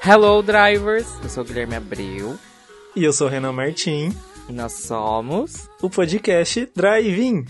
Hello, drivers! Eu sou o Guilherme Abreu. E eu sou o Renan Martim. E nós somos o podcast Drive-In.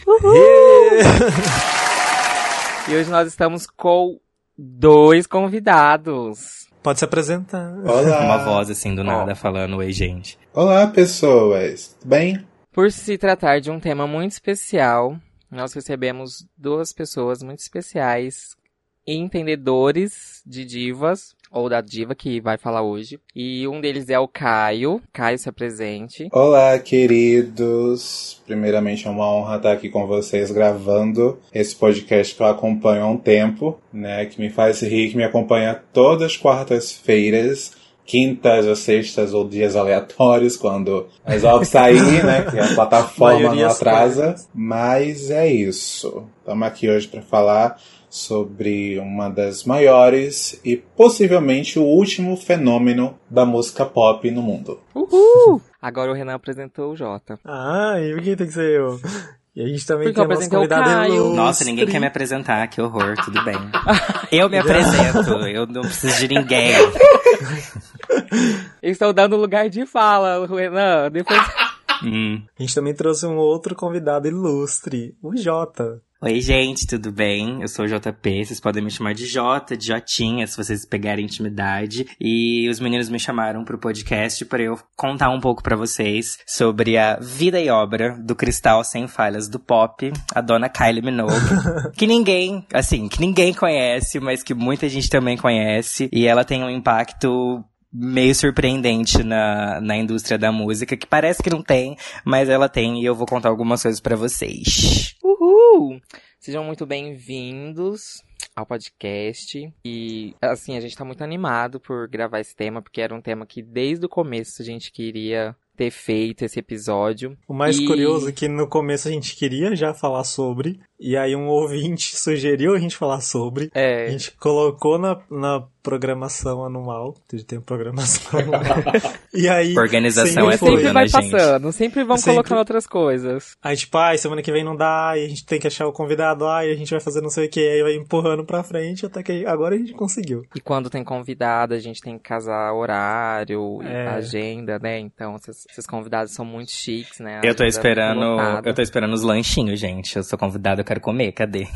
E hoje nós estamos com 2 convidados. Pode se apresentar. Olá. Uma voz assim do nada falando, oi gente. Olá pessoas, tudo bem? Por se tratar de um tema muito especial, nós recebemos 2 pessoas muito especiais, entendedores de divas, ou da diva que vai falar hoje. E um deles é o Caio. Caio, se apresente. Olá, queridos. Primeiramente é uma honra estar aqui com vocês gravando esse podcast que eu acompanho há um tempo, né? Que me faz rir, que me acompanha todas as quartas-feiras, quintas ou sextas ou dias aleatórios, quando resolve sair, né? Que a plataforma não atrasa. Mas é isso. Estamos aqui hoje para falar sobre uma das maiores e possivelmente o último fenômeno da música pop no mundo. Uhul! Agora o Renan apresentou o Jota. Ah, e por que tem que ser eu? E a gente também porque tem o nosso convidado ilustre. Nossa, ninguém quer me apresentar, que horror, tudo bem. Eu me apresento, eu não preciso de ninguém. Eles estão dando lugar de fala, o Renan, depois... A gente também trouxe um outro convidado ilustre, o Jota. Oi, gente, tudo bem? Eu sou o JP, vocês podem me chamar de Jota, de Jotinha, se vocês pegarem intimidade. E os meninos me chamaram pro podcast para eu contar um pouco pra vocês sobre a vida e obra do cristal sem falhas do pop, a dona Kylie Minogue. Que ninguém conhece, mas que muita gente também conhece. E ela tem um impacto meio surpreendente na indústria da música, que parece que não tem, mas ela tem, e eu vou contar algumas coisas pra vocês. Uhul! Sejam muito bem-vindos ao podcast. E, assim, a gente tá muito animado por gravar esse tema, porque era um tema que desde o começo a gente queria ter feito esse episódio. O mais curioso é que no começo a gente queria já falar sobre, e aí um ouvinte sugeriu a gente falar sobre. A gente colocou na programação anual, tem programação anual. E aí organização é sempre tudo, vai né, passando, sempre vão colocando outras coisas. Aí tipo, semana que vem não dá, e a gente tem que achar o convidado, e a gente vai fazer não sei o que, aí vai empurrando pra frente, até que agora a gente conseguiu. E quando tem convidado, a gente tem que casar horário, agenda, né? Então, esses convidados são muito chiques, né? Eu tô esperando os lanchinhos, gente. Eu sou convidado, eu quero comer, cadê?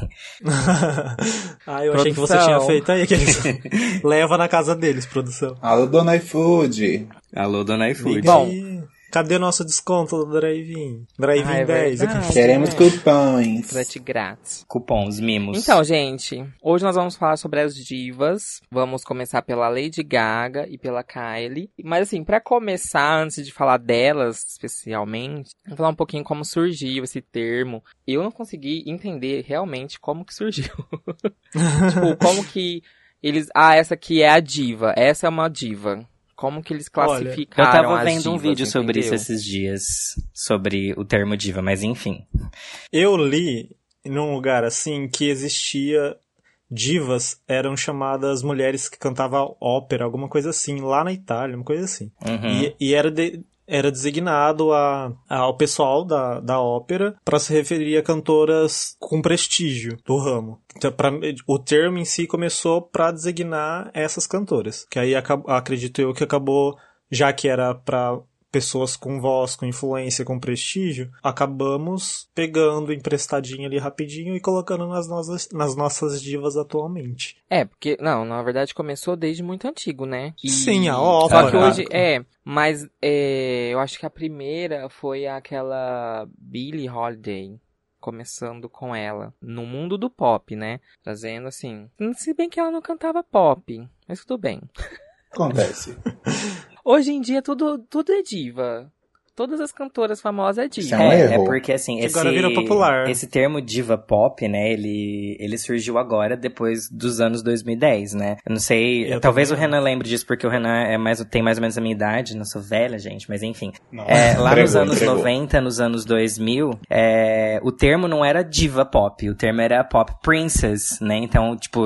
Eu achei que você tinha feito aí, que leva na casa deles, produção. Alô, dona iFood. Alô, dona iFood. Bom, cadê o nosso desconto do Drive-In? Drive-In 10. Queremos cupons. Frete grátis. Cupons, mimos. Então, gente, hoje nós vamos falar sobre as divas. Vamos começar pela Lady Gaga e pela Kylie. Mas assim, pra começar, antes de falar delas especialmente, vamos falar um pouquinho como surgiu esse termo. Eu não consegui entender realmente como que surgiu. Tipo, como que eles... essa aqui é a diva. Essa é uma diva. Como que eles classificaram? Eu tava vendo um vídeo sobre isso esses dias, sobre o termo diva, mas enfim. Eu li num lugar assim que existia divas, eram chamadas mulheres que cantavam ópera, alguma coisa assim, lá na Itália, uma coisa assim. Uhum. E era designado ao pessoal da ópera para se referir a cantoras com prestígio do ramo. Então, o termo em si começou para designar essas cantoras. Que aí acredito eu que acabou, já que era para pessoas com voz, com influência, com prestígio, acabamos pegando emprestadinho ali rapidinho e colocando nas nossas divas atualmente. Porque, na verdade começou desde muito antigo, né? Sim, a ópera. Só que hoje, mas eu acho que a primeira foi aquela Billie Holiday, começando com ela, no mundo do pop, né? Trazendo assim, se bem que ela não cantava pop, mas tudo bem. Acontece. Hoje em dia tudo é diva. Todas as cantoras famosas é diva. É porque assim, agora virou popular. Esse termo diva pop, né, ele surgiu agora, depois dos anos 2010, né? Eu não sei, talvez o Renan lembre disso, porque o Renan tem mais ou menos a minha idade, não sou velha, gente, mas enfim. Lá nos anos 90, nos anos 2000, o termo não era diva pop, o termo era pop princess, né? Então, tipo,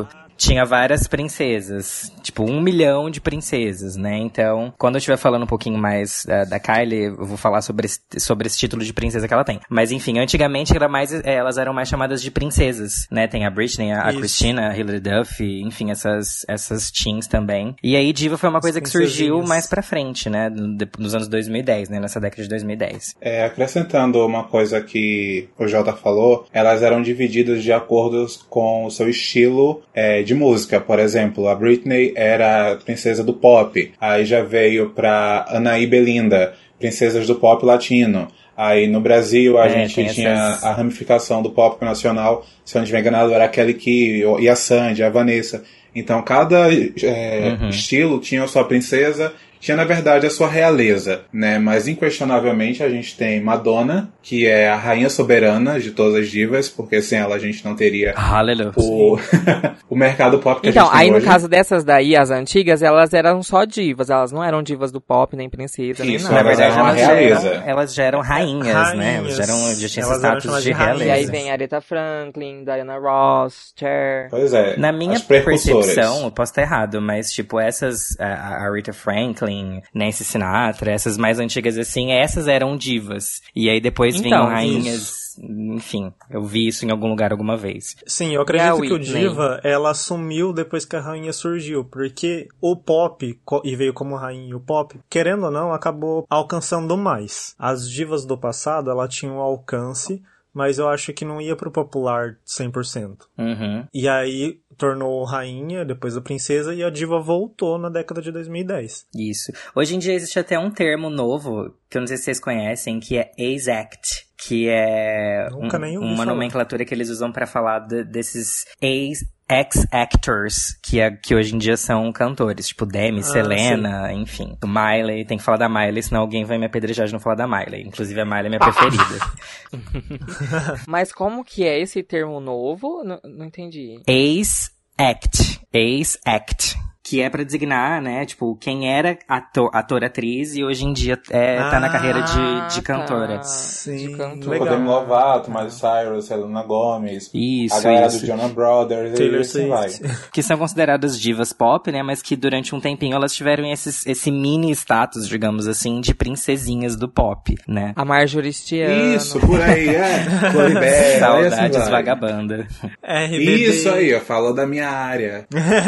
tinha várias princesas. Tipo, 1 milhão de princesas, né? Então, quando eu estiver falando um pouquinho mais da Kylie, eu vou falar sobre esse título de princesa que ela tem. Mas, enfim, antigamente elas eram mais chamadas de princesas, né? Tem a Britney, a Christina, a Hilary Duff, enfim, essas teens também. E aí, diva foi uma coisa que surgiu mais pra frente, né? Nos anos 2010, né? Nessa década de 2010. Acrescentando uma coisa que o Jota falou, elas eram divididas de acordo com o seu estilo de música. Por exemplo, a Britney era a princesa do pop. Aí já veio pra Anaí Belinda, princesas do pop latino. Aí no Brasil a gente tinha a ramificação do pop nacional. Se eu não estiver enganado, era a Kelly Key e a Sandy, a Vanessa. Então cada estilo tinha a sua princesa, tinha na verdade a sua realeza, né? Mas inquestionavelmente a gente tem Madonna, que é a rainha soberana de todas as divas, porque sem ela a gente não teria o mercado pop que a gente tem aí hoje. No caso dessas daí, as antigas, elas eram só divas, elas não eram divas do pop, nem princesa, nem nada. Na verdade, realeza. Elas já eram rainhas, né? Elas já tinham esse status de realeza. E aí vem Aretha Franklin, Diana Ross, Cher. Pois é. Na minha percepção, eu posso estar errado, mas tipo, essas, a Aretha Franklin, Nancy Sinatra, essas mais antigas assim, essas eram divas. E aí depois vinham rainhas... Enfim, eu vi isso em algum lugar alguma vez. Sim, eu acredito que o diva, ela sumiu depois que a rainha surgiu, porque o pop, e veio como rainha o pop, querendo ou não, acabou alcançando mais. As divas do passado, ela tinha um alcance, mas eu acho que não ia pro popular 100%. E aí tornou rainha, depois a princesa, e a diva voltou na década de 2010. Isso. Hoje em dia existe até um termo novo, que eu não sei se vocês conhecem, que é ACE-ACT, que é uma nomenclatura que eles usam pra falar desses ex-actors, que hoje em dia são cantores, tipo Demi, Selena, sim. Enfim. O Miley, tem que falar da Miley, senão alguém vai me apedrejar de não falar da Miley. Inclusive a Miley é minha preferida. Mas como que é esse termo novo? Não entendi. ACE-ACT. Que é pra designar, né, tipo, quem era ator, atriz e hoje em dia tá na carreira de cantora. Tá. Sim, de cantora. O Demi Lovato, Miley Cyrus, Selena Gomez, isso, a galera do Jonas Brothers, Taylor e assim vai. Que são consideradas divas pop, né, mas que durante um tempinho elas tiveram esse mini status, digamos assim, de princesinhas do pop, né. A Marjorie Stiano. Isso, por aí, Floribela, Saudades assim vagabanda. RBD. Isso aí, falou da minha área.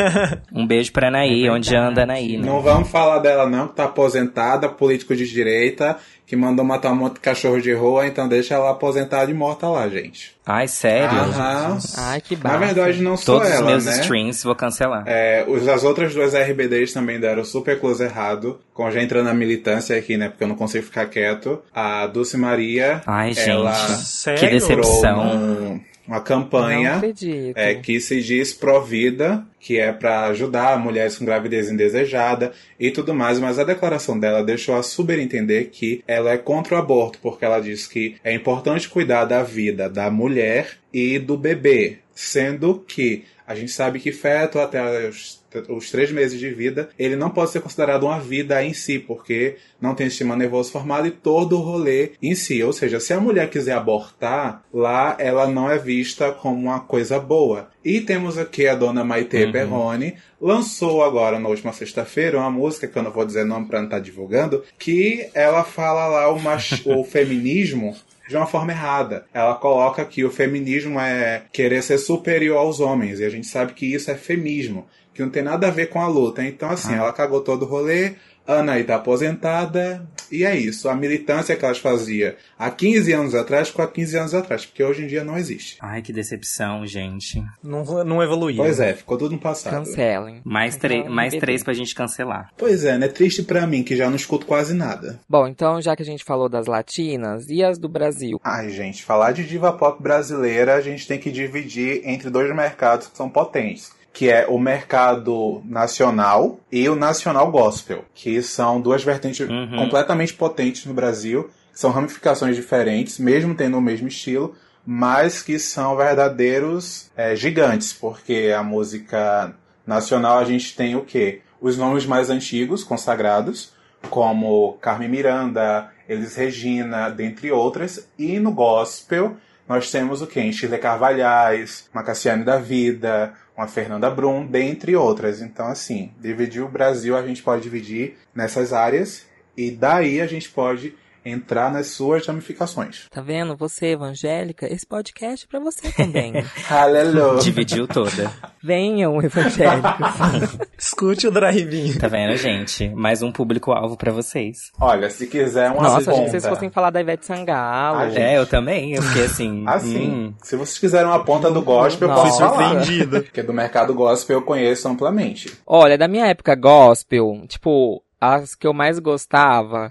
Um beijo pra Anaí, onde anda a Anaí, né? Não vamos falar dela não, que tá aposentada, político de direita, que mandou matar um monte de cachorro de rua, então deixa ela aposentada e morta lá, gente. Ai, sério? Ai, que bafo. Na verdade, não só Todos ela, os meus né? streams vou cancelar. As outras duas RBDs também deram super close errado, com já entrando na militância aqui, né? Porque eu não consigo ficar quieto. A Dulce Maria, ai, gente, ela que decepção. Uma campanha que se diz pró-vida, que é para ajudar mulheres com gravidez indesejada e tudo mais, mas a declaração dela deixou a subentender que ela é contra o aborto, porque ela diz que é importante cuidar da vida da mulher e do bebê, sendo que a gente sabe que feto até os 3 meses de vida, ele não pode ser considerado uma vida em si, porque não tem sistema nervoso formado e todo o rolê em si. Ou seja, se a mulher quiser abortar, lá ela não é vista como uma coisa boa. E temos aqui a dona Maite Perrone, lançou agora, na última sexta-feira, uma música, que eu não vou dizer nome pra não estar divulgando, que ela fala lá o feminismo de uma forma errada. Ela coloca que o feminismo é querer ser superior aos homens, e a gente sabe que isso é feminismo, que não tem nada a ver com a luta. Então, assim, ela cagou todo o rolê, a Anaí tá aposentada, e é isso. A militância que elas faziam há 15 anos atrás ficou há 15 anos atrás, porque hoje em dia não existe. Ai, que decepção, gente. Não evoluiu. Pois é, ficou tudo no passado. Cancelem. Mais 3 pra gente cancelar. Pois é, né? Triste pra mim, que já não escuto quase nada. Bom, então, já que a gente falou das latinas, e as do Brasil? Ai, gente, falar de diva pop brasileira, a gente tem que dividir entre 2 mercados que são potentes, que é o mercado nacional e o nacional gospel, que são 2 vertentes completamente potentes no Brasil, são ramificações diferentes, mesmo tendo o mesmo estilo, mas que são verdadeiros gigantes, porque a música nacional a gente tem o quê? Os nomes mais antigos, consagrados, como Carmen Miranda, Elis Regina, dentre outras, e no gospel nós temos o quê? Em Chile Carvalhais, uma Cassiane da Vida, uma Fernanda Brum, dentre outras. Então, assim, dividir o Brasil a gente pode dividir nessas áreas e daí a gente pode entrar nas suas ramificações. Tá vendo? Você, evangélica, esse podcast é pra você também. Aleluia! Dividiu toda. Venham, evangélicos. Escute o drive-in. Tá vendo, gente? Mais um público-alvo pra vocês. Olha, se quiser uma Nossa, ponta... achei que vocês fossem falar da Ivete Sangalo. Ah, gente. Eu também. Eu fiquei assim... Assim, se vocês quiserem uma ponta do gospel, eu Nossa. posso falar. Surpreendido. Porque do mercado gospel eu conheço amplamente. Olha, da minha época gospel, tipo, as que eu mais gostava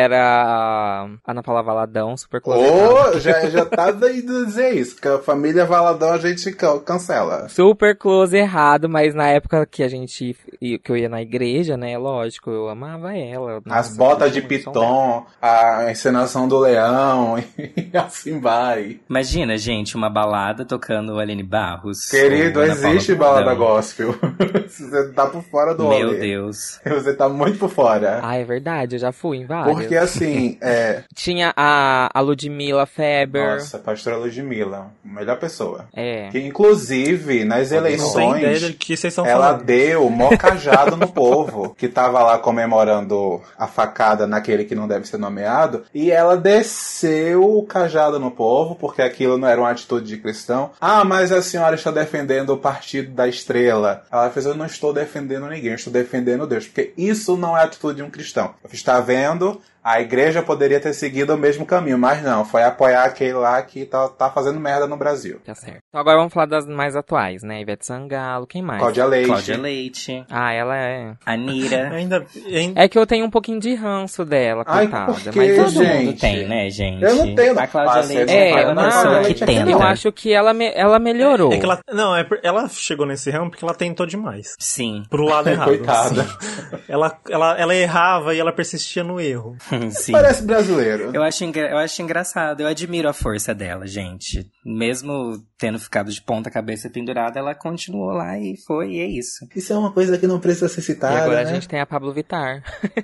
era Ana Paula Valadão, Super Close. Ô, já tá daí dizer isso, que a família Valadão a gente cancela. Super Close errado, mas na época que que eu ia na igreja, né, lógico, eu amava ela. As Nossa, botas de eu tinha muito som piton, a encenação do leão, e assim vai. Imagina, gente, uma balada tocando Aline Barros. Querido, ou Ana Paula existe balada Valadão. gospel. Você tá por fora do rolê. Meu Deus. Você tá muito por fora. Ah, é verdade, eu já fui em várias. Porque assim, Tinha a Ludmilla Feber. Nossa, pastora Ludmilla, melhor pessoa. É. Que inclusive, nas Não tem eleições, ideia do que vocês estão ela falando. deu mó cajado no povo, que tava lá comemorando a facada naquele que não deve ser nomeado, e ela desceu o cajado no povo, porque aquilo não era uma atitude de cristão. Ah, mas a senhora está defendendo o partido da estrela. Ela fez, eu não estou defendendo ninguém, eu estou defendendo Deus, porque isso não é atitude de um cristão. Você está vendo? A igreja poderia ter seguido o mesmo caminho, mas não, foi apoiar aquele lá que tá fazendo merda no Brasil. Tá certo. Então agora vamos falar das mais atuais, né? Ivete Sangalo, quem mais? Cláudia Leite. Cláudia Leite. Ah, ela é... Anira. Ainda... É que eu tenho um pouquinho de ranço dela, Ai, coitada. por quê, Mas Todo gente? mundo tem, né, gente? Eu não tenho. A Cláudia Você Leite não É, fala, eu mas não- Cláudia que Leite é tenta. eu acho que ela melhorou. É que ela... Não, ela chegou nesse ramo porque ela tentou demais. Sim. Pro lado errado. Coitada. Sim. Ela errava e ela persistia no erro. Sim. Parece brasileiro. Eu acho engraçado, eu admiro a força dela, gente. Mesmo tendo ficado de ponta cabeça pendurada, ela continuou lá e foi, e é isso. Isso é uma coisa que não precisa ser E citada, agora né? a gente tem a Pablo Vittar.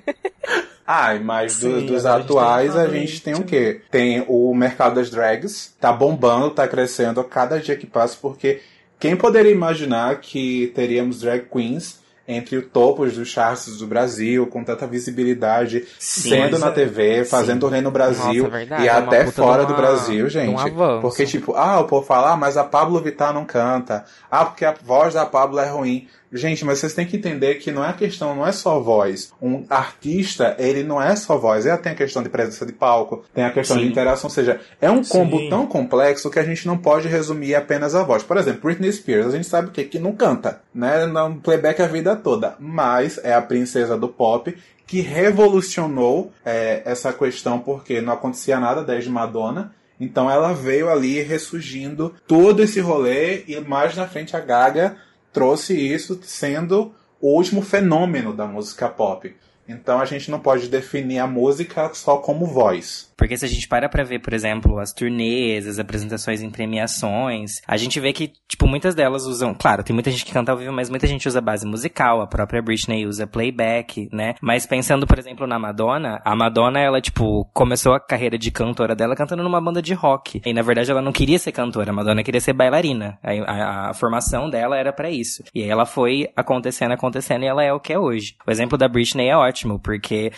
Mas Sim, dos agora a gente atuais tem a a gente tem o Leite. quê? Tem o mercado das drags, tá bombando, tá crescendo a cada dia que passa, porque quem poderia imaginar que teríamos drag queens entre os topos dos charts do Brasil, com tanta visibilidade, Sim, sendo mas na é- TV, fazendo turnê no Brasil Nossa, é verdade, e é uma até puta fora de do uma- Brasil, de um gente. avanço. Porque, tipo, o povo fala, mas a Pablo Vittar não canta. Porque a voz da Pablo é ruim. Gente, mas vocês têm que entender que não é questão, não é só voz. Um artista, ele não é só voz. Ele tem a questão de presença de palco, tem a questão Sim. de interação, ou seja, é um combo Sim. tão complexo que a gente não pode resumir apenas a voz. Por exemplo, Britney Spears, a gente sabe o quê? Que não canta, né? Não playback a vida toda, mas é a princesa do pop que revolucionou essa questão porque não acontecia nada desde Madonna. Então ela veio ali ressurgindo todo esse rolê e mais na frente a Gaga trouxe isso sendo o último fenômeno da música pop. Então a gente não pode definir a música só como voz. Porque se a gente para pra ver, por exemplo, as turnês, as apresentações em premiações, a gente vê que, tipo, muitas delas usam... Claro, tem muita gente que canta ao vivo, mas muita gente usa base musical. A própria Britney usa playback, né? Mas pensando, por exemplo, na Madonna, a Madonna, ela, tipo, começou a carreira de cantora dela cantando numa banda de rock. E, na verdade, ela não queria ser cantora. A Madonna queria ser bailarina. A formação dela era pra isso. E aí ela foi acontecendo, e ela é o que é hoje. O exemplo da Britney é ótimo, porque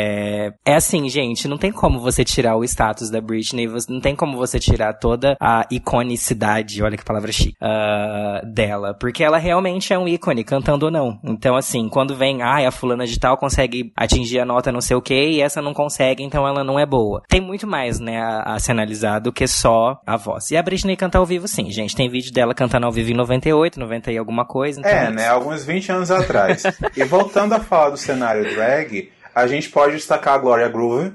é assim, gente, não tem como você tirar o status da Britney, não tem como você tirar toda a iconicidade, olha que palavra chique, dela, porque ela realmente é um ícone, cantando ou não. Então, assim, quando vem, a fulana de tal consegue atingir a nota não sei o que, e essa não consegue, então ela não é boa. Tem muito mais, né, a se analisar do que só a voz. E a Britney canta ao vivo, sim, gente, tem vídeo dela cantando ao vivo em 98, 90 e alguma coisa. Então né? Alguns 20 anos atrás. E voltando a falar do cenário drag, a gente pode destacar a Gloria Groove,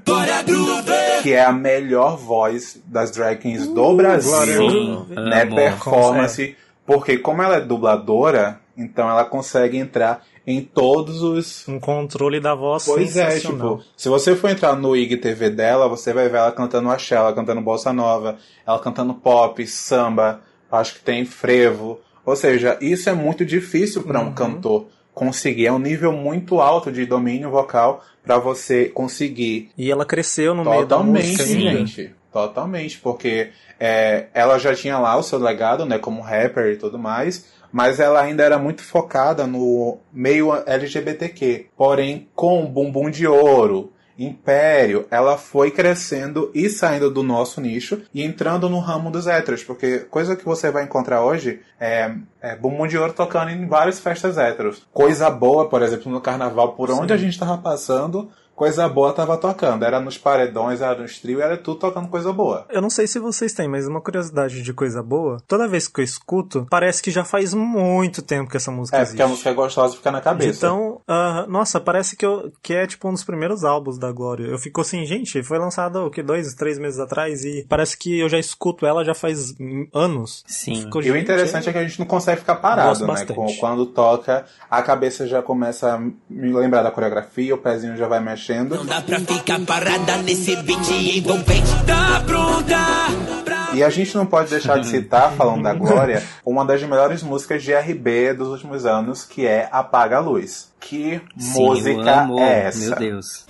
que é a melhor voz das drag queens do Brasil, sim, né? amo. Performance, porque como ela é dubladora, então ela consegue entrar em todos os... Um controle da voz Pois é, sensacional. tipo, se você for entrar no IGTV dela, você vai ver ela cantando axé, ela cantando bossa nova, ela cantando pop, samba, acho que tem frevo. Ou seja, isso é muito difícil para um cantor conseguir. É um nível muito alto de domínio vocal para você conseguir. E ela cresceu no meio da Totalmente, música ainda. gente. Totalmente, porque ela já tinha lá o seu legado, né, como rapper e tudo mais, mas ela ainda era muito focada no meio LGBTQ. Porém, com Bumbum de Ouro, Império, ela foi crescendo e saindo do nosso nicho e entrando no ramo dos héteros, porque coisa que você vai encontrar hoje é Bumbum de Ouro tocando em várias festas héteros. Coisa Boa, por exemplo, no carnaval, por onde a gente tava passando, Coisa Boa tava tocando. Era nos paredões, era nos trios, era tudo tocando Coisa Boa. Eu não sei se vocês têm, mas uma curiosidade de Coisa Boa, toda vez que eu escuto, parece que já faz muito tempo que essa música existe. Porque a música é gostosa e fica na cabeça. Então, nossa, parece que é tipo um dos primeiros álbuns da Glória. Eu fico assim, gente, foi lançada o que, 2, 3 meses atrás e parece que eu já escuto ela já faz anos. Sim. Fico, e o interessante é que a gente não consegue ficar parado, né? Quando toca, a cabeça já começa a me lembrar da coreografia, o pezinho já vai mexendo. Não dá pra ficar parada nesse beat envolvente. Tá pronta pra... E a gente não pode deixar de citar, falando da Glória, uma das melhores músicas de R&B dos últimos anos, que é Apaga a Luz. Que Sim, música é essa? Meu Deus.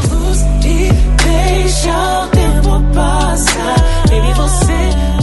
Deixa o tempo passar, baby, você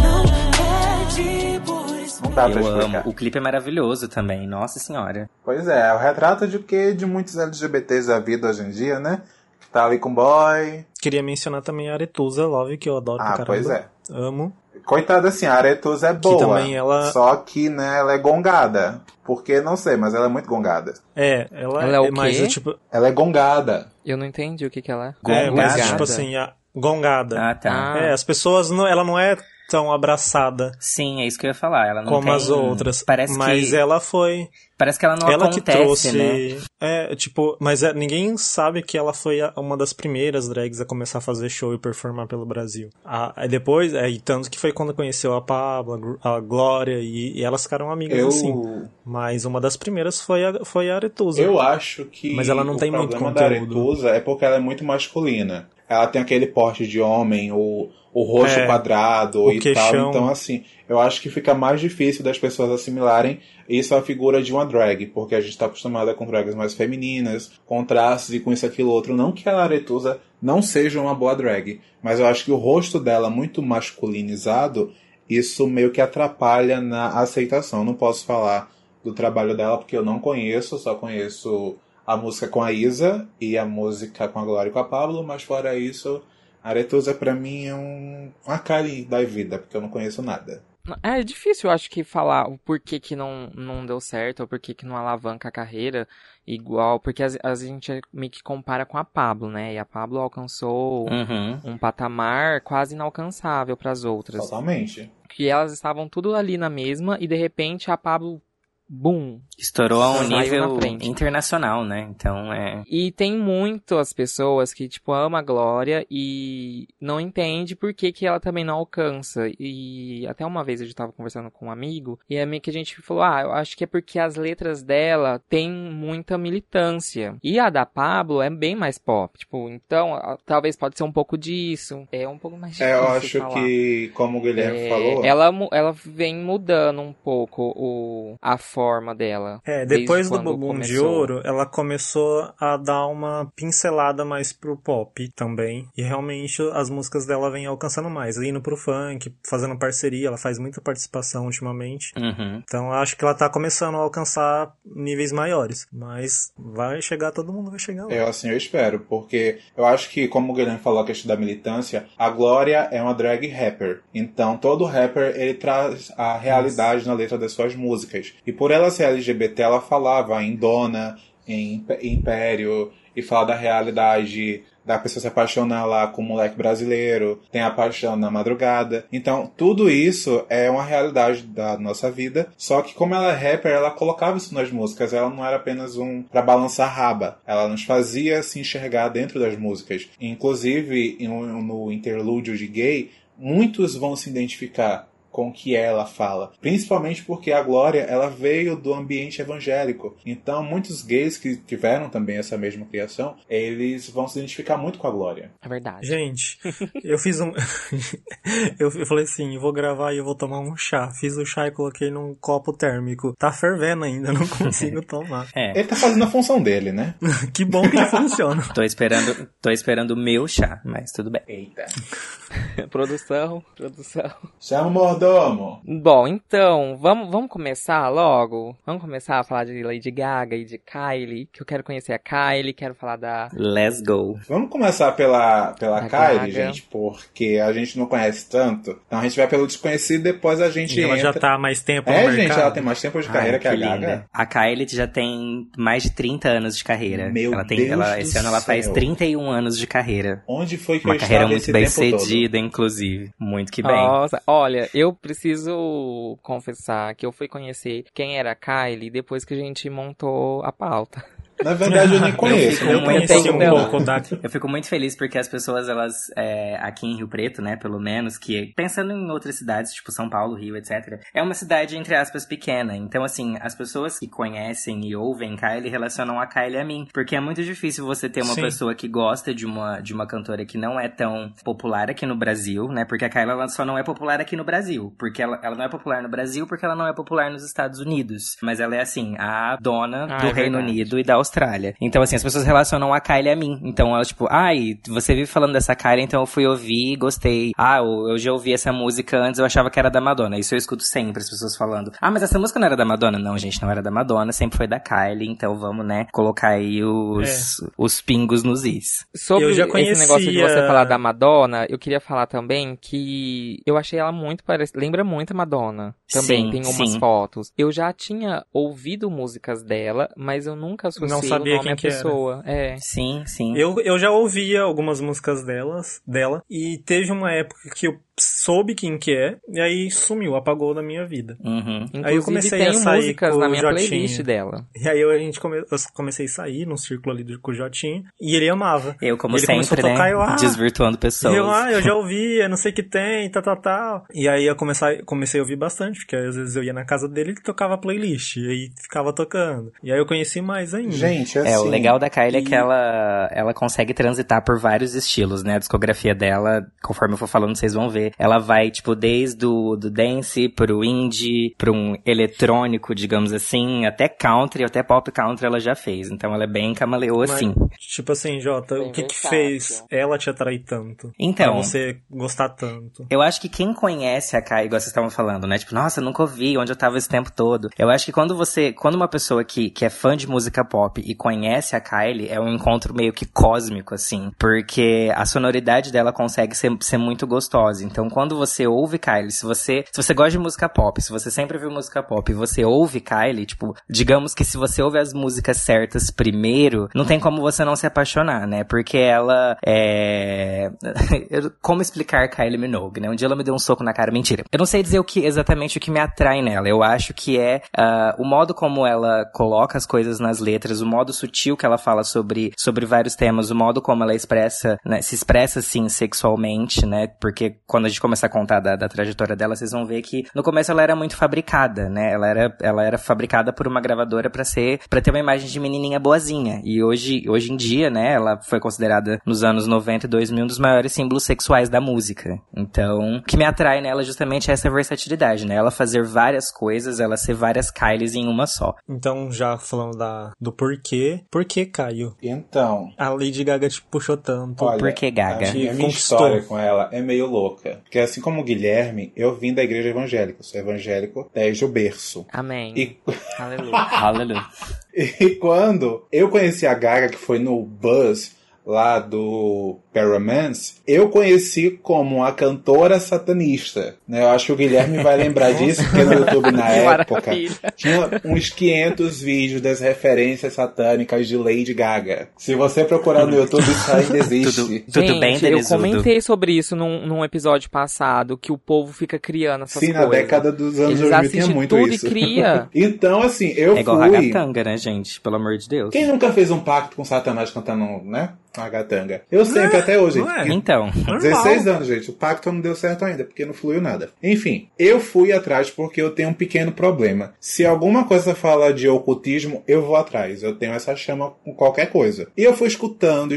não perde por isso. Não dá pra Eu explicar. amo. O clipe é maravilhoso também, nossa senhora. Pois é o retrato de muitos LGBTs da vida hoje em dia, né? Que tá ali com boy. Queria mencionar também a Aretusa Love, que eu adoro pra caramba. Pois é. Amo. Coitada, assim, a Aretusa é boa. também ela... Só que, né, ela é gongada. Porque, não sei, mas ela é muito gongada. Ela é o quê? mais tipo... Ela é gongada. Eu não entendi o que ela É, mas Gongada? tipo assim, a gongada. Ah, tá. As pessoas, ela não é tão abraçada Sim, é isso que eu ia falar. Ela não como tem... as outras. Parece mas que... ela foi... Parece que ela não ela acontece, que trouxe, né? Mas ninguém sabe que ela foi uma das primeiras drags a começar a fazer show e performar pelo Brasil. Aí depois, tanto que foi quando conheceu a Pablo, a Glória, e elas ficaram amigas assim. Mas uma das primeiras foi a Aretusa. Eu acho que mas ela não tem muito conteúdo. O problema da conteúdo. Aretusa é porque ela é muito masculina. Ela tem aquele porte de homem, o rosto quadrado o e queixão. tal. Então, assim, eu acho que fica mais difícil das pessoas assimilarem isso à figura de uma drag, porque a gente está acostumada com drags mais femininas, com traços e com isso, aquilo, outro. Não que a Aretusa não seja uma boa drag, mas eu acho que o rosto dela muito masculinizado, isso meio que atrapalha na aceitação. Eu não posso falar do trabalho dela porque eu não conheço, só conheço a música com a Isa e a música com a Glória e com a Pablo, mas fora isso, a Aretusa pra mim é uma Kali da vida, porque eu não conheço nada. É difícil, eu acho, que falar o porquê que não deu certo, ou porquê que não alavanca a carreira igual, porque a gente meio que compara com a Pablo, né? E a Pablo alcançou um patamar quase inalcançável para as outras. Totalmente. Que elas estavam tudo ali na mesma, e de repente a Pablo... Boom! Estourou a um Saiu nível na frente. internacional, né? Então E tem muitas pessoas que, tipo, ama a Glória e não entende por que ela também não alcança. E até uma vez eu já tava conversando com um amigo, e é meio que a gente falou, eu acho que é porque as letras dela têm muita militância. E a da Pablo é bem mais pop. Tipo, então, talvez pode ser um pouco disso. É um pouco mais difícil Eu acho falar. que, como o Guilherme falou... Ela vem mudando um pouco a forma dela. Depois do quando Bumbum de começou. Ouro, ela começou a dar uma pincelada mais pro pop também. E realmente as músicas dela vêm alcançando mais, indo pro funk, fazendo parceria, ela faz muita participação ultimamente. Então acho que ela tá começando a alcançar níveis maiores. Mas vai chegar, todo mundo vai chegar lá. Eu espero, porque eu acho que, como o Guilherme falou, a questão da militância, a Glória é uma drag rapper. Então todo rapper, ele traz a realidade na letra das suas músicas. E por ela ser LGBT, ela falava em Dona, em Império, e fala da realidade da pessoa se apaixonar lá com um moleque brasileiro, tem a paixão na madrugada. Então, tudo isso é uma realidade da nossa vida, só que como ela é rapper, ela colocava isso nas músicas, ela não era apenas pra balançar raba, ela nos fazia se enxergar dentro das músicas. Inclusive, no interlúdio de gay, muitos vão se identificar com o que ela fala. Principalmente porque a Glória, ela veio do ambiente evangélico. Então, muitos gays que tiveram também essa mesma criação, eles vão se identificar muito com a Glória. É verdade. Gente, eu fiz eu falei assim, eu vou gravar e eu vou tomar um chá. Fiz o chá e coloquei num copo térmico. Tá fervendo ainda, não consigo tomar. Ele tá fazendo a função dele, né? Que bom que ele funciona. Tô esperando o meu chá, mas tudo bem. Eita. Produção. Chama o mordomo. Bom, então, vamos começar logo? Vamos começar a falar de Lady Gaga e de Kylie, que eu quero conhecer a Kylie, quero falar da... Let's go. Vamos começar pela Da Kylie, Gaga. gente, porque a gente não conhece tanto. Então a gente vai pelo desconhecido, depois a gente Ela entra. já tá há mais tempo no É, mercado. gente, ela tem mais tempo de carreira Ai, que a linda. Gaga. A Kylie já tem mais de 30 anos de carreira. Meu ela tem, Deus ela, do esse ano ela faz céu. 31 anos de carreira. Onde foi que Uma eu carreira estava muito esse bem tempo todo? sucedida, inclusive. Muito que bem. Nossa, olha, eu preciso confessar que eu fui conhecer quem era a Kylie depois que a gente montou a pauta. Na verdade, eu nem conheço. fico Eu né? muito- conheci um não. pouco da... Eu fico muito feliz porque as pessoas, elas, aqui em Rio Preto, né, pelo menos, que pensando em outras cidades, tipo São Paulo, Rio, etc., é uma cidade, entre aspas, pequena. Então, assim, as pessoas que conhecem e ouvem Kylie relacionam a Kylie a mim. Porque é muito difícil você ter uma Sim. pessoa que gosta de uma cantora que não é tão popular aqui no Brasil, né? Porque a Kylie, ela só não é popular aqui no Brasil. Porque ela não é popular no Brasil porque ela não é popular nos Estados Unidos. Mas ela é, assim, a dona do é Reino verdade. Unido e da Austrália. Então, assim, as pessoas relacionam a Kylie a mim. Então, ela, tipo, ai, você vive falando dessa Kylie, então eu fui ouvir e gostei. Ah, eu já ouvi essa música antes, eu achava que era da Madonna. Isso eu escuto sempre as pessoas falando. Ah, mas essa música não era da Madonna? Não, gente, não era da Madonna, sempre foi da Kylie. Então, vamos, né, colocar aí os pingos nos is. Sobre Eu já esse negócio de você conhecia- falar da Madonna, eu queria falar também que eu achei ela muito parecida, lembra muito a Madonna. Também Sim, tem umas sim. fotos. Eu já tinha ouvido músicas dela, mas eu nunca associei Não sabia o nome quem à que era. pessoa. É. Sim, sim. Eu já ouvia algumas músicas dela, e teve uma época que eu soube quem que é, e aí sumiu, apagou da minha vida. Uhum. Inclusive, Aí eu comecei tem a sair músicas com na o minha Jotinho. playlist dela. E aí eu comecei a sair num círculo ali com o Jotinho, e ele amava. Eu, como Ele começou sempre, a tocar, né, eu, desvirtuando pessoas. eu já ouvi, não sei o que tem, tal. E aí eu comecei a ouvir bastante, porque às vezes eu ia na casa dele e ele tocava a playlist, e aí ficava tocando. E aí eu conheci mais ainda. Gente, assim... O legal da Kylie é que ela consegue transitar por vários estilos, né? A discografia dela, conforme eu for falando, vocês vão ver. Ela vai, tipo, desde do dance pro indie, pro um eletrônico, digamos assim, até country, até pop country ela já fez. Então ela é bem camaleoa, Mas, assim. tipo assim, Jota, Bem o que versátil. fez ela te atrair tanto? Então, Pra você gostar tanto? eu acho que quem conhece a Kylie, igual vocês estavam falando, né? Tipo, nossa, eu nunca ouvi, onde eu tava esse tempo todo. Eu acho que quando uma pessoa que é fã de música pop e conhece a Kylie, é um encontro meio que cósmico, assim. Porque a sonoridade dela consegue ser muito gostosa. Então, quando você ouve Kylie, se você gosta de música pop, se você sempre viu música pop e você ouve Kylie, tipo, digamos que se você ouve as músicas certas primeiro, não tem como você não se apaixonar, né? Porque ela é... Como explicar Kylie Minogue, né? Um dia ela me deu um soco na cara, mentira. Eu não sei dizer exatamente o que me atrai nela. Eu acho que é o modo como ela coloca as coisas nas letras, o modo sutil que ela fala sobre vários temas, o modo como ela expressa, né, se expressa, assim, sexualmente, né? Porque quando a gente começar a contar da trajetória dela, vocês vão ver que no começo ela era muito fabricada, né? Ela era fabricada por uma gravadora pra ter uma imagem de menininha boazinha. E hoje em dia, né, ela foi considerada nos anos 90 e 2000 um dos maiores símbolos sexuais da música. Então, o que me atrai nela justamente é essa versatilidade, né? Ela fazer várias coisas, ela ser várias Kylies em uma só. Então, já falando do porquê. Por que, Caio? Então, A Lady Gaga te puxou tanto. olha, Por que Gaga? a minha Conquistou. história com ela é meio louca. Porque assim como o Guilherme, eu vim da igreja evangélica. Eu sou evangélico desde o berço. Amém. E, Aleluia. Aleluia. e quando eu conheci a Gaga, que foi no Buzz lá do Paramance, eu conheci como a cantora satanista, né? Eu acho que o Guilherme vai lembrar disso, porque no YouTube na Que época maravilha. tinha uns 500 vídeos das referências satânicas de Lady Gaga. Se você procurar no YouTube, isso ainda existe. Tudo Gente, bem, eu Terezudo? comentei sobre isso num episódio passado, que o povo fica criando essas Sim, coisas. na década dos anos Eles 2000 tinha assistem muito tudo isso. e cria. Então, assim, eu É igual fui... Ragatanga, né, gente? Pelo amor de Deus. Quem nunca fez um pacto com Satanás cantando, né? Ragatanga. Eu sempre, até hoje. não é. Então, 16 anos, gente. O pacto não deu certo ainda, porque não fluiu nada. Enfim, eu fui atrás porque eu tenho um pequeno problema. Se alguma coisa fala de ocultismo, eu vou atrás. Eu tenho essa chama com qualquer coisa. E eu fui escutando.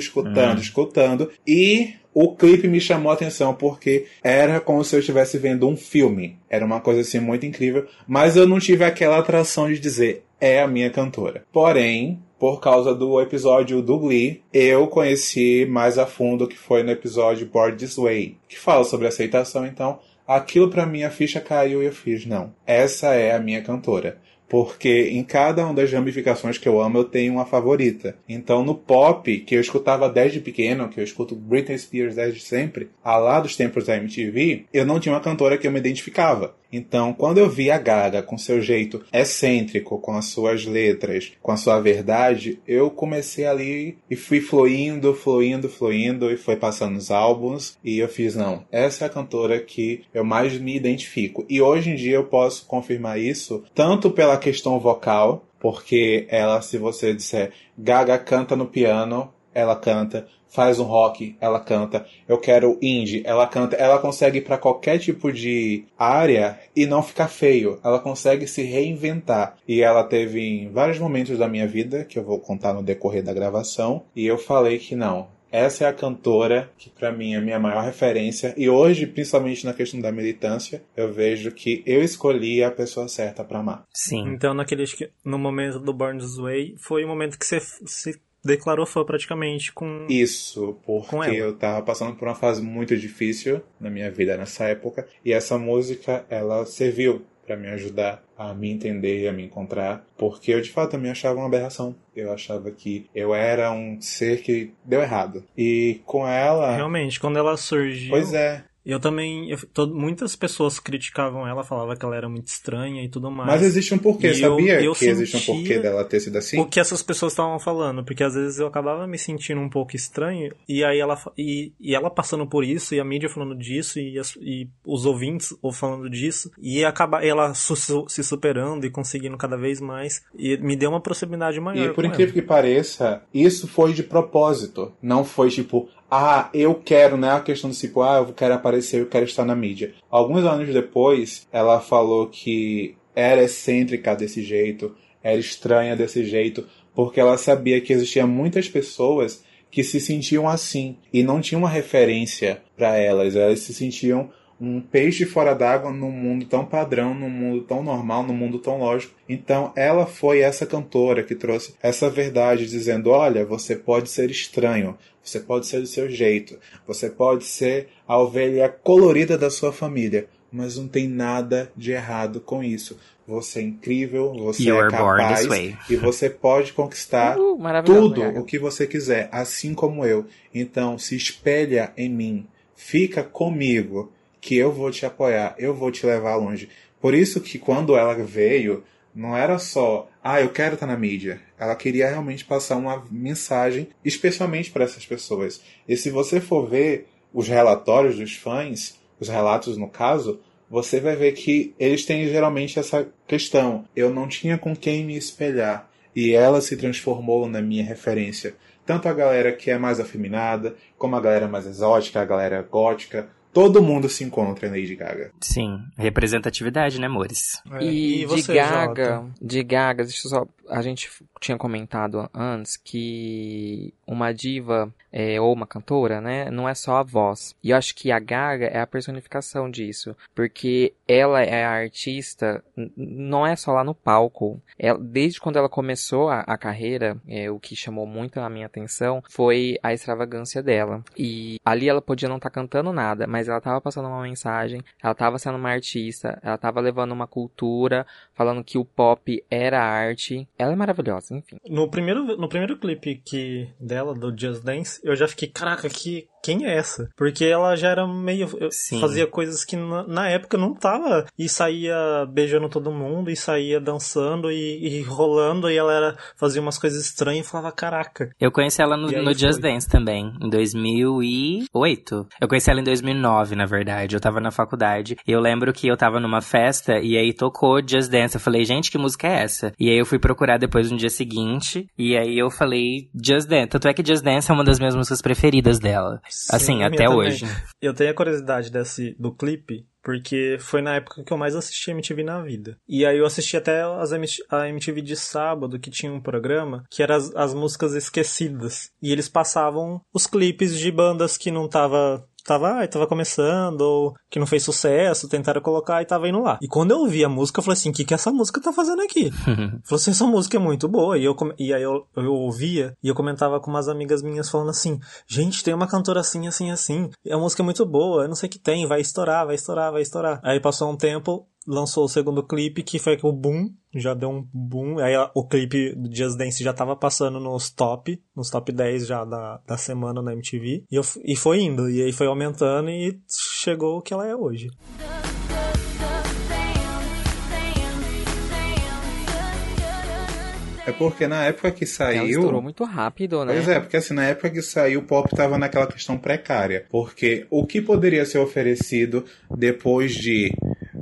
E o clipe me chamou a atenção porque era como se eu estivesse vendo um filme. Era uma coisa assim muito incrível. Mas eu não tive aquela atração de dizer, é a minha cantora. Porém, por causa do episódio do Glee, eu conheci mais a fundo o que foi no episódio Born This Way, que fala sobre aceitação. Então, aquilo pra mim, a ficha caiu e eu fiz, não, essa é a minha cantora. Porque em cada uma das ramificações que eu amo, eu tenho uma favorita. Então, no pop, que eu escutava desde pequeno, que eu escuto Britney Spears desde sempre, lá dos tempos da MTV, eu não tinha uma cantora que eu me identificava. Então, quando eu vi a Gaga com seu jeito excêntrico, com as suas letras, com a sua verdade, eu comecei ali e fui fluindo, e foi passando os álbuns, e eu fiz, não, essa é a cantora que eu mais me identifico. E hoje em dia eu posso confirmar isso, tanto pela questão vocal, porque ela, se você disser, Gaga canta no piano, ela canta. Faz um rock, ela canta. Eu quero indie, ela canta. Ela consegue ir pra qualquer tipo de área e não ficar feio. Ela consegue se reinventar. E ela teve em vários momentos da minha vida, que eu vou contar no decorrer da gravação, e eu falei que não. Essa é a cantora que pra mim é a minha maior referência. E hoje, principalmente na questão da militância, eu vejo que eu escolhi a pessoa certa pra amar. Sim. Então, no momento do Born This Way, foi o momento que você se declarou fã praticamente com... Isso, porque com ela. Eu tava passando por uma fase muito difícil na minha vida nessa época, e essa música, ela serviu pra me ajudar a me entender e a me encontrar, porque eu de fato me achava uma aberração. Eu achava que eu era um ser que deu errado. E com ela... Realmente, quando ela surgiu... Pois é. Eu também... muitas pessoas criticavam ela, falavam que ela era muito estranha e tudo mais. Mas existe um porquê, sabia eu que existe um porquê dela ter sido assim? O que essas pessoas estavam falando, porque às vezes eu acabava me sentindo um pouco estranho, e aí ela passando por isso, e a mídia falando disso, e os ouvintes falando disso, e ela se superando e conseguindo cada vez mais, e me deu uma proximidade maior. E por incrível que pareça, isso foi de propósito. Não foi tipo... eu quero, não é a questão do tipo, eu quero aparecer, eu quero estar na mídia. Alguns anos depois, ela falou que era excêntrica desse jeito, era estranha desse jeito, porque ela sabia que existiam muitas pessoas que se sentiam assim, e não tinha uma referência para elas. Elas se sentiam um peixe fora d'água num mundo tão padrão, num mundo tão normal, num mundo tão lógico. Então ela foi essa cantora que trouxe essa verdade, dizendo, olha, você pode ser estranho, você pode ser do seu jeito, você pode ser a ovelha colorida da sua família, mas não tem nada de errado com isso. Você é incrível, você é capaz e você pode conquistar tudo o que você quiser, assim como eu. Então se espelha em mim, fica comigo, que eu vou te apoiar, eu vou te levar longe. Por isso que quando ela veio, não era só, eu quero estar na mídia. Ela queria realmente passar uma mensagem, especialmente para essas pessoas. E se você for ver os relatórios dos fãs, os relatos no caso, você vai ver que eles têm geralmente essa questão. Eu não tinha com quem me espelhar. E ela se transformou na minha referência. Tanto a galera que é mais afeminada, como a galera mais exótica, a galera gótica. Todo mundo se encontra em Lady Gaga. Sim, representatividade, né, amores? E você, de Gaga, deixa eu só... A gente tinha comentado antes que uma diva ou uma cantora, né, não é só a voz. E eu acho que a Gaga é a personificação disso. Porque ela é a artista, não é só lá no palco. Desde quando ela começou a carreira, o que chamou muito a minha atenção foi a extravagância dela. E ali ela podia não estar cantando nada, mas ela estava passando uma mensagem, ela estava sendo uma artista, ela estava levando uma cultura, falando que o pop era arte. Ela é maravilhosa, enfim. No primeiro clipe dela, do Just Dance, eu já fiquei, caraca, quem é essa? Porque ela já era meio... Fazia coisas que na época não tava. E saía beijando todo mundo, e saía dançando e rolando, e ela fazia umas coisas estranhas e falava, caraca. Eu conheci ela no Just Dance também, em 2008. Eu conheci ela em 2009, na verdade. Eu tava na faculdade. E eu lembro que eu tava numa festa, e aí tocou Just Dance. Eu falei, gente, que música é essa? E aí eu fui procurar depois no dia seguinte, e aí eu falei, Just Dance. Tanto é que Just Dance é uma das minhas músicas preferidas dela. Sim, assim, até hoje. Eu tenho a curiosidade do clipe, porque foi na época que eu mais assisti MTV na vida. E aí eu assisti até a MTV de sábado, que tinha um programa, que era as músicas esquecidas. E eles passavam os clipes de bandas que não tava tava começando, ou que não fez sucesso, tentaram colocar e tava indo lá. E quando eu ouvi a música, eu falei assim, o que essa música tá fazendo aqui? Falei assim, essa música é muito boa. E aí eu ouvia, e eu comentava com umas amigas minhas falando assim, gente, tem uma cantora assim, assim, assim, a música é muito boa, eu não sei o que tem, vai estourar, vai estourar, vai estourar. Aí passou um tempo, lançou o segundo clipe, que foi o boom, já deu um boom. Aí o clipe do Just Dance já tava passando nos top 10 já da semana na MTV. E foi indo, e aí foi aumentando e chegou o que ela é hoje. É porque na época que saiu... Ela estourou muito rápido, né? Pois é, porque assim, na época que saiu, o pop tava naquela questão precária. Porque o que poderia ser oferecido depois de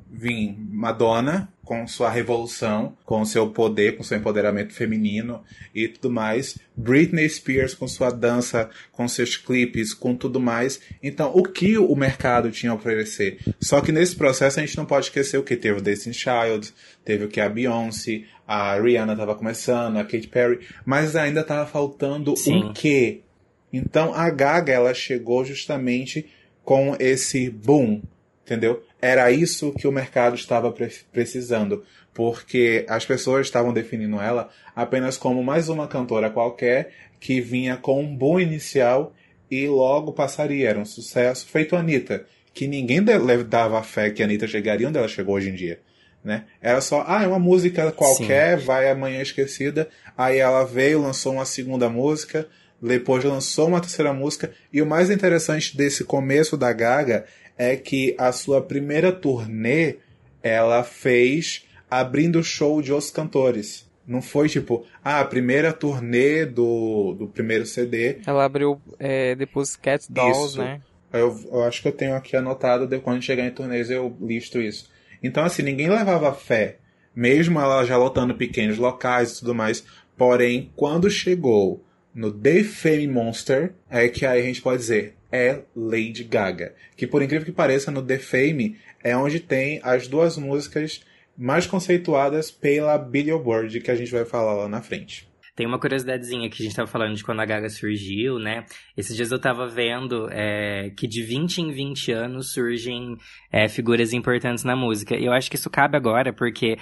vir Madonna com sua revolução, com seu poder, com seu empoderamento feminino e tudo mais, Britney Spears com sua dança, com seus clipes, com tudo mais. Então, o que o mercado tinha a oferecer? Só que nesse processo a gente não pode esquecer o que teve o Destiny's Child, teve o que a Beyoncé, a Rihanna estava começando, a Katy Perry, mas ainda estava faltando o quê? Então a Gaga, ela chegou justamente com esse boom, entendeu? Era isso que o mercado estava precisando, porque as pessoas estavam definindo ela apenas como mais uma cantora qualquer que vinha com um boom inicial e logo passaria. Era um sucesso feito a Anitta, que ninguém dava fé que a Anitta chegaria onde ela chegou hoje em dia. Né? Era só, é uma música qualquer, vai amanhã esquecida. Aí ela veio, lançou uma segunda música, depois lançou uma terceira música. E o mais interessante desse começo da Gaga é que a sua primeira turnê ela fez abrindo o show de outros cantores. Não foi tipo, a primeira turnê do primeiro CD. Ela abriu depois Cat Dolls, isso. né? Eu acho que eu tenho aqui anotado, quando chegar em turnês eu listo isso. Então, assim, ninguém levava fé, mesmo ela já lotando pequenos locais e tudo mais. Porém, quando chegou no The Fame Monster, é que aí a gente pode dizer, é Lady Gaga. Que, por incrível que pareça, no The Fame é onde tem as duas músicas mais conceituadas pela Billboard, que a gente vai falar lá na frente. Tem uma curiosidadezinha que a gente tava falando de quando a Gaga surgiu, né? Esses dias eu tava vendo que de 20 em 20 anos surgem figuras importantes na música. E eu acho que isso cabe agora, porque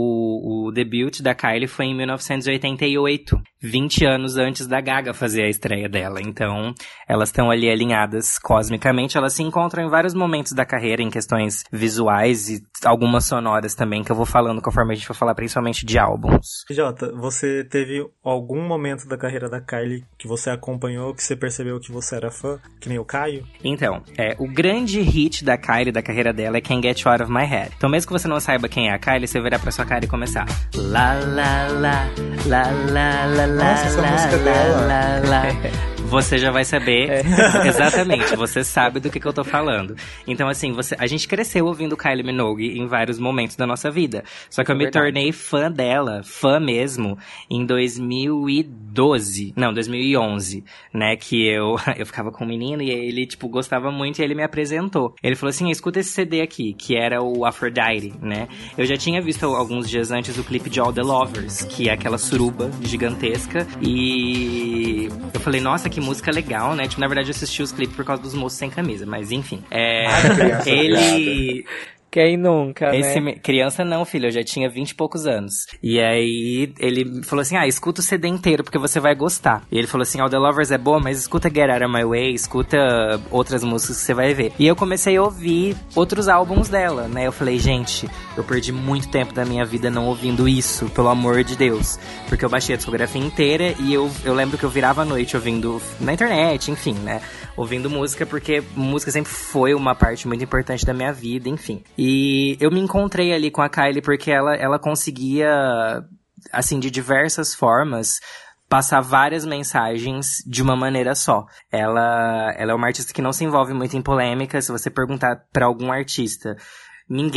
o debut da Kylie foi em 1988, 20 anos antes da Gaga fazer a estreia dela. Então, elas estão ali alinhadas cosmicamente. Elas se encontram em vários momentos da carreira, em questões visuais e algumas sonoras também, que eu vou falando conforme a gente for falar principalmente de álbuns. Jota, você teve algum momento da carreira da Kylie que você acompanhou, que você percebeu que você era fã, que nem o Caio? Então, o grande hit da Kylie, da carreira dela, é Can't Get You Out of My Head. Então, mesmo que você não saiba quem é a Kylie, você virar pra sua cara e começar. La la la, la la la la. Nossa, essa música dela. Você já vai saber exatamente, você sabe do que eu tô falando. Então, assim, a gente cresceu ouvindo Kylie Minogue em vários momentos da nossa vida. Só que eu me tornei fã dela, fã mesmo, em 2011, né? Que eu ficava com um menino e ele, tipo, gostava muito e ele me apresentou. Ele falou assim, escuta esse CD aqui, que era o Aphrodite, né? Eu já tinha visto alguns dias antes o clipe de All the Lovers, que é aquela suruba gigantesca. E eu falei, nossa, que música legal, né? Tipo, na verdade eu assisti os clipes por causa dos moços sem camisa, mas enfim. Ele... Quem nunca, né? Criança não, filho, eu já tinha 20 e poucos anos. E aí, ele falou assim, escuta o CD inteiro, porque você vai gostar. E ele falou assim, All the Lovers é boa, mas escuta Get Out of My Way, escuta outras músicas que você vai ver. E eu comecei a ouvir outros álbuns dela, né? Eu falei, gente, eu perdi muito tempo da minha vida não ouvindo isso, pelo amor de Deus. Porque eu baixei a discografia inteira e eu lembro que eu virava a noite ouvindo na internet, enfim, né? Ouvindo música, porque música sempre foi uma parte muito importante da minha vida, enfim. E eu me encontrei ali com a Kylie porque ela conseguia, assim, de diversas formas, passar várias mensagens de uma maneira só. Ela é uma artista que não se envolve muito em polêmica. Se você perguntar pra algum artista, ninguém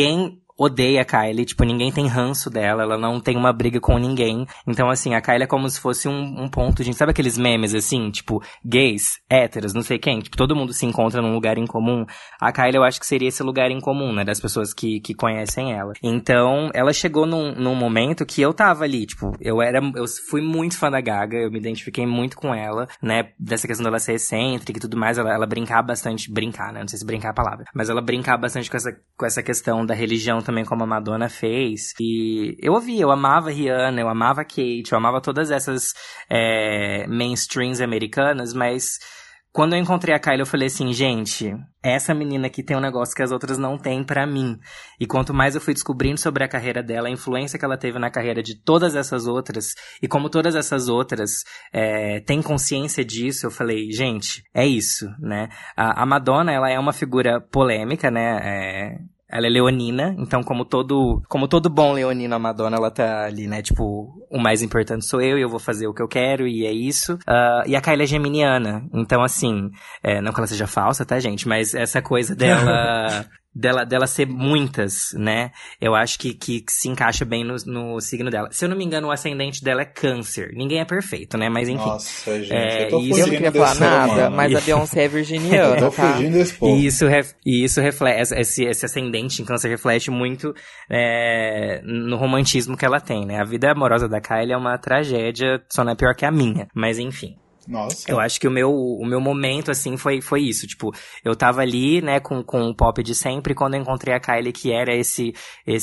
odeia a Kylie, tipo, ninguém tem ranço dela, ela não tem uma briga com ninguém. Então, assim, a Kylie é como se fosse um ponto de... Sabe aqueles memes, assim, tipo, gays, héteros, não sei quem? Tipo, todo mundo se encontra num lugar em comum. A Kylie, eu acho que seria esse lugar em comum, né, das pessoas que conhecem ela. Então, ela chegou num momento que eu tava ali, tipo, eu fui muito fã da Gaga, eu me identifiquei muito com ela, né, dessa questão dela ser excêntrica e tudo mais, ela brincar bastante, brincar, né, não sei se brincar é a palavra, mas ela brincar bastante com essa questão da religião também, como a Madonna fez, e eu amava Rihanna, eu amava Kate, eu amava todas essas mainstreams americanas, mas quando eu encontrei a Kylie, eu falei assim, gente, essa menina aqui tem um negócio que as outras não têm pra mim. E quanto mais eu fui descobrindo sobre a carreira dela, a influência que ela teve na carreira de todas essas outras, e como todas essas outras têm consciência disso, eu falei, gente, é isso, né? A Madonna, ela é uma figura polêmica, né? Ela é leonina, então como todo bom leonino, a Madonna, ela tá ali, né, tipo, o mais importante sou eu e eu vou fazer o que eu quero e é isso. E a Kylie é geminiana, então assim, não que ela seja falsa, tá, gente, mas essa coisa dela ser muitas, né, eu acho que se encaixa bem no signo dela. Se eu não me engano, o ascendente dela é câncer. Ninguém é perfeito, né, mas enfim. Nossa, gente, eu tô eu não queria falar nada, mas a Beyoncé é virginiana, eu tô tá? fugindo desse povo. E isso reflete, esse ascendente em câncer reflete muito no romantismo que ela tem, né? A vida amorosa da Kylie é uma tragédia, só não é pior que a minha, mas enfim. Nossa. Eu acho que o meu momento, assim, foi isso. Tipo, eu tava ali, né, com o pop de sempre, quando eu encontrei a Kylie, que era esse...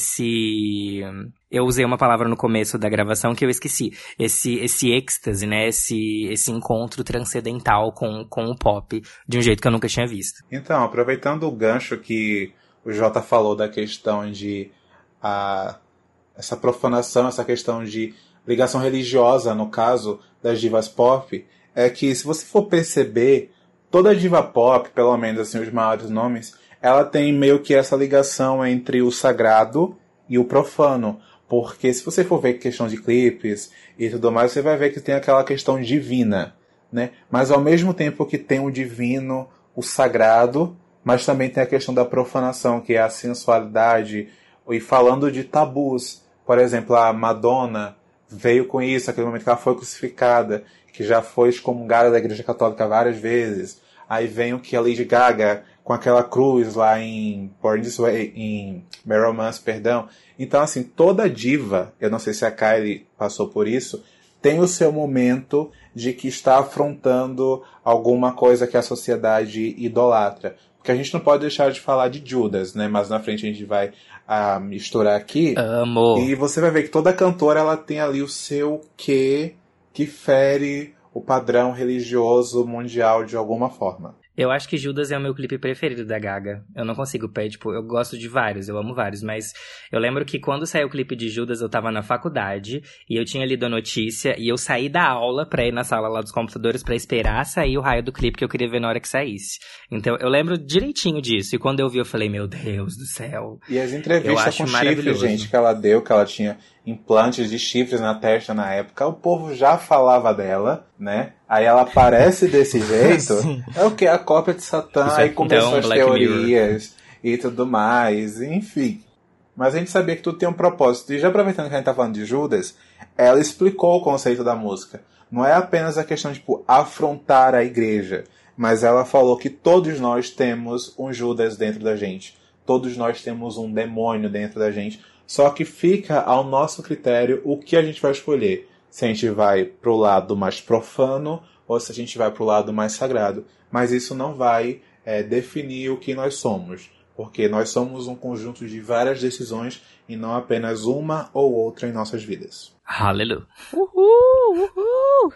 Eu usei uma palavra no começo da gravação que eu esqueci. Esse êxtase, né, esse encontro transcendental com o pop, de um jeito que eu nunca tinha visto. Então, aproveitando o gancho que o Jota falou da questão de... essa profanação, essa questão de ligação religiosa, no caso das divas pop... é que, se você for perceber, toda diva pop, pelo menos assim, os maiores nomes, ela tem meio que essa ligação entre o sagrado e o profano. Porque se você for ver questão de clipes e tudo mais, você vai ver que tem aquela questão divina, né? Mas ao mesmo tempo que tem o divino, o sagrado, mas também tem a questão da profanação, que é a sensualidade. E falando de tabus, por exemplo, a Madonna veio com isso, aquele momento que ela foi crucificada, que já foi excomungada da Igreja Católica várias vezes. Aí vem o que a Lady Gaga, com aquela cruz lá em Born This Way, em Mad Romance, perdão. Então, assim, toda diva, eu não sei se a Kylie passou por isso, tem o seu momento de que está afrontando alguma coisa que a sociedade idolatra. Porque a gente não pode deixar de falar de Judas, né? Mas na frente a gente vai misturar aqui. Amo. E você vai ver que toda cantora, ela tem ali o seu quê que fere o padrão religioso mundial de alguma forma. Eu acho que Judas é o meu clipe preferido da Gaga. Eu não consigo, tipo, eu gosto de vários, eu amo vários, mas eu lembro que quando saiu o clipe de Judas, eu tava na faculdade e eu tinha lido a notícia e eu saí da aula pra ir na sala lá dos computadores pra esperar sair o raio do clipe que eu queria ver na hora que saísse. Então, eu lembro direitinho disso. E quando eu vi, eu falei, meu Deus do céu. E as entrevistas com chifres, gente, que ela deu, que ela tinha implantes de chifres na testa na época, o povo já falava dela, né? Aí ela aparece desse jeito, é o que? A cópia de Satã, aí começou as teorias e tudo mais, enfim. Mas a gente sabia que tudo tem um propósito. E já aproveitando que a gente tá falando de Judas, ela explicou o conceito da música. Não é apenas a questão de, tipo, afrontar a igreja, mas ela falou que todos nós temos um Judas dentro da gente. Todos nós temos um demônio dentro da gente. Só que fica ao nosso critério o que a gente vai escolher. Se a gente vai pro lado mais profano ou se a gente vai pro lado mais sagrado. Mas isso não vai definir o que nós somos. Porque nós somos um conjunto de várias decisões e não apenas uma ou outra em nossas vidas. Aleluia. Uhul!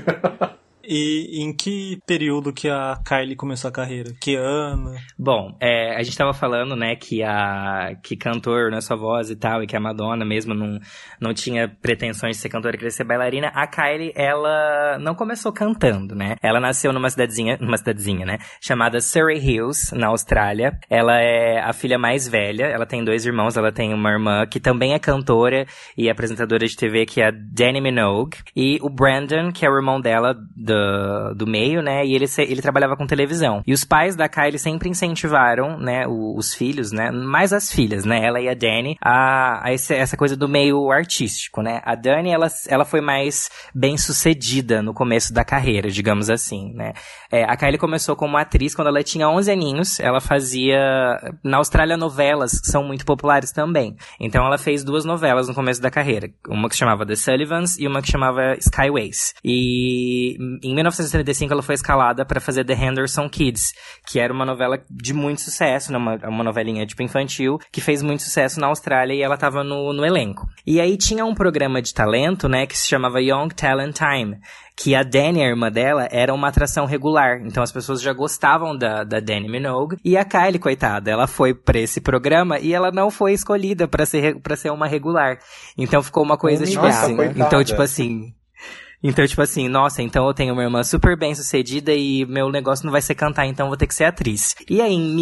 E em que período que a Kylie começou a carreira? Que ano? Bom, a gente tava falando, né, que cantor não é só voz e tal, e que a Madonna mesmo não tinha pretensões de ser cantora, queria ser bailarina. A Kylie, ela não começou cantando, né? Ela nasceu numa cidadezinha, né, chamada Surrey Hills, na Austrália. Ela é a filha mais velha, ela tem 2 irmãos, ela tem uma irmã que também é cantora e apresentadora de TV, que é a Dannii Minogue, e o Brandon, que é o irmão dela, do meio, né? E ele trabalhava com televisão. E os pais da Kylie sempre incentivaram, né, os filhos, né? Mais as filhas, né? Ela e a Dani, essa coisa do meio artístico, né? A Dani, ela foi mais bem sucedida no começo da carreira, digamos assim, né? A Kylie começou como atriz quando ela tinha 11 aninhos. Ela fazia... Na Austrália, novelas são muito populares também. Então, ela fez 2 novelas no começo da carreira. Uma que se chamava The Sullivans e uma que chamava Skyways. E em 1975, ela foi escalada para fazer The Henderson Kids, que era uma novela de muito sucesso, né? Uma novelinha tipo infantil, que fez muito sucesso na Austrália e ela tava no elenco. E aí tinha um programa de talento, né, que se chamava Young Talent Time, que a Dani, a irmã dela, era uma atração regular. Então as pessoas já gostavam da Dani Minogue. E a Kylie, coitada, ela foi pra esse programa e ela não foi escolhida pra ser uma regular. Então ficou uma coisa tipo assim. Então, tipo assim, nossa, então eu tenho uma irmã super bem sucedida e meu negócio não vai ser cantar, então eu vou ter que ser atriz. E aí, em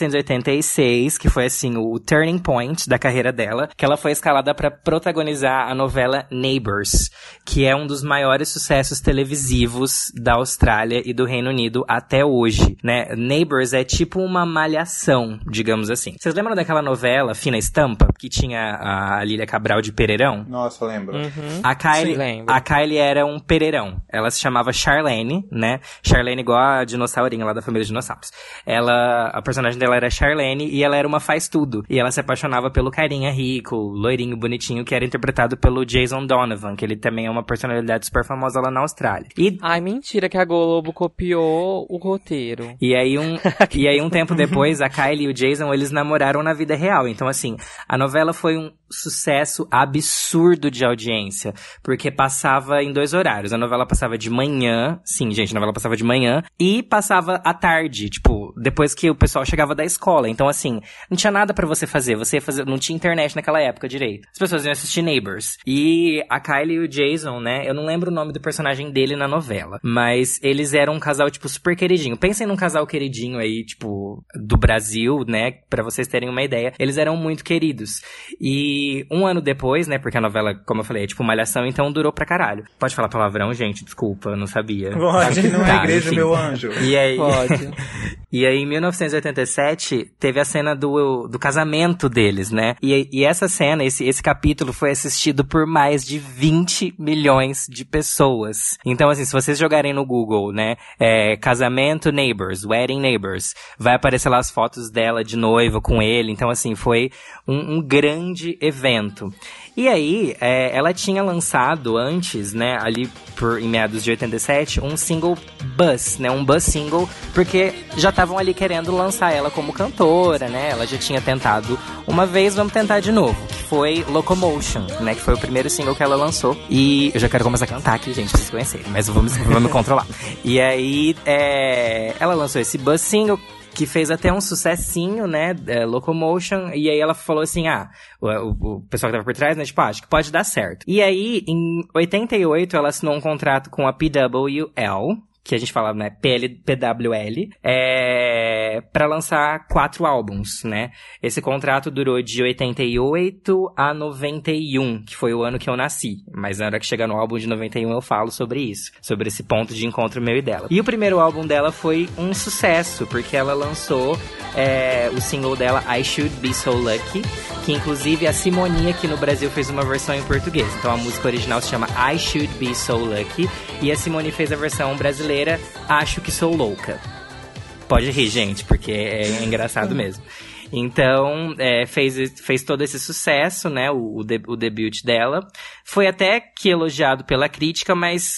1986, que foi assim, o turning point da carreira dela, que ela foi escalada pra protagonizar a novela Neighbours, que é um dos maiores sucessos televisivos da Austrália e do Reino Unido até hoje, né? Neighbours é tipo uma malhação, digamos assim. Vocês lembram daquela novela Fina Estampa, que tinha a Lília Cabral de Pereirão? Nossa, lembro. Uhum. A Kylie era um pereirão. Ela se chamava Charlene, né? Charlene igual a dinossaurinha lá da família Dinossauros. A personagem dela era Charlene e ela era uma faz-tudo. E ela se apaixonava pelo carinha rico, loirinho, bonitinho, que era interpretado pelo Jason Donovan, que ele também é uma personalidade super famosa lá na Austrália. Ai, mentira que a Globo copiou o roteiro. E aí um tempo depois, a Kylie e o Jason, eles namoraram na vida real. Então, assim, a novela foi um sucesso absurdo de audiência, porque passava em 2 horários. A novela passava de manhã, sim, gente, a novela passava de manhã, e passava à tarde, tipo, depois que o pessoal chegava da escola. Então, assim, não tinha nada pra você fazer, não tinha internet naquela época direito. As pessoas iam assistir Neighbours. E a Kylie e o Jason, né, eu não lembro o nome do personagem dele na novela, mas eles eram um casal, tipo, super queridinho. Pensem num casal queridinho aí, tipo, do Brasil, né, pra vocês terem uma ideia. Eles eram muito queridos. E um ano depois, né, porque a novela, como eu falei, é tipo malhação, então durou pra caralho. Pode falar palavrão, gente? Desculpa, eu não sabia. Pode, não é igreja, enfim. Meu anjo. E aí... Pode. E aí, em 1987, teve a cena do casamento deles, né? E essa cena, esse capítulo foi assistido por mais de 20 milhões de pessoas. Então, assim, se vocês jogarem no Google, né, casamento Neighbours, wedding Neighbours, vai aparecer lá as fotos dela de noiva com ele. Então, assim, foi um grande evento. E aí, ela tinha lançado antes, né, ali em meados de 87, um single buzz, né, um buzz single, porque já estavam ali querendo lançar ela como cantora, né, ela já tinha tentado uma vez, vamos tentar de novo, que foi Locomotion, né, que foi o primeiro single que ela lançou, e eu já quero começar a cantar aqui, gente, pra vocês conhecerem, mas vou me controlar. E aí, ela lançou esse buzz single, que fez até um sucessinho, né, Locomotion, e aí ela falou assim, o pessoal que tava por trás, né, tipo, acho que pode dar certo. E aí, em 88, ela assinou um contrato com a PWL, que a gente falava, né, PWL, pra lançar 4 álbuns, né. Esse contrato durou de 88 a 91, que foi o ano que eu nasci. Mas na hora que chegar no álbum de 91 eu falo sobre isso, sobre esse ponto de encontro meu e dela. E o primeiro álbum dela foi um sucesso, porque ela lançou o single dela, I Should Be So Lucky, que inclusive a Simone aqui no Brasil fez uma versão em português. Então a música original se chama I Should Be So Lucky, e a Simone fez a versão brasileira, Acho Que Sou Louca. Pode rir, gente, porque é engraçado mesmo. Então, fez todo esse sucesso, né, o debut dela. Foi até que elogiado pela crítica, mas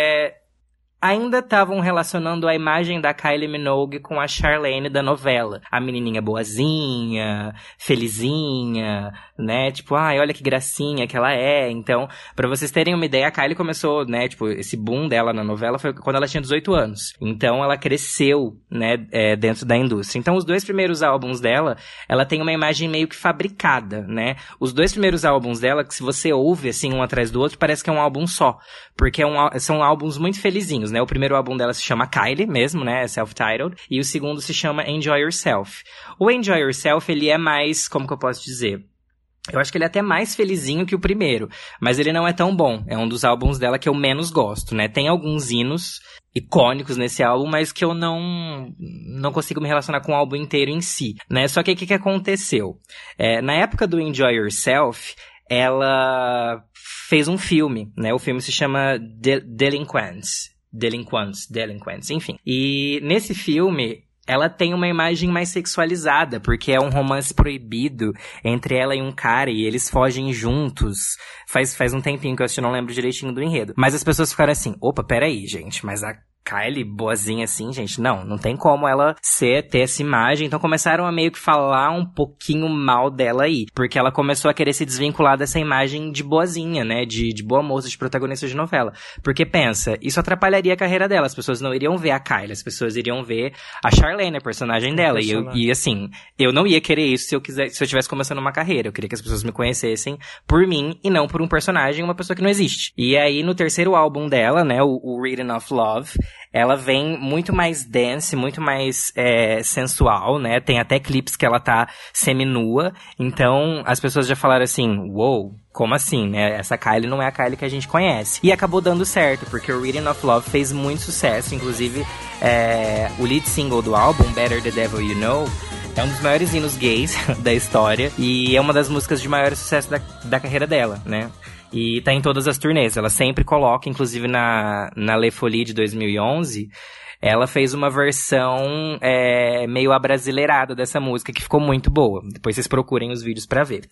ainda estavam relacionando a imagem da Kylie Minogue com a Charlene da novela. A menininha boazinha, felizinha, né? Tipo, olha que gracinha que ela é. Então, pra vocês terem uma ideia, a Kylie começou, né? Tipo, esse boom dela na novela foi quando ela tinha 18 anos. Então, ela cresceu, né? Dentro da indústria. Então, os 2 primeiros álbuns dela, ela tem uma imagem meio que fabricada, né? Os 2 primeiros álbuns dela, que se você ouve, assim, um atrás do outro, parece que é um álbum só. Porque são álbuns muito felizinhos, né? O primeiro álbum dela se chama Kylie mesmo, né? É self-titled. E o segundo se chama Enjoy Yourself. O Enjoy Yourself, ele é mais, como que eu posso dizer? Eu acho que ele é até mais felizinho que o primeiro, mas ele não é tão bom. É um dos álbuns dela que eu menos gosto, né? Tem alguns hinos icônicos nesse álbum, mas que eu não consigo me relacionar com o álbum inteiro em si, né? Só que o que aconteceu? Na época do Enjoy Yourself, ela fez um filme, né? O filme se chama Delinquents, enfim. E nesse filme, ela tem uma imagem mais sexualizada, porque é um romance proibido entre ela e um cara, e eles fogem juntos. Faz um tempinho que eu assisti, não lembro direitinho do enredo. Mas as pessoas ficaram assim, opa, peraí, gente, mas a Kylie boazinha assim, gente, não tem como ela ter essa imagem. Então começaram a meio que falar um pouquinho mal dela aí, porque ela começou a querer se desvincular dessa imagem de boazinha, né, de boa moça, de protagonista de novela. Porque pensa, isso atrapalharia a carreira dela, as pessoas não iriam ver a Kylie, as pessoas iriam ver a Charlene, a personagem dela. E assim, eu não ia querer isso se eu tivesse começando uma carreira. Eu queria que as pessoas me conhecessem por mim e não por um personagem, uma pessoa que não existe. E aí no terceiro álbum dela, né, o Written of Love, ela vem muito mais dance, muito mais sensual, né? Tem até clipes que ela tá seminua. Então, as pessoas já falaram assim, uou, como assim, né? Essa Kylie não é a Kylie que a gente conhece. E acabou dando certo, porque o Written of Love fez muito sucesso. Inclusive, o lead single do álbum, Better the Devil You Know, é um dos maiores hinos gays da história. E é uma das músicas de maior sucesso da carreira dela, né? E tá em todas as turnês. Ela sempre coloca, inclusive na Le Folie de 2011, ela fez uma versão meio abrasileirada dessa música, que ficou muito boa. Depois vocês procurem os vídeos pra ver.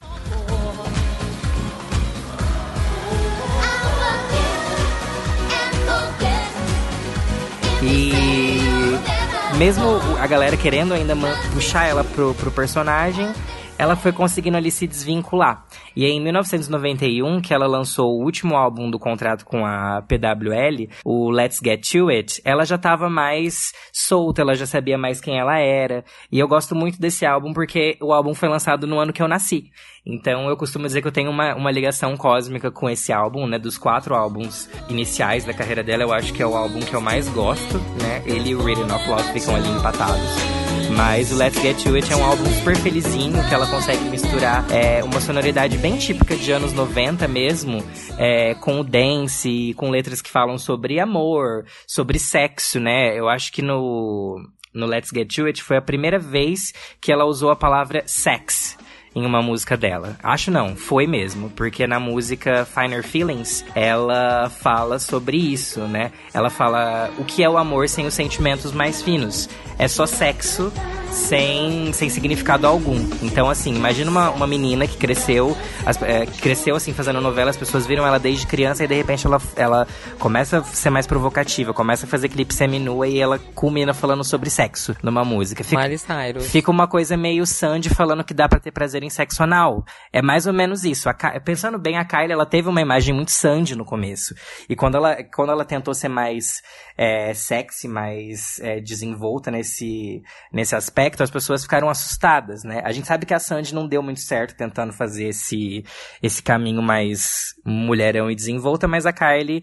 E mesmo a galera querendo ainda puxar ela pro personagem, ela foi conseguindo ali se desvincular. E aí, em 1991, que ela lançou o último álbum do contrato com a PWL, o Let's Get To It, ela já tava mais solta, ela já sabia mais quem ela era. E eu gosto muito desse álbum porque o álbum foi lançado no ano que eu nasci. Então eu costumo dizer que eu tenho uma ligação cósmica com esse álbum, né? Dos 4 álbuns iniciais da carreira dela, eu acho que é o álbum que eu mais gosto, né? Ele e o Written of Love ficam ali empatados. Mas o Let's Get To It é um álbum super felizinho, que ela consegue misturar uma sonoridade bem típica de anos 90 mesmo, com o dance, com letras que falam sobre amor, sobre sexo, né? Eu acho que no Let's Get To It foi a primeira vez que ela usou a palavra sex em uma música dela. Acho não, foi mesmo, porque na música Finer Feelings, ela fala sobre isso, né? Ela fala o que é o amor sem os sentimentos mais finos. É só sexo sem significado algum. Então, assim, imagina uma menina que cresceu assim, fazendo novela, as pessoas viram ela desde criança e de repente ela começa a ser mais provocativa, começa a fazer clipe seminua e ela culmina falando sobre sexo numa música. Miley Cyrus. Fica uma coisa meio Sandy falando que dá pra ter prazer em sexo anal. É mais ou menos isso. Pensando bem, a Kylie, ela teve uma imagem muito Sandy no começo. E quando ela tentou ser mais sexy, mais desenvolta nesse aspecto, as pessoas ficaram assustadas, né? A gente sabe que a Sandy não deu muito certo tentando fazer esse caminho mais mulherão e desenvolta, mas a Kylie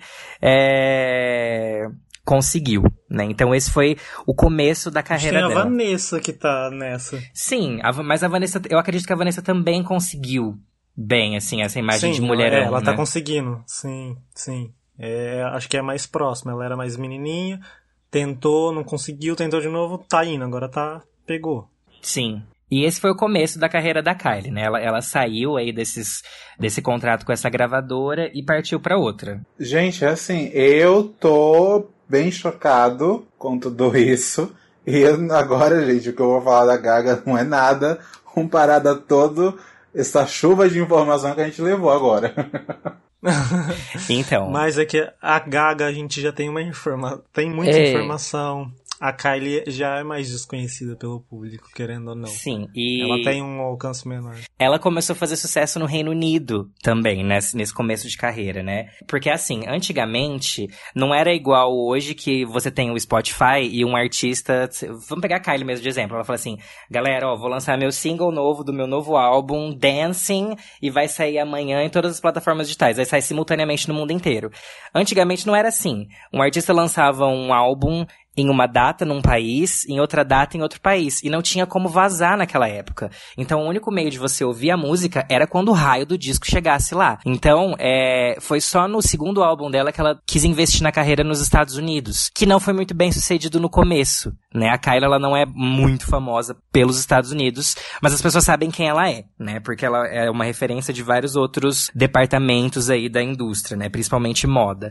conseguiu, né? Então esse foi o começo da carreira dela. Tem a Vanessa que tá nessa. Sim, mas a Vanessa, eu acredito que a Vanessa também conseguiu bem, assim, essa imagem de mulherão, ela né? tá conseguindo, sim. Acho que é mais próxima, ela era mais menininha, tentou, não conseguiu, tentou de novo, tá indo, agora pegou. Sim. E esse foi o começo da carreira da Kylie, né? Ela saiu aí desse contrato com essa gravadora e partiu pra outra. Gente, assim, eu tô bem chocado com tudo isso. E agora, gente, o que eu vou falar da Gaga não é nada comparado a toda essa chuva de informação que a gente levou agora. Então. Mas é que a Gaga, a gente já tem tem muita informação. A Kylie já é mais desconhecida pelo público, querendo ou não. Sim, ela tem um alcance menor. Ela começou a fazer sucesso no Reino Unido também, nesse começo de carreira, né? Porque, assim, antigamente, não era igual hoje que você tem o Spotify e um artista... Vamos pegar a Kylie mesmo de exemplo. Ela fala assim, galera, vou lançar meu single novo do meu novo álbum, Dancing, e vai sair amanhã em todas as plataformas digitais. Vai sair simultaneamente no mundo inteiro. Antigamente não era assim. Um artista lançava um álbum em uma data num país, em outra data em outro país. E não tinha como vazar naquela época. Então, o único meio de você ouvir a música era quando o raio do disco chegasse lá. Então, foi só no segundo álbum dela que ela quis investir na carreira nos Estados Unidos, que não foi muito bem sucedido no começo, né? A Kylie, ela não é muito famosa pelos Estados Unidos, mas as pessoas sabem quem ela é, né? Porque ela é uma referência de vários outros departamentos aí da indústria, né? Principalmente moda.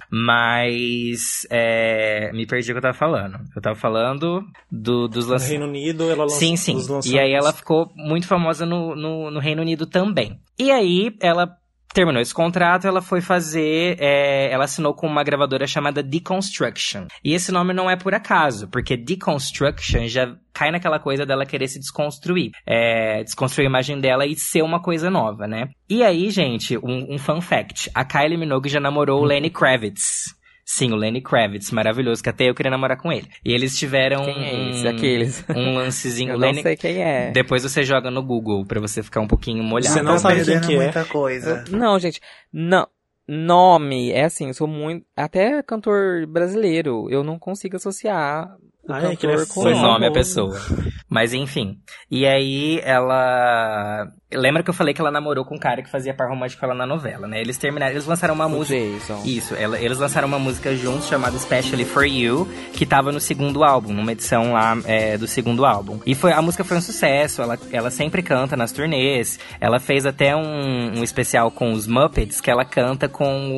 Mas, me perdi o que eu tava falando. Eu tava falando dos lançamentos. No Reino Unido, ela lançou sim. os lançamentos. E aí ela ficou muito famosa no Reino Unido também. E aí, ela terminou esse contrato, ela foi fazer... ela assinou com uma gravadora chamada Deconstruction. E esse nome não é por acaso, porque Deconstruction já cai naquela coisa dela querer se desconstruir. Desconstruir a imagem dela e ser uma coisa nova, né? E aí, gente, um fun fact. A Kylie Minogue já namorou o Lenny Kravitz. Sim, o Lenny Kravitz, maravilhoso, que até eu queria namorar com ele. E eles tiveram Quem é esse? Aqueles. um lancezinho. Eu Lenny... não sei quem é. Depois você joga no Google pra você ficar um pouquinho molhado. Você não sabe quem que é. muita coisa. Não, gente, não. Nome, é assim, eu sou muito... Até cantor brasileiro, eu não consigo associar o é que ele cantor com Foi o nome a pessoa. Mas enfim. E aí, ela... Lembra que eu falei que ela namorou com um cara que fazia par romântico com ela na novela, né? Eles lançaram uma música... Jason. Isso, eles lançaram uma música juntos chamada Especially For You, que tava no segundo álbum, numa edição lá do segundo álbum. E a música foi um sucesso, ela sempre canta nas turnês, ela fez até um especial com os Muppets, que ela canta com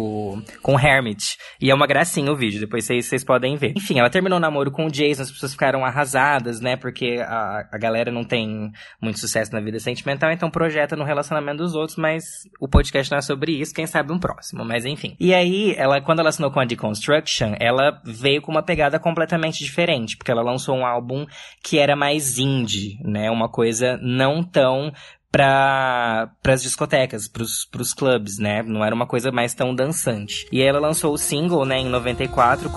o Hermit. E é uma gracinha o vídeo, depois vocês podem ver. Enfim, ela terminou o namoro com o Jason, as pessoas ficaram arrasadas, né? Porque a galera não tem muito sucesso na vida sentimental, então projeta no relacionamento dos outros, mas o podcast não é sobre isso, quem sabe um próximo, mas enfim. E aí, quando ela assinou com a Deconstruction, ela veio com uma pegada completamente diferente, porque ela lançou um álbum que era mais indie, né? Uma coisa não tão para as discotecas, pros clubes, né? Não era uma coisa mais tão dançante. E aí ela lançou o single, né, em 94,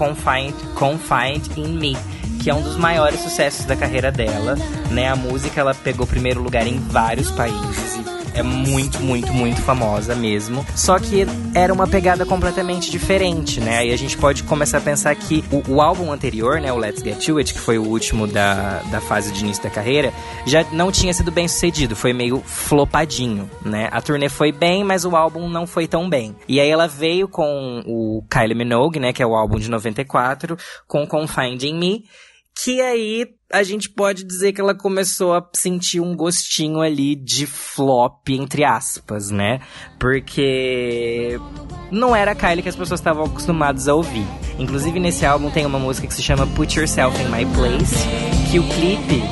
Confide in Me, que é um dos maiores sucessos da carreira dela, né? A música, ela pegou primeiro lugar em vários países e é muito, muito, muito famosa mesmo. Só que era uma pegada completamente diferente, né? Aí a gente pode começar a pensar que o álbum anterior, né, o Let's Get To It, que foi o último da fase de início da carreira, já não tinha sido bem sucedido, foi meio flopadinho, né? A turnê foi bem, mas o álbum não foi tão bem. E aí ela veio com o Kylie Minogue, né, que é o álbum de 94, com Confide in Me, que aí a gente pode dizer que ela começou a sentir um gostinho ali de flop, entre aspas, né? Porque não era a Kylie que as pessoas estavam acostumadas a ouvir. Inclusive, nesse álbum tem uma música que se chama Put Yourself in My Place, que o clipe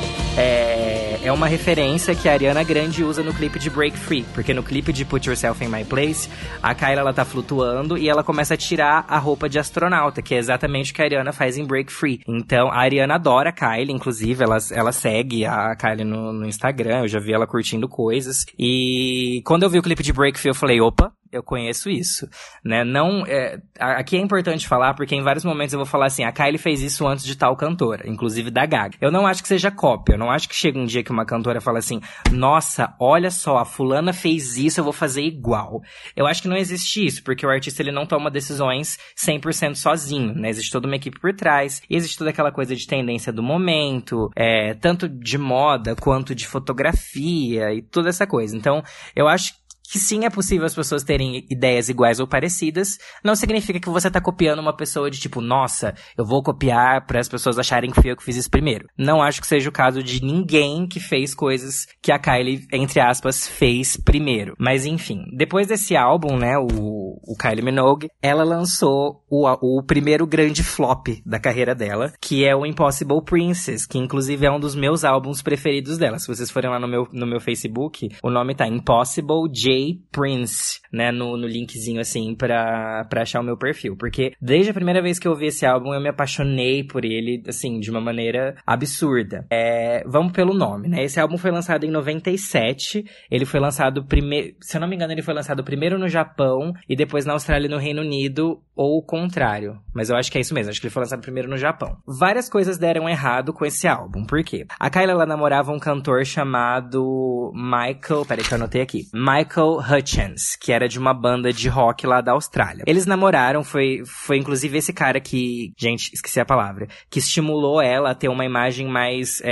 é uma referência que a Ariana Grande usa no clipe de Break Free, porque no clipe de Put Yourself in My Place, a Kylie, ela tá flutuando e ela começa a tirar a roupa de astronauta, que é exatamente o que a Ariana faz em Break Free. Então, a Ariana adora a Kylie, inclusive, ela segue a Kylie no Instagram, eu já vi ela curtindo coisas, e quando eu vi o clipe de Break Free, eu falei, opa, eu conheço isso, né? Aqui é importante falar, porque em vários momentos eu vou falar assim, a Kylie fez isso antes de tal cantora, inclusive da Gaga. Eu não acho que seja cópia, eu não acho que chega um dia que uma cantora fala assim, nossa, olha só, a fulana fez isso, eu vou fazer igual. Eu acho que não existe isso, porque o artista, ele não toma decisões 100% sozinho, né? Existe toda uma equipe por trás, e existe toda aquela coisa de tendência do momento, tanto de moda quanto de fotografia e toda essa coisa. Então, eu acho que sim, é possível as pessoas terem ideias iguais ou parecidas, não significa que você tá copiando uma pessoa de tipo, nossa, eu vou copiar para as pessoas acharem que fui eu que fiz isso primeiro. Não acho que seja o caso de ninguém que fez coisas que a Kylie, entre aspas, fez primeiro. Mas enfim, depois desse álbum, né, o Kylie Minogue, ela lançou o primeiro grande flop da carreira dela, que é o Impossible Princess, que inclusive é um dos meus álbuns preferidos dela. Se vocês forem lá no meu Facebook, o nome tá Impossible J. Prince, né, no linkzinho assim pra achar o meu perfil, porque desde a primeira vez que eu ouvi esse álbum eu me apaixonei por ele, assim, de uma maneira absurda. Vamos pelo nome, né, esse álbum foi lançado em 97, ele foi lançado primeiro, se eu não me engano, ele foi lançado primeiro no Japão e depois na Austrália e no Reino Unido, ou o contrário, mas eu acho que é isso mesmo, acho que ele foi lançado primeiro no Japão. Várias coisas deram errado com esse álbum, por quê? A Kylie, ela namorava um cantor chamado Michael, peraí que eu anotei aqui, Michael Michael Hutchence, que era de uma banda de rock lá da Austrália. Eles namoraram, foi inclusive esse cara que, gente, esqueci a palavra, que estimulou ela a ter uma imagem mais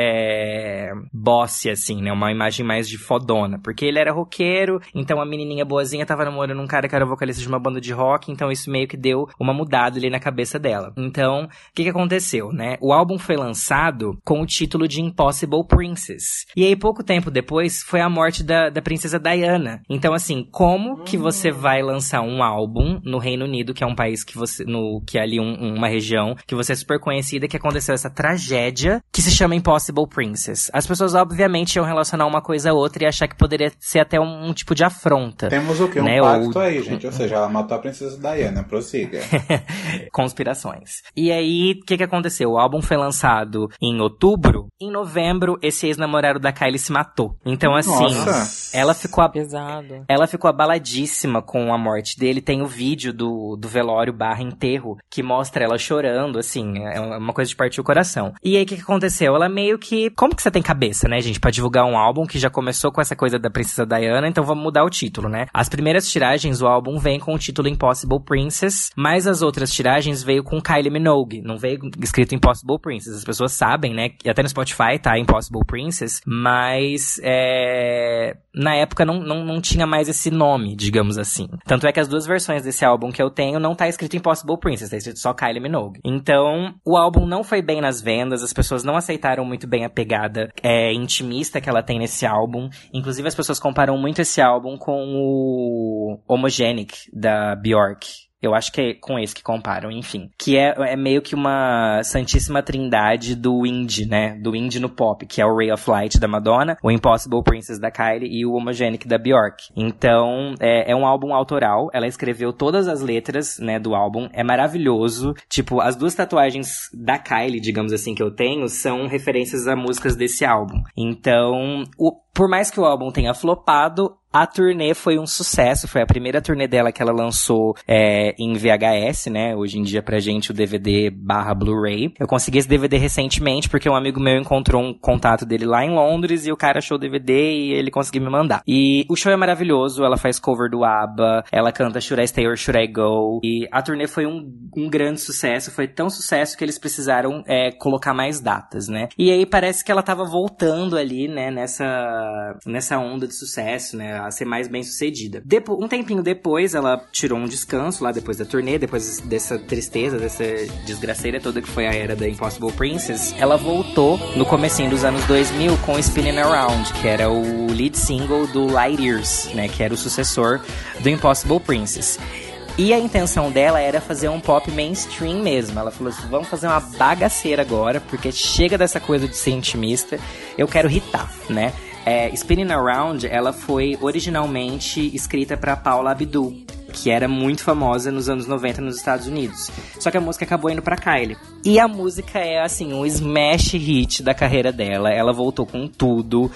bossy, assim, né? Uma imagem mais de fodona, porque ele era roqueiro, então a menininha boazinha tava namorando um cara que era vocalista de uma banda de rock, então isso meio que deu uma mudada ali na cabeça dela. Então, o que aconteceu, né? O álbum foi lançado com o título de Impossible Princess. E aí, pouco tempo depois, foi a morte da princesa Diana. Então, assim, como que você vai lançar um álbum no Reino Unido, que é um país que é ali uma região que você é super conhecida, que aconteceu essa tragédia que se chama Impossible Princess? As pessoas, obviamente, iam relacionar uma coisa a outra e achar que poderia ser até um tipo de afronta. Temos o quê? Né? Um pacto aí, gente. Ou seja, ela matou a princesa Diana. Prossiga. Conspirações. E aí, o que aconteceu? O álbum foi lançado em outubro. Em novembro, esse ex-namorado da Kylie se matou. Então, assim, ela ficou pesado. Ela ficou abaladíssima com a morte dele. Tem o vídeo do velório / enterro que mostra ela chorando, assim, é uma coisa de partir o coração. E aí, o que aconteceu? Ela meio que... Como que você tem cabeça, né, gente, pra divulgar um álbum que já começou com essa coisa da princesa Diana, então vamos mudar o título, né? As primeiras tiragens, o álbum vem com o título Impossible Princess, mas as outras tiragens veio com Kylie Minogue, não veio escrito Impossible Princess. As pessoas sabem, né, e até no Spotify tá Impossible Princess, mas na época não tinha mais esse nome, digamos assim. Tanto é que as duas versões desse álbum que eu tenho não tá escrito Impossible Princess, tá escrito só Kylie Minogue. Então, o álbum não foi bem nas vendas, as pessoas não aceitaram muito bem a pegada intimista que ela tem nesse álbum. Inclusive, as pessoas comparam muito esse álbum com o Homogenic, da Björk. Eu acho que é com esse que comparam, enfim. Que é meio que uma santíssima trindade do indie, né? Do indie no pop, que é o Ray of Light da Madonna, o Impossible Princess da Kylie e o Homogenic da Björk. Então, é um álbum autoral. Ela escreveu todas as letras, né, do álbum. É maravilhoso. Tipo, as duas tatuagens da Kylie, digamos assim, que eu tenho, são referências a músicas desse álbum. Então, por mais que o álbum tenha flopado, a turnê foi um sucesso, foi a primeira turnê dela que ela lançou em VHS, né? Hoje em dia pra gente o DVD / Blu-ray. Eu consegui esse DVD recentemente porque um amigo meu encontrou um contato dele lá em Londres e o cara achou o DVD e ele conseguiu me mandar. E o show é maravilhoso, ela faz cover do ABBA, ela canta Should I Stay or Should I Go? E a turnê foi um grande sucesso, foi tão sucesso que eles precisaram colocar mais datas, né? E aí parece que ela tava voltando ali, né, nessa onda de sucesso, né? A ser mais bem sucedida. Um tempinho depois, ela tirou um descanso lá depois da turnê, depois dessa tristeza, dessa desgraceira toda que foi a era da Impossible Princess. Ela voltou no comecinho dos anos 2000 com Spinning Around, que era o lead single do Light Years, né? Que era o sucessor do Impossible Princess. E a intenção dela era fazer um pop mainstream mesmo. Ela falou assim, vamos fazer uma bagaceira agora, porque chega dessa coisa de ser intimista, eu quero hitar, né? Spinning Around, ela foi originalmente escrita para Paula Abdul, que era muito famosa nos anos 90 nos Estados Unidos. Só que a música acabou indo pra Kylie. E a música é, assim, um smash hit da carreira dela. Ela voltou com tudo.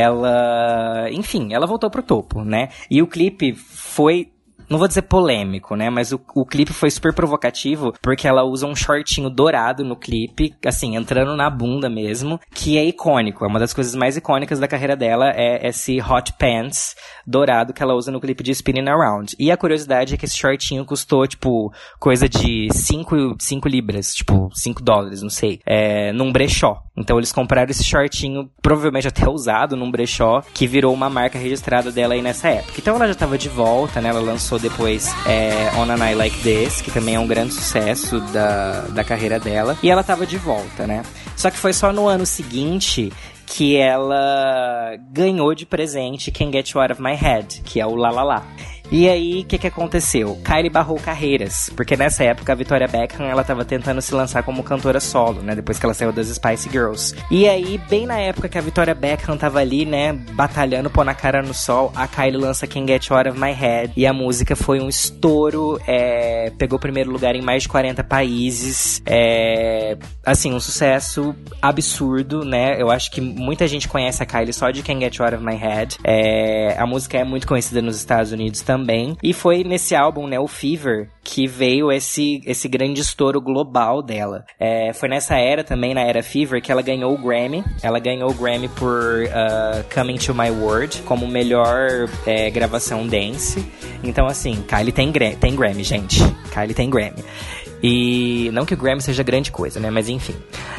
Enfim, ela voltou pro topo, né? E o clipe foi... Não vou dizer polêmico, né? Mas o clipe foi super provocativo, porque ela usa um shortinho dourado no clipe, assim, entrando na bunda mesmo, que é icônico. É uma das coisas mais icônicas da carreira dela, é esse hot pants dourado que ela usa no clipe de Spinning Around. E a curiosidade é que esse shortinho custou, tipo, coisa de 5 libras, tipo, $5, não sei, num brechó. Então eles compraram esse shortinho, provavelmente até usado, num brechó, que virou uma marca registrada dela aí nessa época. Então ela já tava de volta, né? Ela lançou depois On a Night Like This, que também é um grande sucesso da carreira dela. E ela tava de volta, né? Só que foi só no ano seguinte que ela ganhou de presente Can't Get You Out of My Head, que é o La La La. E aí, o que aconteceu? Kylie barrou carreiras, porque nessa época a Victoria Beckham, ela tava tentando se lançar como cantora solo, né, depois que ela saiu das Spice Girls. E aí, bem na época que a Victoria Beckham tava ali, né, batalhando, pôr na cara no sol, a Kylie lança Can't Get You Out of My Head, e a música foi um estouro, pegou primeiro lugar em mais de 40 países, assim, um sucesso absurdo, né, eu acho que muita gente conhece a Kylie só de Can't Get You Out of My Head, a música é muito conhecida nos Estados Unidos também, também. E foi nesse álbum, né, o Fever, que veio esse grande estouro global dela. Foi nessa era também, na era Fever, que ela ganhou o Grammy. Ela ganhou o Grammy por Coming to My World, como melhor gravação dance. Então, assim, Kylie tem Grammy, gente. Kylie tem Grammy. E não que o Grammy seja grande coisa, né? Mas enfim.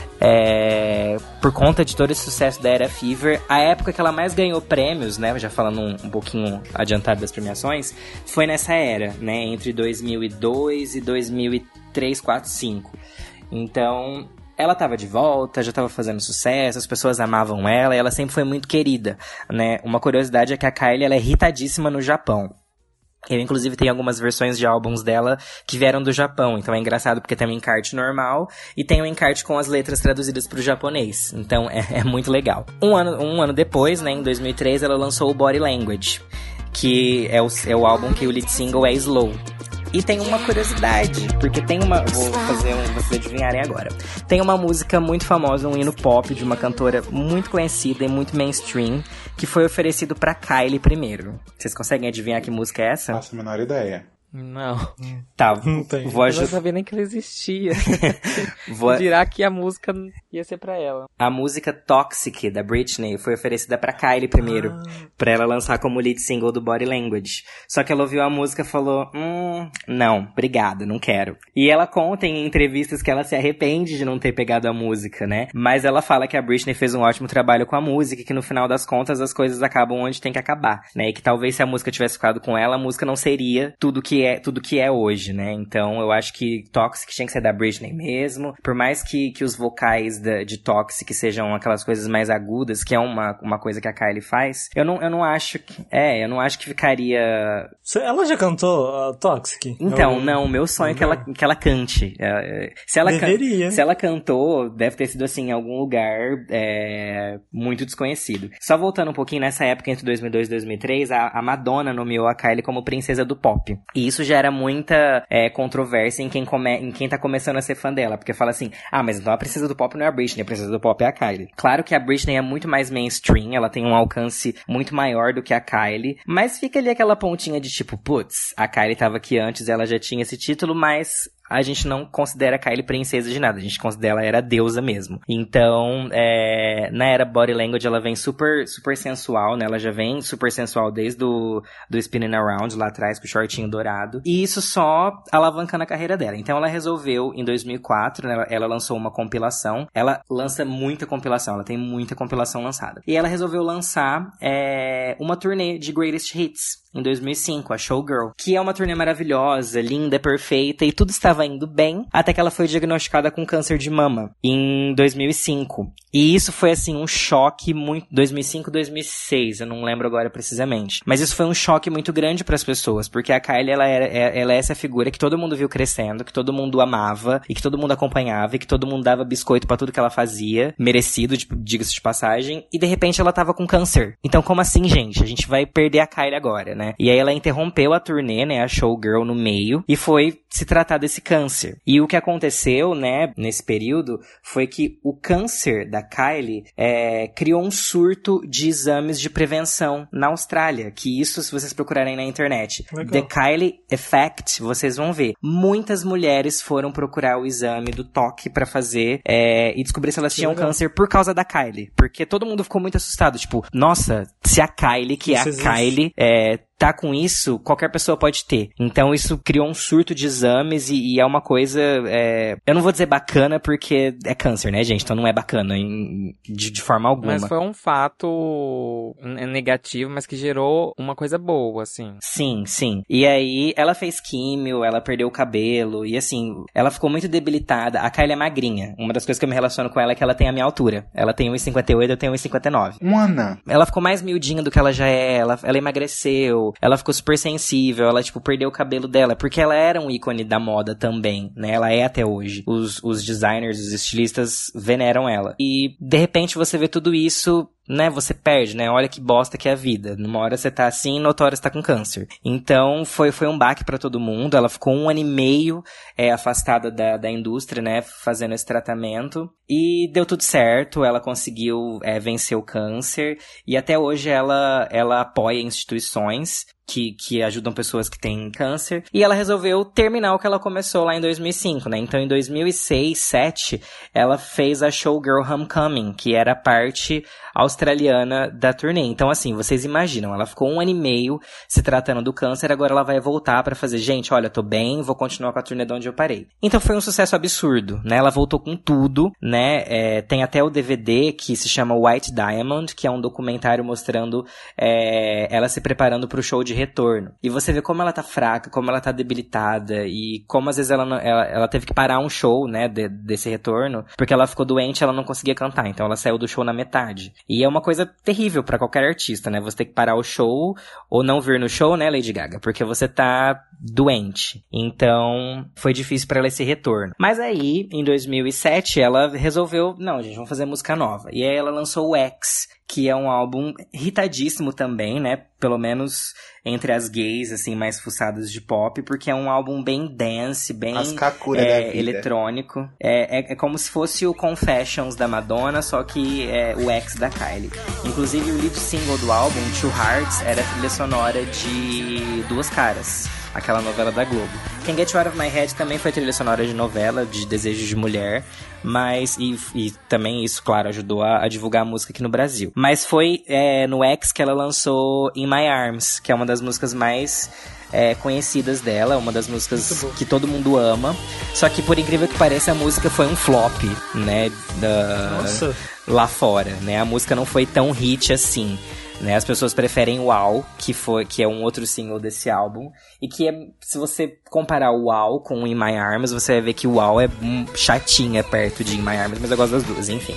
Por conta de todo esse sucesso da era Fever, a época que ela mais ganhou prêmios, né? Já falando um pouquinho adiantado das premiações, foi nessa era, né? Entre 2002 e 2003, 4, 5. Então, ela tava de volta, já tava fazendo sucesso, as pessoas amavam ela e ela sempre foi muito querida, né? Uma curiosidade é que a Kylie, ela é hitadíssima no Japão. Eu, inclusive, tenho algumas versões de álbuns dela que vieram do Japão. Então, é engraçado porque tem um encarte normal e tem um encarte com as letras traduzidas pro japonês. Então, é muito legal. Um ano depois, né, em 2003, ela lançou o Body Language, que é o álbum que o lead single é Slow. E tem uma curiosidade, porque tem uma... Vou fazer vocês adivinharem agora. Tem uma música muito famosa, um hino pop de uma cantora muito conhecida e muito mainstream, que foi oferecido pra Kylie primeiro. Vocês conseguem adivinhar que música é essa? Faço a menor ideia. Não. Tá, Não tem. vou Eu não sabia nem que ela existia. Dirá que a música ia ser pra ela. A música Toxic, da Britney, foi oferecida pra Kylie primeiro, pra ela lançar como lead single do Body Language. Só que ela ouviu a música e falou, não, obrigada, não quero. E ela conta em entrevistas que ela se arrepende de não ter pegado a música, né? Mas ela fala que a Britney fez um ótimo trabalho com a música e que no final das contas as coisas acabam onde tem que acabar, né? E que talvez se a música tivesse ficado com ela, a música não seria tudo que é hoje, né? Então eu acho que Toxic tinha que ser da Britney mesmo. Por mais que os vocais de Toxic sejam aquelas coisas mais agudas, que é uma coisa que a Kylie faz, eu não acho que ficaria... Ela já cantou Toxic? Então, não, o meu sonho é que ela cante. Deveria. Se ela cantou, deve ter sido assim, em algum lugar muito desconhecido. Só voltando um pouquinho, nessa época, entre 2002 e 2003, a Madonna nomeou a Kylie como princesa do pop. E isso gera muita controvérsia em quem tá começando a ser fã dela. Porque fala assim, mas então a princesa do pop não é a Britney, a princesa do pop é a Kylie. Claro que a Britney é muito mais mainstream, ela tem um alcance muito maior do que a Kylie, mas fica ali aquela pontinha de tipo, putz, a Kylie tava aqui antes, ela já tinha esse título, mas... a gente não considera a Kylie princesa de nada, a gente considera ela era deusa mesmo. Então, na era Body Language, ela vem super, super sensual, né? Ela já vem super sensual desde do Spinning Around, lá atrás, com o shortinho dourado. E isso só alavancando a carreira dela. Então, ela resolveu, em 2004, né, ela lançou uma compilação. Ela lança muita compilação, ela tem muita compilação lançada. E ela resolveu lançar uma turnê de Greatest Hits, em 2005, a Showgirl, que é uma turnê maravilhosa, linda, perfeita, e tudo estava indo bem, até que ela foi diagnosticada com câncer de mama, em 2005. E isso foi, assim, um choque muito... 2005, 2006, eu não lembro agora precisamente. Mas isso foi um choque muito grande para as pessoas, porque a Kylie, ela é essa figura que todo mundo viu crescendo, que todo mundo amava, e que todo mundo acompanhava, e que todo mundo dava biscoito pra tudo que ela fazia, merecido, diga-se de passagem, e de repente ela tava com câncer. Então, como assim, gente? A gente vai perder a Kylie agora, né? E aí ela interrompeu a turnê, né, a Showgirl no meio, e foi se tratar desse câncer. E o que aconteceu, né, nesse período, foi que o câncer da Kylie criou um surto de exames de prevenção na Austrália, que isso, se vocês procurarem na internet, Legal. The Kylie Effect, vocês vão ver. Muitas mulheres foram procurar o exame do toque pra fazer e descobrir se elas tinham câncer por causa da Kylie. Porque todo mundo ficou muito assustado, tipo, nossa, se a Kylie, que Isso é a existe. Kylie, tá com isso, qualquer pessoa pode ter. Então isso criou um surto de exames e é uma coisa, eu não vou dizer bacana porque é câncer, né, gente? Então não é bacana de forma alguma. Mas foi um fato negativo, mas que gerou uma coisa boa, assim. Sim, sim. E aí, ela fez químio, ela perdeu o cabelo, e assim, ela ficou muito debilitada. A Kylie é magrinha. Uma das coisas que eu me relaciono com ela é que ela tem a minha altura. Ela tem 1,58, eu tenho 1,59. Ana. Ela ficou mais miudinha do que ela já é, ela emagreceu, ela ficou super sensível, ela, tipo, perdeu o cabelo dela, porque ela era um ícone da moda também, né? Ela é até hoje. Os designers, os estilistas veneram ela. E, de repente, você vê tudo isso, né, você perde, né? Olha que bosta que é a vida. Numa hora você tá assim, noutra hora você tá com câncer. Então, foi um baque pra todo mundo. Ela ficou 1 ano e meio afastada da indústria, né, fazendo esse tratamento. E deu tudo certo, ela conseguiu vencer o câncer. E até hoje ela apoia instituições que ajudam pessoas que têm câncer. E ela resolveu terminar o que ela começou lá em 2005, né? Então, em 2006, 2007, ela fez a Showgirl Homecoming, que era a parte australiana da turnê. Então, assim, vocês imaginam, ela ficou 1 ano e meio se tratando do câncer, agora ela vai voltar pra fazer, gente, olha, tô bem, vou continuar com a turnê de onde eu parei. Então foi um sucesso absurdo, né? Ela voltou com tudo, né? Tem até o DVD que se chama White Diamond, que é um documentário mostrando ela se preparando pro show de retorno. E você vê como ela tá fraca, como ela tá debilitada, e como às vezes ela teve que parar um show, né, desse retorno, porque ela ficou doente, ela não conseguia cantar, então ela saiu do show na metade. E é uma coisa terrível pra qualquer artista, né? Você ter que parar o show, ou não vir no show, né, Lady Gaga? Porque você tá doente. Então, foi difícil pra ela esse retorno. Mas aí, em 2007, ela resolveu, não, gente, vamos fazer música nova. E aí ela lançou o X, que é um álbum hitadíssimo também, né? Pelo menos entre as gays, assim, mais fuçadas de pop, porque é um álbum bem dance, bem eletrônico. É como se fosse o Confessions da Madonna, só que é o X da Kylie. Inclusive, o lead single do álbum, Two Hearts, era a trilha sonora de Duas Caras, aquela novela da Globo. Can't Get You Out of My Head também foi trilha sonora de novela, de Desejo de Mulher, mas, e também isso, claro, ajudou a divulgar a música aqui no Brasil. Mas foi no X que ela lançou In My Arms, que é uma das músicas mais conhecidas dela, uma das músicas que todo mundo ama. Só que, por incrível que pareça, a música foi um flop, né, lá fora, né? A música não foi tão hit assim. Né, as pessoas preferem Wow, que é um outro single desse álbum. E que se você comparar o Wow com In My Arms, você vai ver que o Wow é chatinha perto de In My Arms, mas eu gosto das duas, enfim.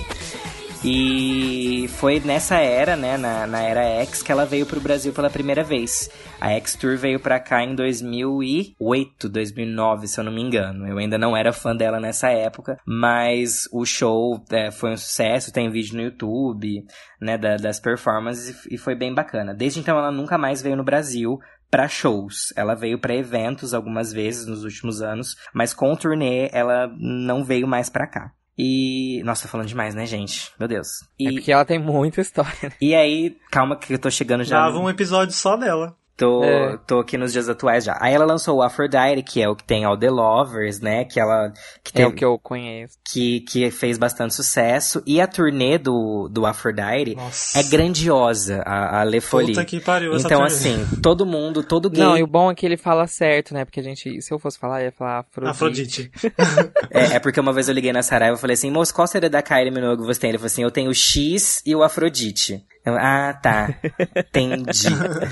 E foi nessa era, né, na era X, que ela veio pro Brasil pela primeira vez. A X Tour veio pra cá em 2008, 2009, se eu não me engano. Eu ainda não era fã dela nessa época, mas o show foi um sucesso, tem vídeo no YouTube, né, das performances, e foi bem bacana. Desde então ela nunca mais veio no Brasil pra shows. Ela veio pra eventos algumas vezes nos últimos anos, mas com o turnê ela não veio mais pra cá. E... Nossa, tô falando demais, né, gente? Meu Deus. É porque ela tem muita história. E aí, calma que eu tô chegando já... Dava um episódio só dela. Tô aqui nos dias atuais já. Aí ela lançou o Aphrodite, que é o que tem All The Lovers, né? Que é o que eu conheço. Que fez bastante sucesso. E a turnê do Aphrodite é grandiosa, a Le Folie. Puta que pariu, essa então, turnê. assim, todo gay... Não, e o bom é que ele fala certo, né? Porque a gente, se eu fosse falar, eu ia falar Afrodite. É porque uma vez eu liguei na Saraiva e falei assim, moço, qual seria da Kylie Minogue que você tem? Ele falou assim, eu tenho o X e o Afrodite. Eu, tá. Entendi.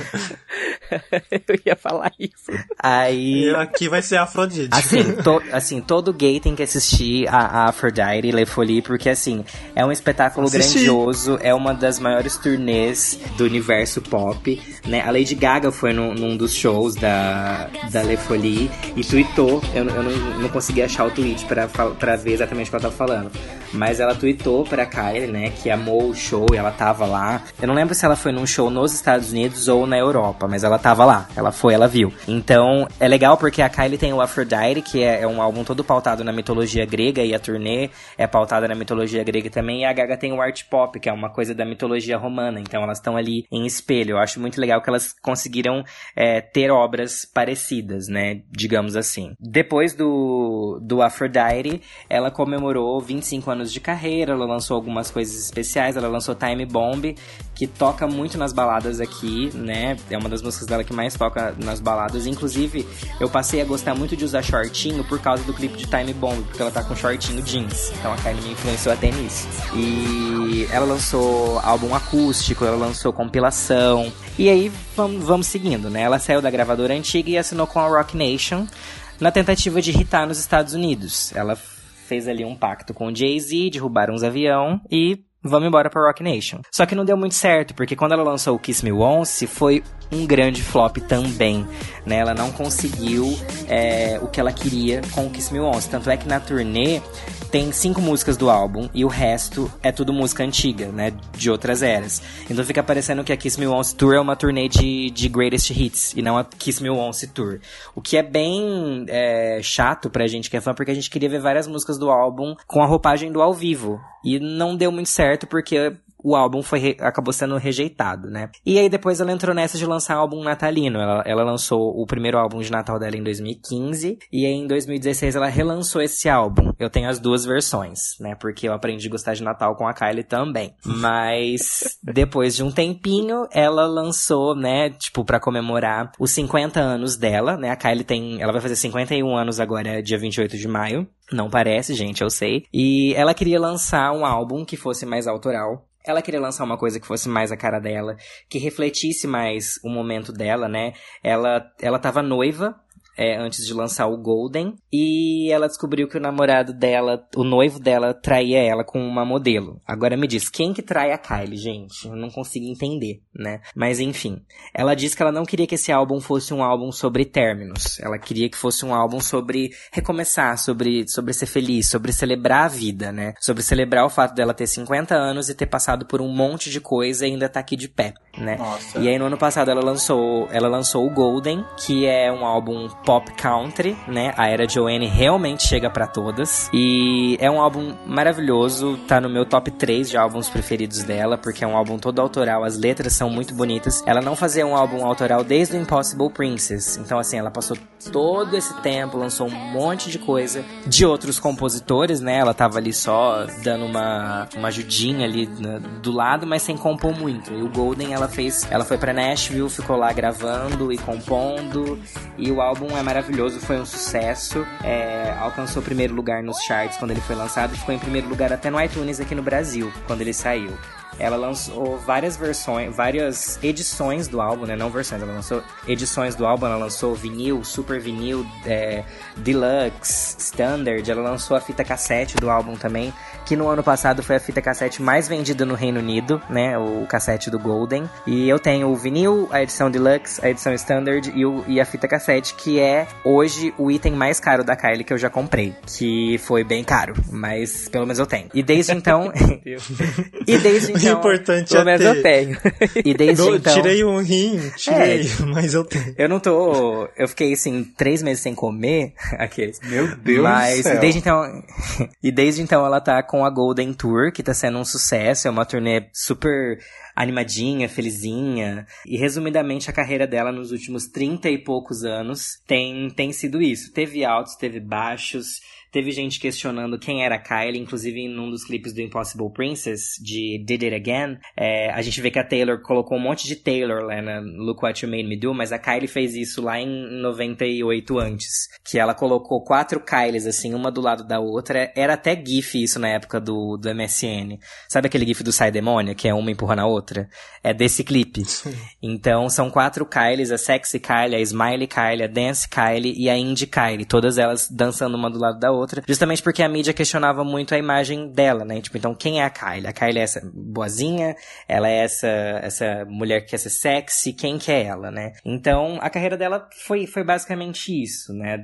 Eu ia falar isso. Aí... Aqui vai ser Afrodite. Assim, todo gay tem que assistir a Aphrodite Le Folie, porque, assim, é um espetáculo grandioso, é uma das maiores turnês do universo pop, né? A Lady Gaga foi num dos shows da Le Folie e tweetou, eu não consegui achar o tweet pra ver exatamente o que ela tava falando, mas ela tweetou pra Kylie, né, que amou o show e ela tava lá. Eu não lembro se ela foi num show nos Estados Unidos ou na Europa, mas ela tava lá, ela viu. Então, é legal porque a Kylie tem o Aphrodite, que é um álbum todo pautado na mitologia grega, e a turnê é pautada na mitologia grega também, e a Gaga tem o Art Pop, que é uma coisa da mitologia romana, então elas estão ali em espelho. Eu acho muito legal que elas conseguiram ter obras parecidas, né, digamos assim. Depois do Aphrodite, ela comemorou 25 anos de carreira, ela lançou algumas coisas especiais, ela lançou Time Bomb, que toca muito nas baladas aqui, né? É uma das músicas dela que mais toca nas baladas. Inclusive, eu passei a gostar muito de usar shortinho por causa do clipe de Time Bomb, porque ela tá com shortinho jeans. Então a Kylie me influenciou até nisso. E ela lançou álbum acústico, ela lançou compilação. E aí, vamos seguindo, né? Ela saiu da gravadora antiga e assinou com a Roc Nation na tentativa de hitar nos Estados Unidos. Ela fez ali um pacto com o Jay-Z, derrubaram uns aviões e vamos embora pra Roc Nation. Só que não deu muito certo, porque quando ela lançou o Kiss Me Once, foi um grande flop também, né? Ela não conseguiu o que ela queria com o Kiss Me Once. Tanto é que na turnê tem 5 músicas do álbum e o resto é tudo música antiga, né? De outras eras. Então fica parecendo que a Kiss Me Once Tour é uma turnê de Greatest Hits e não a Kiss Me Once Tour. O que é bem chato pra gente que é fã, porque a gente queria ver várias músicas do álbum com a roupagem do ao vivo. E não deu muito certo porque o álbum acabou sendo rejeitado, né? E aí depois ela entrou nessa de lançar álbum natalino. Ela lançou o primeiro álbum de Natal dela em 2015, e aí em 2016 ela relançou esse álbum. Eu tenho as duas versões, né? Porque eu aprendi a gostar de Natal com a Kylie também. Mas depois de um tempinho, ela lançou, né, tipo, pra comemorar os 50 anos dela, né? A Kylie ela vai fazer 51 anos agora, dia 28 de maio. Não parece, gente, eu sei. E ela queria lançar um álbum que fosse mais autoral. Ela queria lançar uma coisa que fosse mais a cara dela, que refletisse mais o momento dela, né? Ela tava noiva, antes de lançar o Golden, e ela descobriu que o namorado dela, o noivo dela, traía ela com uma modelo. Agora me diz, quem que trai a Kylie, gente? Eu não consigo entender, né? Mas enfim, ela disse que ela não queria que esse álbum fosse um álbum sobre términos. Ela queria que fosse um álbum sobre recomeçar, sobre ser feliz, sobre celebrar a vida, né? Sobre celebrar o fato dela ter 50 anos e ter passado por um monte de coisa e ainda tá aqui de pé, né? Nossa. E aí no ano passado ela lançou o Golden, que é um álbum pop country, né? A Era Joanne realmente chega pra todas. E é um álbum maravilhoso, tá no meu top 3 de álbuns preferidos dela, porque é um álbum todo autoral, as letras são muito bonitas. Ela não fazia um álbum autoral desde o Impossible Princess. Então, assim, ela passou todo esse tempo, lançou um monte de coisa de outros compositores, né? Ela tava ali só dando uma ajudinha ali do lado, mas sem compor muito. E o Golden ela foi pra Nashville, ficou lá gravando e compondo, e o álbum é maravilhoso, foi um sucesso, alcançou o primeiro lugar nos charts quando ele foi lançado, ficou em primeiro lugar até no iTunes aqui no Brasil, quando ele saiu. Ela lançou várias edições do álbum, né? Não versões, ela lançou edições do álbum, ela lançou vinil, super vinil, deluxe, standard, ela lançou a fita cassete do álbum também, que no ano passado foi a fita cassete mais vendida no Reino Unido, né? O cassete do Golden. E eu tenho o vinil, a edição deluxe, a edição standard e a fita cassete, que é hoje o item mais caro da Kylie que eu já comprei, que foi bem caro, mas pelo menos eu tenho. E desde então... O importante pelo menos ter. Eu tenho. E desde então... Tirei um rim, mas eu tenho. Eu não tô... Eu fiquei, assim, 3 meses sem comer, aqueles. Meu Deus do céu. Desde então ela tá com a Golden Tour, que tá sendo um sucesso, é uma turnê super animadinha, felizinha. E resumidamente a carreira dela nos últimos 30 e poucos anos tem sido isso. Teve altos, teve baixos. Teve gente questionando quem era a Kylie, inclusive em um dos clipes do Impossible Princess, de Did It Again, a gente vê que a Taylor colocou um monte de Taylor lá na Look What You Made Me Do, mas a Kylie fez isso lá em 98 antes, que ela colocou 4 Kylies, assim, uma do lado da outra. Era até gif isso na época do MSN. Sabe aquele gif do Sai Demônia, que é uma empurrando a outra? É desse clipe. Então, são 4 Kylies, a Sexy Kylie, a Smiley Kylie, a Dance Kylie e a Indie Kylie, todas elas dançando uma do lado da outra, justamente porque a mídia questionava muito a imagem dela, né? Tipo, então, quem é a Kylie? A Kylie é essa boazinha? Ela é essa mulher que quer ser sexy? Quem que é ela, né? Então, a carreira dela foi basicamente isso, né?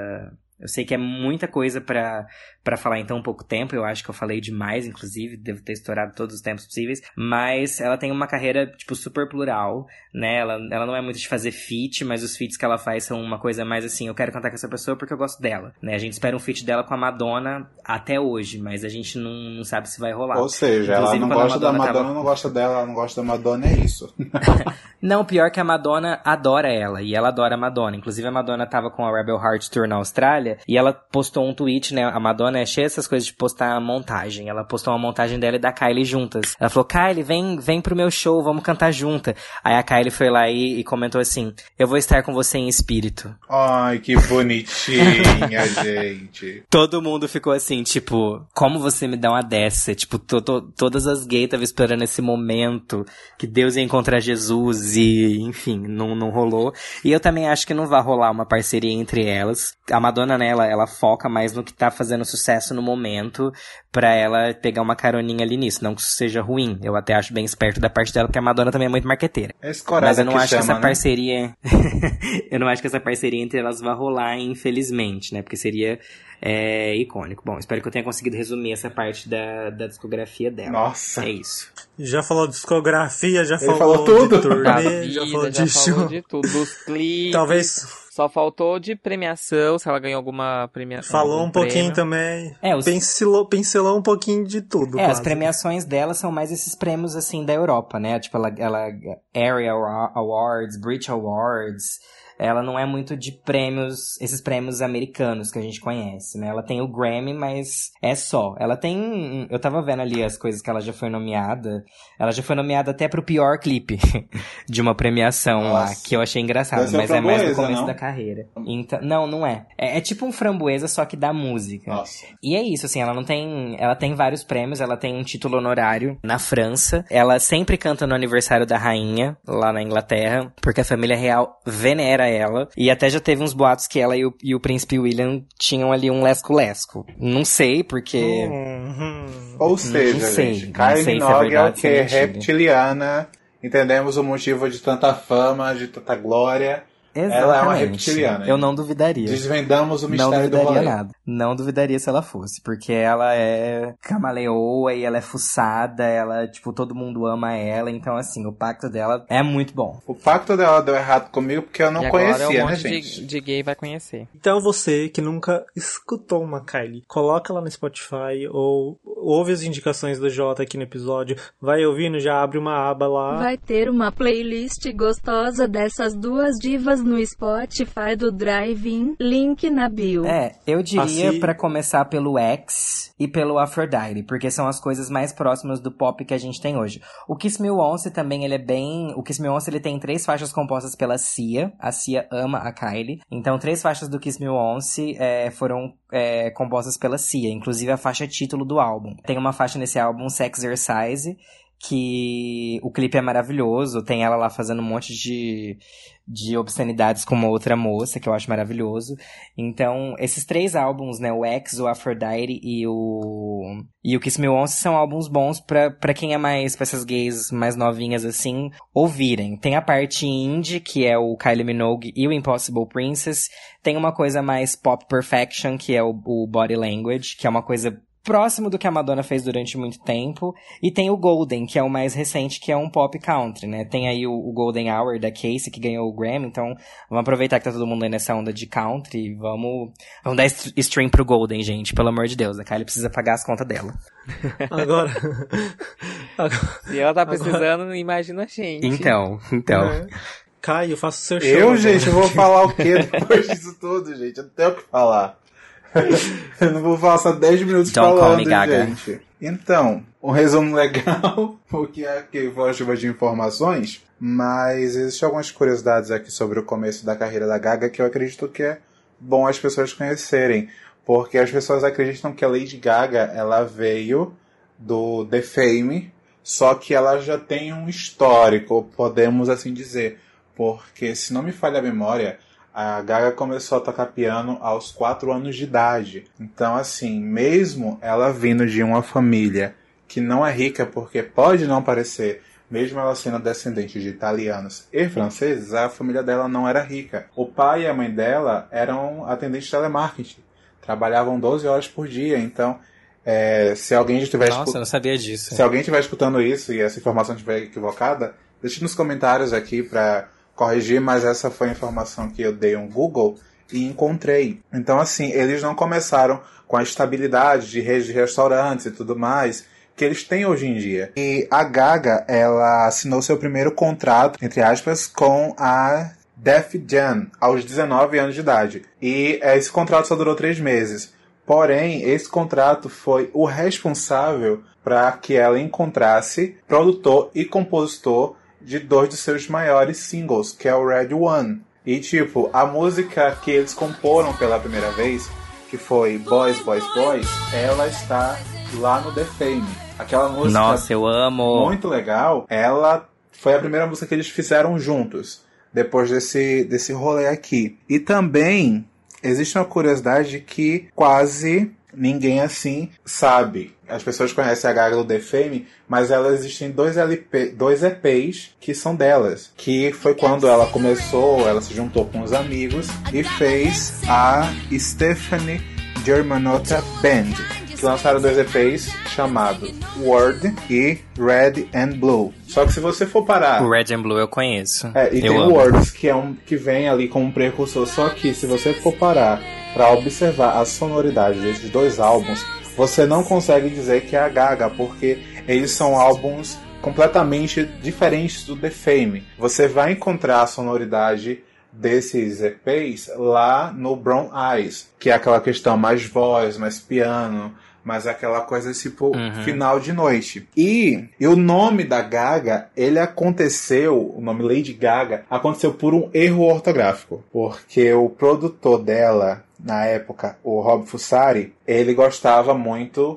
Eu sei que é muita coisa pra falar em tão pouco tempo, eu acho que eu falei demais, inclusive, devo ter estourado todos os tempos possíveis, mas ela tem uma carreira, tipo, super plural, né, ela não é muito de fazer feat, mas os feats que ela faz são uma coisa mais assim, eu quero cantar com essa pessoa porque eu gosto dela, né, a gente espera um feat dela com a Madonna até hoje, mas a gente não sabe se vai rolar. Ou seja, inclusive, ela não gosta da Madonna, não gosta dela, ela não gosta da Madonna, é isso. Não, pior que a Madonna adora ela, e ela adora a Madonna, inclusive a Madonna tava com a Rebel Heart Tour na Austrália, e ela postou um tweet, né, a Madonna é cheia dessas coisas de postar montagem. Ela postou uma montagem dela e da Kylie juntas. Ela falou, Kylie, vem pro meu show, vamos cantar junta. Aí a Kylie foi lá e comentou assim, eu vou estar com você em espírito. Ai, que bonitinha, gente. Todo mundo ficou assim, tipo, como você me dá uma dessa? Tipo, todas as gays estavam esperando esse momento que Deus ia encontrar Jesus e, enfim, não rolou. E eu também acho que não vai rolar uma parceria entre elas. A Madonna, né, ela foca mais no que tá fazendo sucesso no momento, pra ela pegar uma caroninha ali nisso. Não que isso seja ruim, eu até acho bem esperto da parte dela, porque a Madonna também é muito marqueteira. Mas eu não acho que essa parceria eu não acho que essa parceria entre elas vai rolar, infelizmente, né, porque seria icônico. Bom, espero que eu tenha conseguido resumir essa parte da discografia dela. Nossa. É isso. Já falou de discografia, já Ele falou tudo. de turnê, Da já vida, falou já de falou show. de tudo, dos clipes. Talvez Só faltou de premiação, se ela ganhou alguma premiação. falou algum um pouquinho prêmio. também. Os... Pincelou um pouquinho de tudo, as quase. premiações dela são mais esses prêmios, assim, da Europa, né? Tipo, ela Area Awards, Brit Awards. Ela não é muito de prêmios, esses prêmios americanos que a gente conhece, né? Ela tem o Grammy, mas é só. Ela tem... Eu tava vendo ali as coisas que ela já foi nomeada. Ela já foi nomeada até pro pior clipe de uma premiação lá, que eu achei engraçado. Mas é mais no começo da carreira. Então, não é. É tipo um Framboesa, só que da música. Nossa. E é isso, assim, ela tem vários prêmios, ela tem um título honorário na França. Ela sempre canta no aniversário da rainha, lá na Inglaterra, porque a família real venera ela, e até já teve uns boatos que ela e o príncipe William tinham ali um lesco-lesco. Não sei, porque... Ou seja, gente, Kylie Minogue é o quê? Reptiliana. Entendemos o motivo de tanta fama, de tanta glória. Exatamente. Ela é uma reptiliana. Eu não duvidaria. Desvendamos o mistério do rolê. Não duvidaria nada. Não duvidaria se ela fosse, porque ela é camaleoa e ela é fuçada, ela, tipo, todo mundo ama ela, então, assim, o pacto dela é muito bom. O pacto dela deu errado comigo porque eu não conhecia, agora né, gente? De gay vai conhecer. Então você que nunca escutou uma Kylie, coloca lá no Spotify ou ouve as indicações do Jota aqui no episódio, vai ouvindo, já abre uma aba lá. Vai ter uma playlist gostosa dessas duas divas no Spotify do Drive-In, link na bio. Eu diria Assim... pra começar pelo X e pelo Aphrodite, porque são as coisas mais próximas do pop que a gente tem hoje. O Kiss Me Once também, ele é bem... O Kiss Me Once, ele tem 3 faixas compostas pela Sia. A Sia ama a Kylie. Então, 3 faixas do Kiss Me Once foram compostas pela Sia, inclusive a faixa título do álbum. Tem uma faixa nesse álbum, Sex Exercise, que o clipe é maravilhoso, tem ela lá fazendo um monte de obscenidades com uma outra moça, que eu acho maravilhoso. Então, esses 3 álbuns, né, o X, o Aphrodite e o Kiss Me Once, são álbuns bons pra quem é mais, pra essas gays mais novinhas, assim, ouvirem. Tem a parte indie, que é o Kylie Minogue e o Impossible Princess. Tem uma coisa mais pop perfection, que é o Body Language, que é uma coisa próximo do que a Madonna fez durante muito tempo. E tem o Golden, que é o mais recente, que é um pop country, né? Tem aí o Golden Hour da Casey, que ganhou o Grammy. Então, vamos aproveitar que tá todo mundo aí nessa onda de country e vamos dar stream pro Golden, gente. Pelo amor de Deus, a Kylie precisa pagar as contas dela. Agora... Se ela tá precisando, imagina a gente. Então. Caio, faça o seu show. Eu, gente, eu vou falar o quê depois disso tudo, gente? Eu não tenho o que falar. Eu não vou passar 10 minutos falando, gente. Então, um resumo legal, o que é que foi uma chuva de informações, mas existem algumas curiosidades aqui sobre o começo da carreira da Gaga que eu acredito que é bom as pessoas conhecerem, porque as pessoas acreditam que a Lady Gaga, ela veio do The Fame, só que ela já tem um histórico, podemos assim dizer, porque, se não me falha a memória, a Gaga começou a tocar piano aos 4 anos de idade. Então, assim, mesmo ela vindo de uma família que não é rica, porque pode não parecer, mesmo ela sendo descendente de italianos e franceses, a família dela não era rica. O pai e a mãe dela eram atendentes de telemarketing. Trabalhavam 12 horas por dia. Então, se alguém estiver... Nossa, eu não sabia disso. Se alguém estiver escutando isso e essa informação estiver equivocada, deixe nos comentários aqui para corrigir, mas essa foi a informação que eu dei um Google e encontrei. Então, assim, eles não começaram com a estabilidade de redes de restaurantes e tudo mais que eles têm hoje em dia. E a Gaga, ela assinou seu primeiro contrato, entre aspas, com a Def Jam aos 19 anos de idade. E esse contrato só durou 3 meses. Porém, esse contrato foi o responsável para que ela encontrasse produtor e compositor de 2 de seus maiores singles, que é o Red One. E, tipo, a música que eles comporam pela primeira vez, que foi Boys, Boys, Boys, ela está lá no The Fame. Aquela música... Nossa, eu amo! Muito legal. Ela foi a primeira música que eles fizeram juntos, depois desse rolê aqui. E também existe uma curiosidade que quase ninguém assim sabe. As pessoas conhecem a Gaga do The Fame, mas elas existem 2 EPs que são delas. Que foi quando ela começou, ela se juntou com os amigos e fez a Stephanie Germanotta Band, que lançaram 2 EPs chamados Word e Red and Blue. Só que se você for parar... O Red and Blue eu conheço. E tem o Words, que vem ali como um precursor. Só que se você for parar pra observar a sonoridade desses 2 álbuns, você não consegue dizer que é a Gaga, porque eles são álbuns completamente diferentes do The Fame. Você vai encontrar a sonoridade desses EPs lá no Brown Eyes, que é aquela questão mais voz, mais piano, mas aquela coisa tipo final de noite. E o nome da Gaga, o nome Lady Gaga, aconteceu por um erro ortográfico, porque o produtor dela, na época, o Rob Fusari, ele gostava muito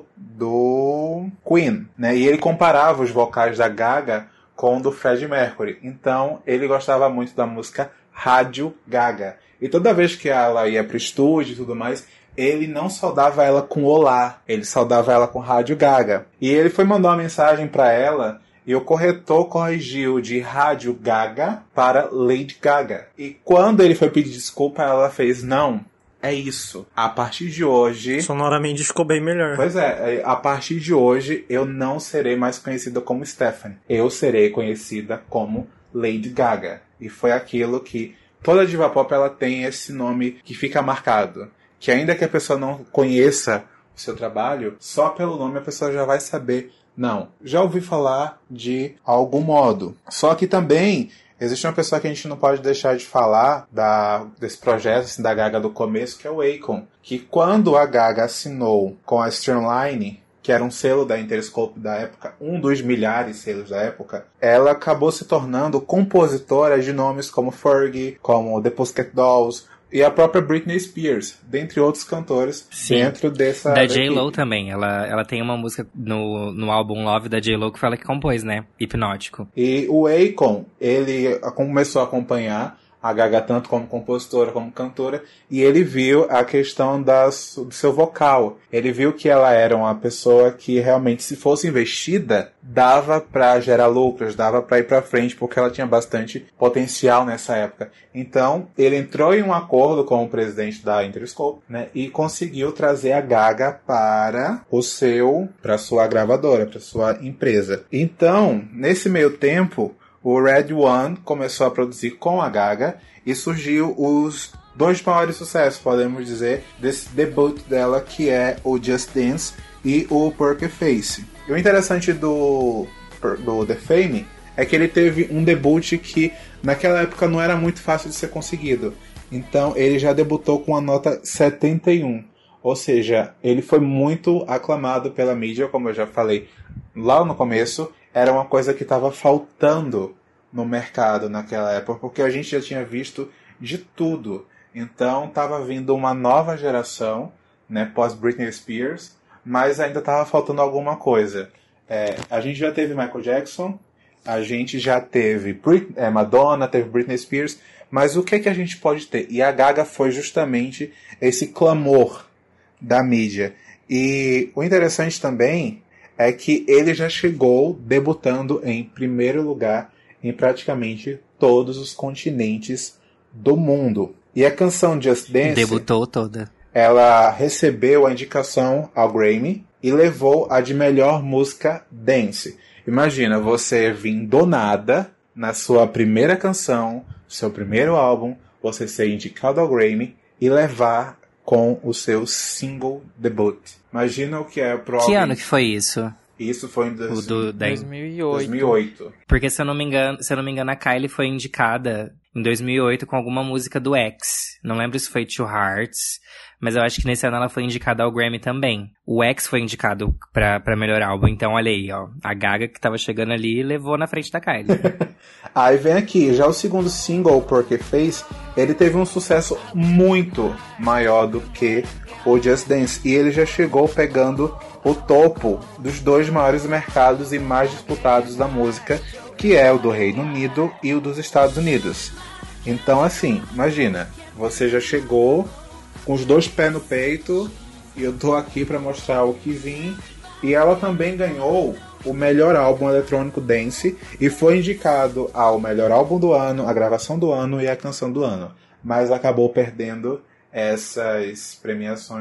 do Queen, né? E ele comparava os vocais da Gaga com o do Freddie Mercury. Então, ele gostava muito da música Rádio Gaga. E toda vez que ela ia pro estúdio e tudo mais, ele não saudava ela com Olá, ele saudava ela com Rádio Gaga. E ele foi mandar uma mensagem para ela e o corretor corrigiu de Rádio Gaga para Lady Gaga. E quando ele foi pedir desculpa, ela fez: não, é isso. A partir de hoje... Sonoramente ficou bem melhor. Pois é, a partir de hoje eu não serei mais conhecida como Stephanie. Eu serei conhecida como Lady Gaga. E foi aquilo que toda diva pop ela tem esse nome que fica marcado. Que ainda que a pessoa não conheça o seu trabalho, só pelo nome a pessoa já vai saber. Não, já ouvi falar de algum modo. Só que também existe uma pessoa que a gente não pode deixar de falar desse projeto assim, da Gaga do começo, que é o Akon. Que quando a Gaga assinou com a Streamline, que era um selo da Interscope da época, um dos milhares de selos da época, ela acabou se tornando compositora de nomes como Fergie, como The Pussycat Dolls, e a própria Britney Spears, dentre outros cantores. Sim. Dentro dessa... Da J.Lo também. Ela tem uma música no álbum Love da J.Lo que foi ela que compôs, né? Hipnótico. E o Akon, ele começou a acompanhar a Gaga tanto como compositora, como cantora, e ele viu a questão do seu vocal. Ele viu que ela era uma pessoa que realmente, se fosse investida, dava pra gerar lucros, dava pra ir pra frente, porque ela tinha bastante potencial nessa época. Então, ele entrou em um acordo com o presidente da Interscope, né, e conseguiu trazer a Gaga para sua gravadora, para sua empresa. Então, nesse meio tempo, o Red One começou a produzir com a Gaga e surgiu os 2 maiores sucessos, podemos dizer, desse debut dela, que é o Just Dance e o Poker Face. E o interessante do The Fame é que ele teve um debut que naquela época não era muito fácil de ser conseguido. Então ele já debutou com a nota 71. Ou seja, ele foi muito aclamado pela mídia, como eu já falei lá no começo. Era uma coisa que estava faltando no mercado naquela época, porque a gente já tinha visto de tudo. Então estava vindo uma nova geração, né, pós Britney Spears, mas ainda estava faltando alguma coisa. A gente já teve Michael Jackson, a gente já teve Madonna, teve Britney Spears, mas o que a gente pode ter? E a Gaga foi justamente esse clamor da mídia. E o interessante também é que ele já chegou debutando em primeiro lugar em praticamente todos os continentes do mundo. E a canção Just Dance... Debutou toda. Ela recebeu a indicação ao Grammy e levou a de melhor música dance. Imagina você vir do nada, na sua primeira canção, seu primeiro álbum, você ser indicado ao Grammy e levar com o seu single debut. Imagina o que é pro Que ano que foi isso? Isso foi em 2008. Porque, se eu não me engano, a Kylie foi indicada em 2008 com alguma música do X. Não lembro se foi Two Hearts, mas eu acho que nesse ano ela foi indicada ao Grammy também. O X foi indicado pra melhor álbum, então olha aí, ó. A Gaga que tava chegando ali levou na frente da Kylie. Aí vem aqui, já o segundo single, Poker Face, ele teve um sucesso muito maior do que o Just Dance. E ele já chegou pegando o topo dos 2 maiores mercados e mais disputados da música, que é o do Reino Unido e o dos Estados Unidos. Então, assim, imagina, você já chegou com os 2 pés no peito e eu tô aqui para mostrar o que vim. E ela também ganhou o melhor álbum eletrônico dance e foi indicado ao melhor álbum do ano, a gravação do ano e a canção do ano. Mas acabou perdendo essas premiações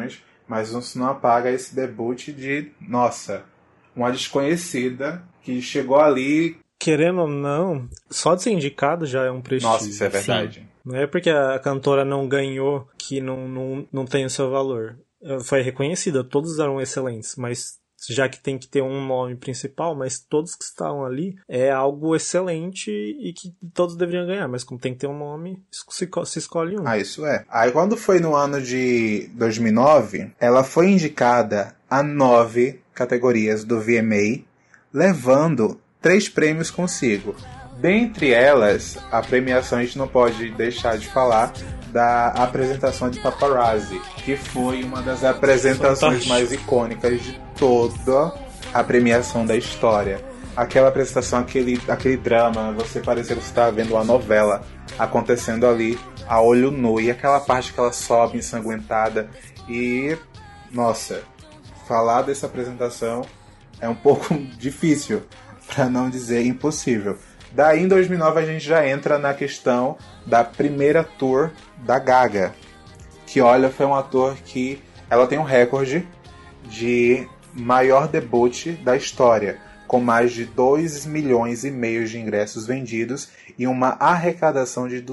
mas isso não apaga esse debut de, nossa, uma desconhecida que chegou ali. Querendo ou não, só de ser indicado já é um prestígio. Nossa, isso é verdade. Sim. Não é porque a cantora não ganhou que não tem o seu valor. Foi reconhecida, todos eram excelentes, mas já que tem que ter um nome principal, mas todos que estavam ali é algo excelente e que todos deveriam ganhar, mas como tem que ter um nome, se escolhe um. Ah, isso é. Aí quando foi no ano de 2009, ela foi indicada a 9 categorias do VMA, levando 3 prêmios consigo. Dentre elas, a premiação a gente não pode deixar de falar da apresentação de Paparazzi, que foi uma das apresentações mais icônicas de toda a premiação da história. Aquela apresentação, aquele drama, você parecia que você estava vendo uma novela acontecendo ali a olho nu, e aquela parte que ela sobe ensanguentada. E, nossa, falar dessa apresentação é um pouco difícil, para não dizer impossível. Daí, em 2009, a gente já entra na questão da primeira tour da Gaga. Que, olha, foi uma tour que ela tem um recorde de maior debut da história, com mais de 2,5 milhões de ingressos vendidos e uma arrecadação de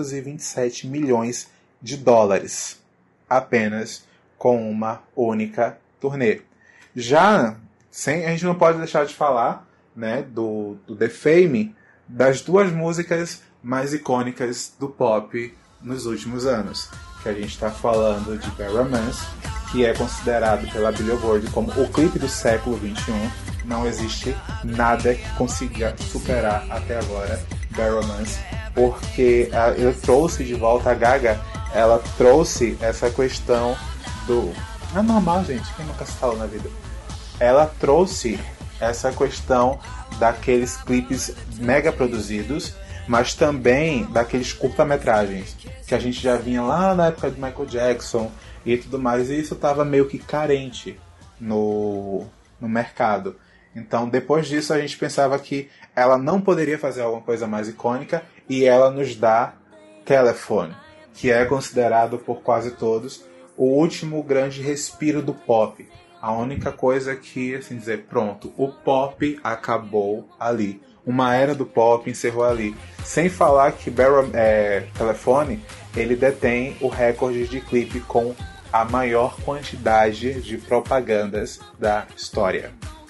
227 milhões de dólares, apenas com uma única turnê. Já, a gente não pode deixar de falar, né, do The Fame, das 2 músicas mais icônicas do pop nos últimos anos, que a gente está falando de Bad Romance, que é considerado pela Billboard como o clipe do século XXI. Não existe nada que consiga superar até agora Bad Romance, porque eu trouxe de volta a Gaga, ela trouxe essa questão do... É normal, gente, quem nunca se falou na vida? Ela trouxe essa questão daqueles clipes mega produzidos, mas também daqueles curta-metragens que a gente já vinha lá na época de Michael Jackson e tudo mais, e isso estava meio que carente no mercado. Então, depois disso, a gente pensava que ela não poderia fazer alguma coisa mais icônica, e ela nos dá Telephone, que é considerado por quase todos o último grande respiro do pop. A única coisa que, assim dizer, pronto, o pop acabou ali. Uma era do pop encerrou ali. Sem falar que Telephone, ele detém o recorde de clipe com a maior quantidade de propagandas da história.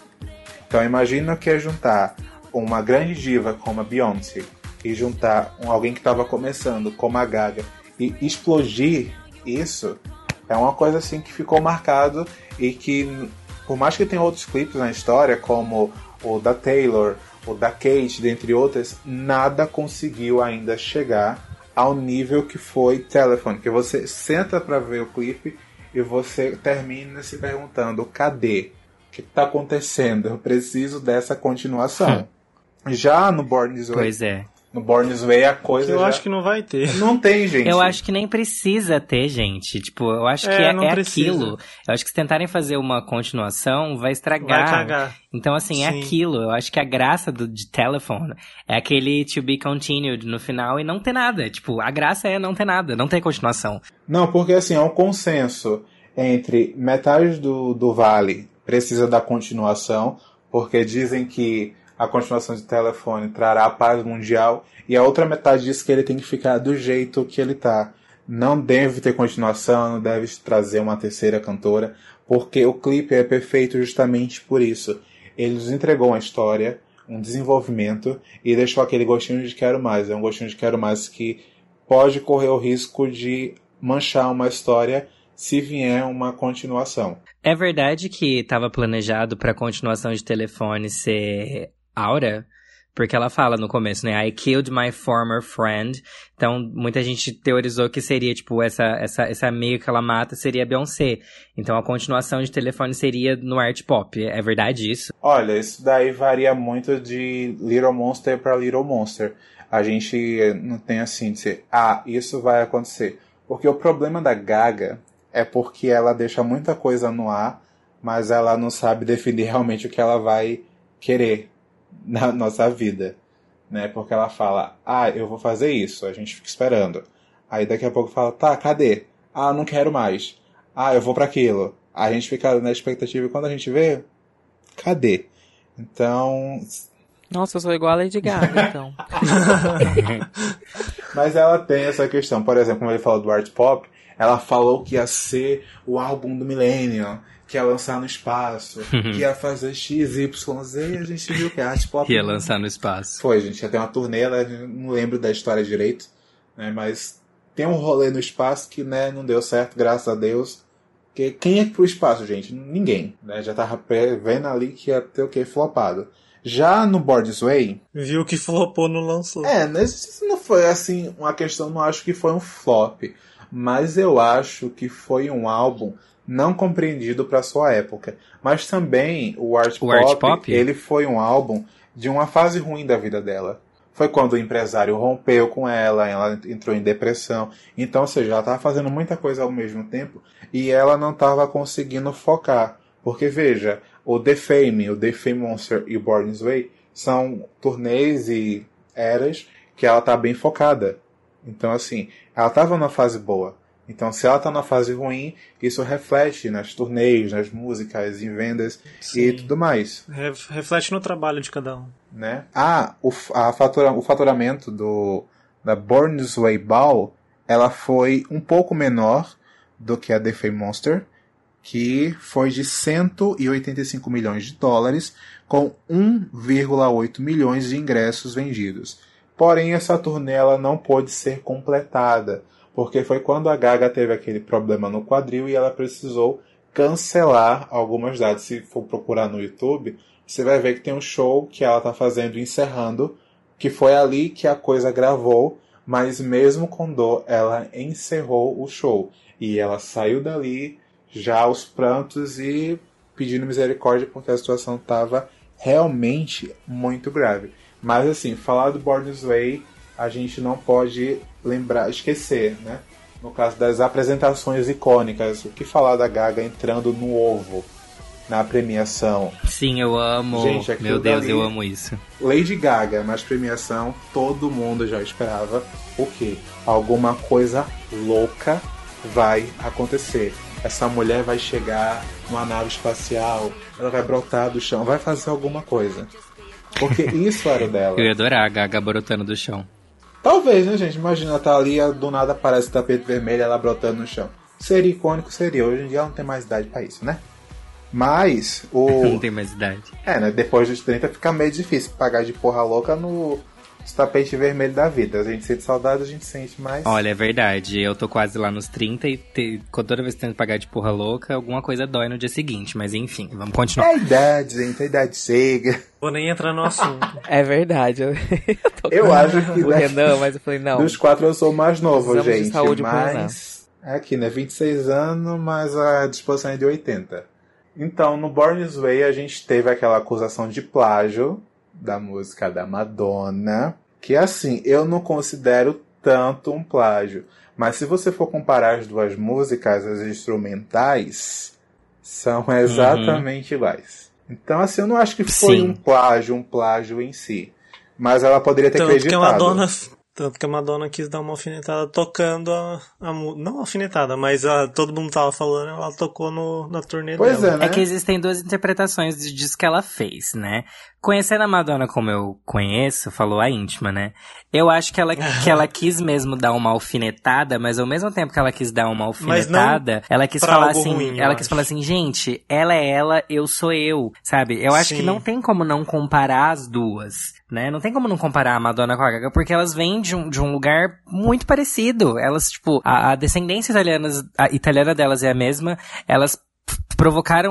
Então imagina que é juntar uma grande diva como a Beyoncé e juntar alguém que estava começando como a Gaga e explodir isso, é uma coisa assim que ficou marcado, e que, por mais que tenha outros clipes na história, como o da Taylor, o da Kate, dentre outras, nada conseguiu ainda chegar ao nível que foi Telephone, que você senta para ver o clipe e você termina se perguntando, cadê? O que está acontecendo? Eu preciso dessa continuação. Já no Born This Way... Pois é. No Born This Way a coisa eu acho que não vai ter. Não tem, gente. Eu acho que nem precisa ter, gente. Tipo, eu acho que é aquilo. Eu acho que se tentarem fazer uma continuação, vai estragar. Vai cagar. Então, assim, é aquilo. Eu acho que a graça de Telephone é aquele to be continued no final e não ter nada. Tipo, a graça é não ter nada, não ter continuação. Não, porque assim, é um consenso entre metade do Vale precisa da continuação, porque dizem que a continuação de Telephone trará a paz mundial, e a outra metade diz que ele tem que ficar do jeito que ele tá. Não deve ter continuação, não deve trazer uma terceira cantora, porque o clipe é perfeito justamente por isso. Ele nos entregou uma história, um desenvolvimento, e deixou aquele gostinho de quero mais. É um gostinho de quero mais que pode correr o risco de manchar uma história se vier uma continuação. É verdade que estava planejado para a continuação de Telefone ser Aura, porque ela fala no começo, né? I killed my former friend. Então, muita gente teorizou que seria, tipo, essa amiga que ela mata seria a Beyoncé. Então, a continuação de Telefone seria no art pop. É verdade isso? Olha, isso daí varia muito de Little Monster para Little Monster. A gente não tem assim de ser, isso vai acontecer. Porque o problema da Gaga é porque ela deixa muita coisa no ar, mas ela não sabe definir realmente o que ela vai querer na nossa vida, né? Porque ela fala, eu vou fazer isso, a gente fica esperando. Aí daqui a pouco fala, tá, cadê? Não quero mais. eu vou pra aquilo. A gente fica na expectativa e quando a gente vê, cadê? Então... Nossa, eu sou igual a Lady Gaga, então. Mas ela tem essa questão. Por exemplo, como ele falou do art pop, ela falou que ia ser o álbum do milênio, que ia lançar no espaço, que ia fazer X, Y, Z, e a gente viu que a art pop... Ia lançar no espaço. Foi, gente. Já tem uma turnê, ela não lembro da história direito, né? Mas tem um rolê no espaço que, né, não deu certo, graças a Deus. Porque quem é pro espaço, gente? Ninguém, né? Já tava vendo ali que ia ter o quê? Flopado. Já no Born This Way... Viu que flopou, não lançou. Isso não foi, assim, uma questão, não acho que foi um flop. Mas eu acho que foi um álbum não compreendido para sua época. Mas também o Art Pop, ele foi um álbum de uma fase ruim da vida dela. Foi quando o empresário rompeu com ela entrou em depressão. Então, ou seja, ela estava fazendo muita coisa ao mesmo tempo e ela não estava conseguindo focar. Porque, veja, o The Fame Monster e o Born This Way são turnês e eras que ela tá bem focada. Então, assim, ela estava numa fase boa. Então, se ela tá numa fase ruim, isso reflete nas turnês, nas músicas, em vendas e tudo mais. Reflete no trabalho de cada um. Né? O faturamento da Born This Way Ball, ela foi um pouco menor do que a The Fame Monster, que foi de 185 milhões de dólares, com 1,8 milhões de ingressos vendidos. Porém, essa turnê ela não pôde ser completada, porque foi quando a Gaga teve aquele problema no quadril e ela precisou cancelar algumas datas. Se for procurar no YouTube, você vai ver que tem um show que ela está fazendo encerrando, que foi ali que a coisa gravou, mas mesmo com dor, ela encerrou o show. E ela saiu dali já aos prantos e pedindo misericórdia porque a situação estava realmente muito grave. Mas assim, falar do Born This Way, a gente não pode esquecer, né? No caso das apresentações icônicas, o que falar da Gaga entrando no ovo na premiação? Sim, eu amo. Gente, meu Deus, eu amo isso. Lady Gaga, mas premiação, todo mundo já esperava o quê? Alguma coisa louca vai acontecer. Essa mulher vai chegar numa nave espacial, ela vai brotar do chão, vai fazer alguma coisa. Porque isso era dela. Eu ia adorar a Gaga brotando do chão. Talvez, né, gente? Imagina, tá ali, do nada aparece o tapete vermelho, ela brotando no chão. Seria icônico, seria. Hoje em dia ela não tem mais idade pra isso, né? Mas Não tem mais idade. né? Depois dos 30 fica meio difícil pagar de porra louca no tapete vermelho da vida. A gente sente saudade, a gente sente mais. Olha, é verdade. Eu tô quase lá nos 30 e toda vez que tento pagar de porra louca, alguma coisa dói no dia seguinte. Mas enfim, vamos continuar. É a idade, gente. A idade chega. Vou nem entrar no assunto. É verdade. Eu acho que o Renan, mas eu falei, não. Dos 4 eu sou o mais novo, Precisamos de gente. saúde Mas é aqui, né? 26 anos, mas a disposição é de 80. Então, no Born This Way, a gente teve aquela acusação de plágio da música da Madonna, que assim, eu não considero tanto um plágio. Mas se você for comparar as duas músicas, as instrumentais são exatamente iguais. Então, assim, eu não acho que foi um plágio em si. Mas ela poderia ter acreditado. Tanto que a Madonna quis dar uma alfinetada tocando não alfinetada, mas todo mundo tava falando, ela tocou na turnê dela. Pois é, né? É que existem duas interpretações disso que ela fez, né? Conhecendo a Madonna como eu conheço, falou a íntima, né? Eu acho que ela quis mesmo dar uma alfinetada, mas ao mesmo tempo que ela quis dar uma alfinetada, ela quis falar assim, ruim, falar assim, gente, ela é ela, eu sou eu, sabe? Eu acho que não tem como não comparar as duas, né? Não tem como não comparar a Madonna com a Gaga, porque elas vêm de um lugar muito parecido. Elas, tipo, a descendência italiana delas é a mesma, elas provocaram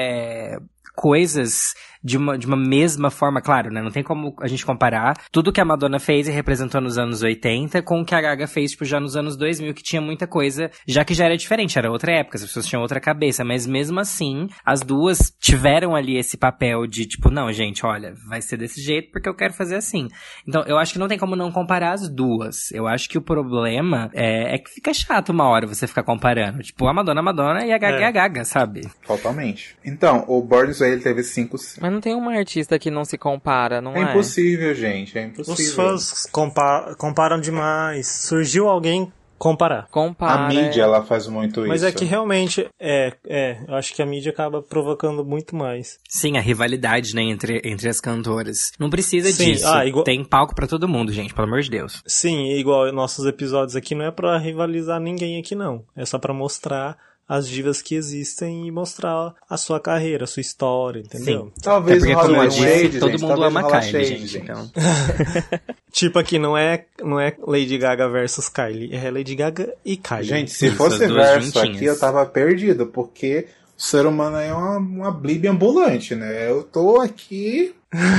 coisas de uma mesma forma, claro, né? Não tem como a gente comparar tudo que a Madonna fez e representou nos anos 80 com o que a Gaga fez, tipo, já nos anos 2000, que tinha muita coisa, já que já era diferente, era outra época, as pessoas tinham outra cabeça, mas mesmo assim, as duas tiveram ali esse papel de, tipo, não, gente, olha, vai ser desse jeito porque eu quero fazer assim. Então, eu acho que não tem como não comparar as duas. Eu acho que o problema é que fica chato uma hora você ficar comparando. Tipo, a Madonna e a Gaga é a Gaga, sabe? Totalmente. Então, o Born This Way, ele teve 5... Mas não tem uma artista que não se compara, não é? É impossível, gente, é impossível. Os fãs comparam demais. Surgiu alguém comparar. A mídia, ela faz muito isso. Mas é que realmente, eu acho que a mídia acaba provocando muito mais. Sim, a rivalidade, né, entre as cantoras. Não precisa Sim, disso. igual... Tem palco pra todo mundo, gente, pelo amor de Deus. Sim, igual nossos episódios aqui, não é pra rivalizar ninguém aqui, não. É só pra mostrar as divas que existem e mostrar a sua carreira, a sua história, entendeu? Sim. Talvez porque, rola como eu shade, disse, todo mundo ama Kylie, gente. Então. Tipo aqui, não é Lady Gaga versus Kylie, é Lady Gaga e Kylie. Gente, se fosse verso aqui, eu tava perdido, porque o ser humano é uma blibe ambulante, né? Eu tô aqui...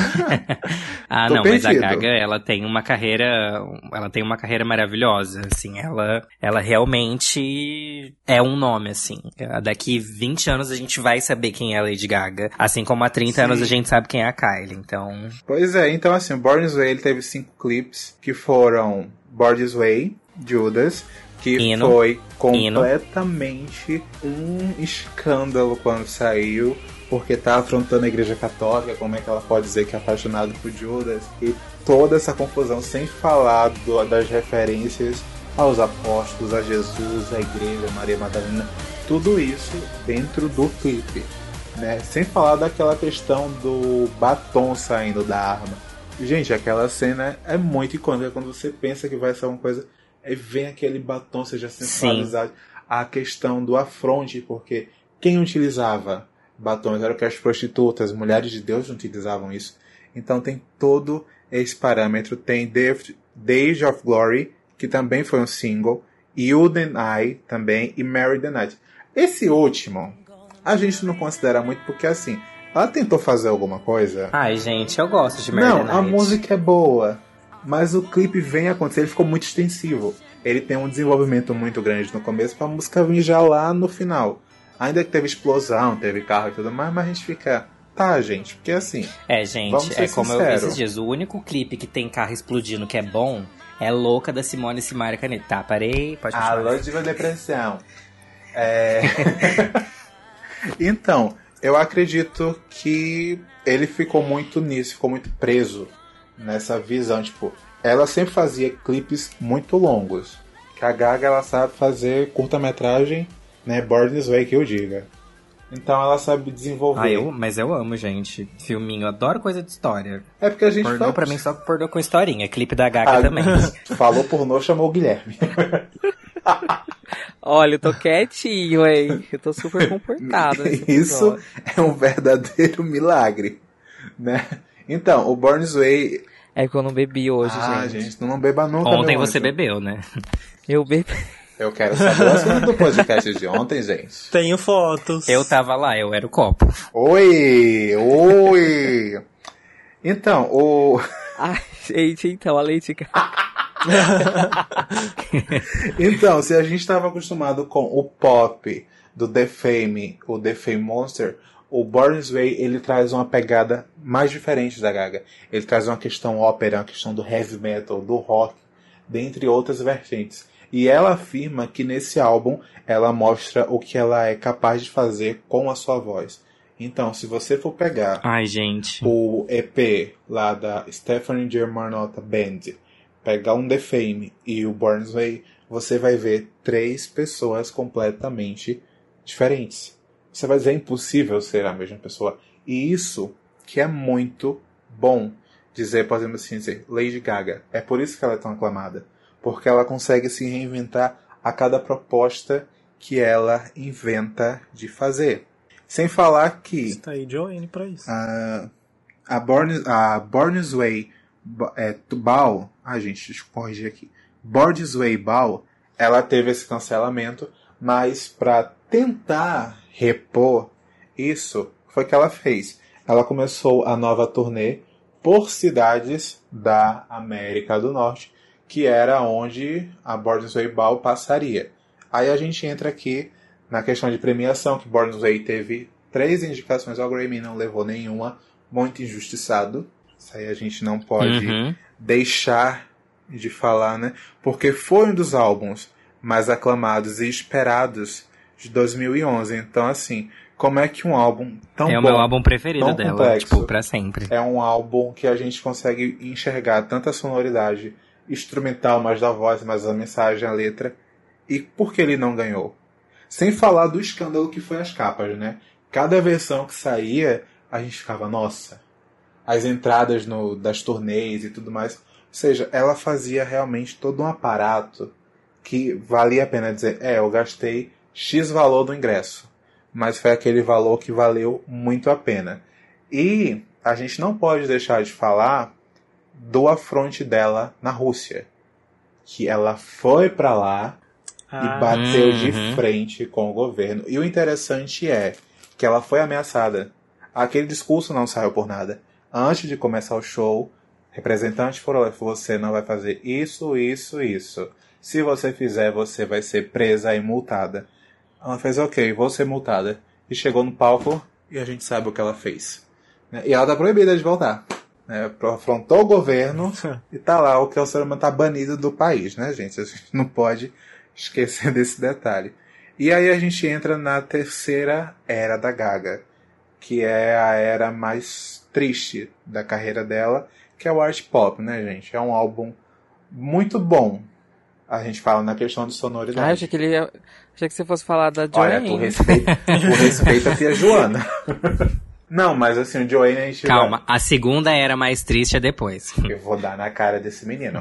Ah, tô não, perdido. mas a Gaga, ela tem uma carreira maravilhosa, assim, ela realmente é um nome, assim. Daqui 20 anos a gente vai saber quem é a Lady Gaga, assim como há 30 anos a gente sabe quem é a Kylie, então... Pois é, então assim, o Born This Way, ele teve 5 clipes, que foram Born This Way, Judas, que foi completamente um escândalo quando saiu, porque tá afrontando a igreja católica, como é que ela pode dizer que é apaixonada por Judas, e toda essa confusão, sem falar das referências aos apóstolos, a Jesus, a igreja, a Maria Madalena, tudo isso dentro do clipe, né? Sem falar daquela questão do batom saindo da arma. Gente, aquela cena é muito icônica, quando você pensa que vai ser uma coisa, aí vem aquele batom, seja sensualizado. Sim. A questão do afronte, porque quem utilizava batons eram que as prostitutas, mulheres de Deus não utilizavam isso. Então tem todo esse parâmetro. Tem Days of Glory, que também foi um single, You Deny também, e Marry the Night. Esse último, a gente não considera muito, porque assim, ela tentou fazer alguma coisa. Ai, gente, eu gosto de Marry the Night. Não, a música é boa, mas o clipe vem acontecer, ele ficou muito extensivo. Ele tem um desenvolvimento muito grande no começo, pra música vir já lá no final. Ainda que teve explosão, teve carro e tudo mais, mas a gente fica... Tá, gente, porque assim... gente, como eu vi esses dias. O único clipe que tem carro explodindo que é bom é Louca, da Simone Simaria Caneta. Tá, parei, pode continuar. Alô, diva depressão. Então, eu acredito que ele ficou muito nisso, ficou muito preso nessa visão. Tipo, ela sempre fazia clipes muito longos. Que a Gaga, ela sabe fazer curta-metragem, né, Born This Way, que eu diga. Então ela sabe desenvolver. Mas eu amo, gente. Filminho, adoro coisa de história. É porque a gente pornô pra mim só pornô com historinha. Clipe da Gaga também. Falou pornô, chamou o Guilherme. Olha, eu tô quietinho, hein? Eu tô super comportado. Isso é um verdadeiro milagre, né? Então, o Born This Way... É que eu não bebi hoje, gente, não beba nunca. Ontem você bebeu, né? Eu bebi... Eu quero saber o assunto do podcast de ontem, gente. Tenho fotos. Eu tava lá, eu era o copo. Oi! Então, Ai, gente, então, a Lady Gaga... Então, se a gente estava acostumado com o pop do The Fame, o The Fame Monster, o Born This Way, ele traz uma pegada mais diferente da Gaga. Ele traz uma questão ópera, uma questão do heavy metal, do rock, dentre outras vertentes. E ela afirma que nesse álbum ela mostra o que ela é capaz de fazer com a sua voz. Então, se você for pegar o EP lá da Stephanie Germanotta Band, pegar um The Fame e o Born This Way, você vai ver 3 pessoas completamente diferentes. Você vai dizer, é impossível ser a mesma pessoa. E isso que é muito bom dizer, podemos assim dizer, Lady Gaga. É por isso que ela é tão aclamada. Porque ela consegue se reinventar a cada proposta que ela inventa de fazer. Sem falar que... Está aí Joanne pra isso. A Born This Way Ball... gente, deixa eu corrigir aqui. Born This Way Ball, ela teve esse cancelamento, mas para tentar repor isso, foi o que ela fez. Ela começou a nova turnê por cidades da América do Norte, que era onde a Born This Way Ball passaria. Aí a gente entra aqui na questão de premiação, que Born This Way teve 3 indicações ao Grammy, não levou nenhuma, muito injustiçado. Isso aí a gente não pode deixar de falar, né? Porque foi um dos álbuns mais aclamados e esperados de 2011. Então, assim, como é que um álbum tão bom... É o meu álbum preferido dela, complexo, tipo, pra sempre. É um álbum que a gente consegue enxergar tanta sonoridade instrumental, mais da voz, mais a mensagem, a letra, E por que ele não ganhou? Sem falar do escândalo que foi as capas, né? Cada versão que saía, a gente ficava, nossa, as entradas das turnês e tudo mais. Ou seja, ela fazia realmente todo um aparato que valia a pena dizer, eu gastei X valor do ingresso, mas foi aquele valor que valeu muito a pena. E a gente não pode deixar de falar do afronte dela na Rússia, que ela foi para lá e bateu de frente com o governo. E o interessante é que ela foi ameaçada. Aquele discurso não saiu por nada. Antes de começar o show, representantes foram: você não vai fazer isso, isso, isso. Se você fizer, você vai ser presa e multada. Ela fez, ok, vou ser multada. E chegou no palco e a gente sabe o que ela fez. E ela tá proibida de voltar. Afrontou o governo e tá lá, o que o ser humano tá banido do país, né, gente? A gente não pode esquecer desse detalhe. E aí a gente entra na terceira era da Gaga, que é a era mais triste da carreira dela, que é o art pop, né, gente? É um álbum muito bom. A gente fala na questão de sonoridade. Ah, achei que você fosse falar da Olha, Joanne. tu respeita a tia Joana. Não, mas assim, o Joanne a gente... Calma, a segunda era mais triste é depois. Eu vou dar na cara desse menino.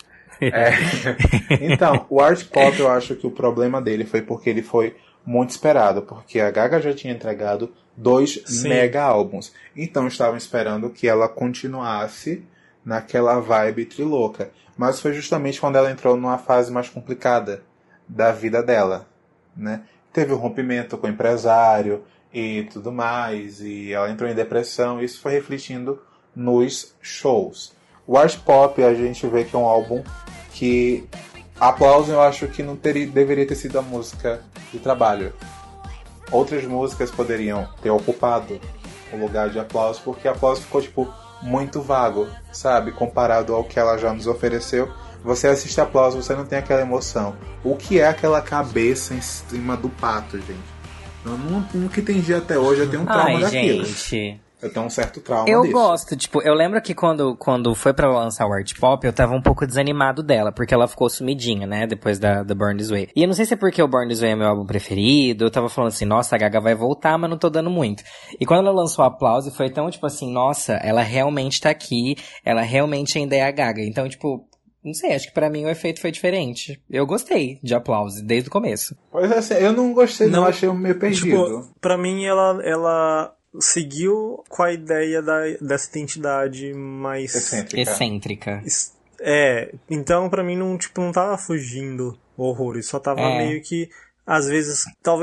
Então, o art pop, eu acho que o problema dele foi porque ele foi muito esperado, porque a Gaga já tinha entregado 2 mega álbuns. Então estavam esperando que ela continuasse naquela vibe trilouca. Mas foi justamente quando ela entrou numa fase mais complicada da vida dela, né? Teve um rompimento com o empresário e tudo mais, e ela entrou em depressão, e isso foi refletindo nos shows. O art pop, a gente vê que é um álbum que Aplauso eu acho que não deveria ter sido a música de trabalho. Outras músicas poderiam ter ocupado o lugar de Aplauso, porque Aplauso ficou tipo muito vago, sabe? Comparado ao que ela já nos ofereceu. Você assiste Aplauso, você não tem aquela emoção. O que é aquela cabeça em cima do pato, gente? Eu nunca entendi até hoje, eu tenho um trauma daquilo. Gente... Eu tenho um certo trauma Eu disso. gosto, tipo, eu lembro que quando foi pra lançar o art pop, eu tava um pouco desanimado dela, porque ela ficou sumidinha, né, depois da Born This Way. E eu não sei se é porque o Born This Way é meu álbum preferido, eu tava falando assim, nossa, a Gaga vai voltar, mas não tô dando muito. E quando ela lançou o Aplauso, foi tão, tipo assim, nossa, ela realmente tá aqui, ela realmente ainda é a Gaga. Então, tipo... Não sei, acho que pra mim o efeito foi diferente. Eu gostei de Aplauso, desde o começo. Pois é, assim, eu não gostei, não achei meio perdido. Tipo, pra mim ela seguiu com a ideia dessa identidade mais... Excêntrica. Então pra mim não tava fugindo horrores, só tava meio que... Às vezes,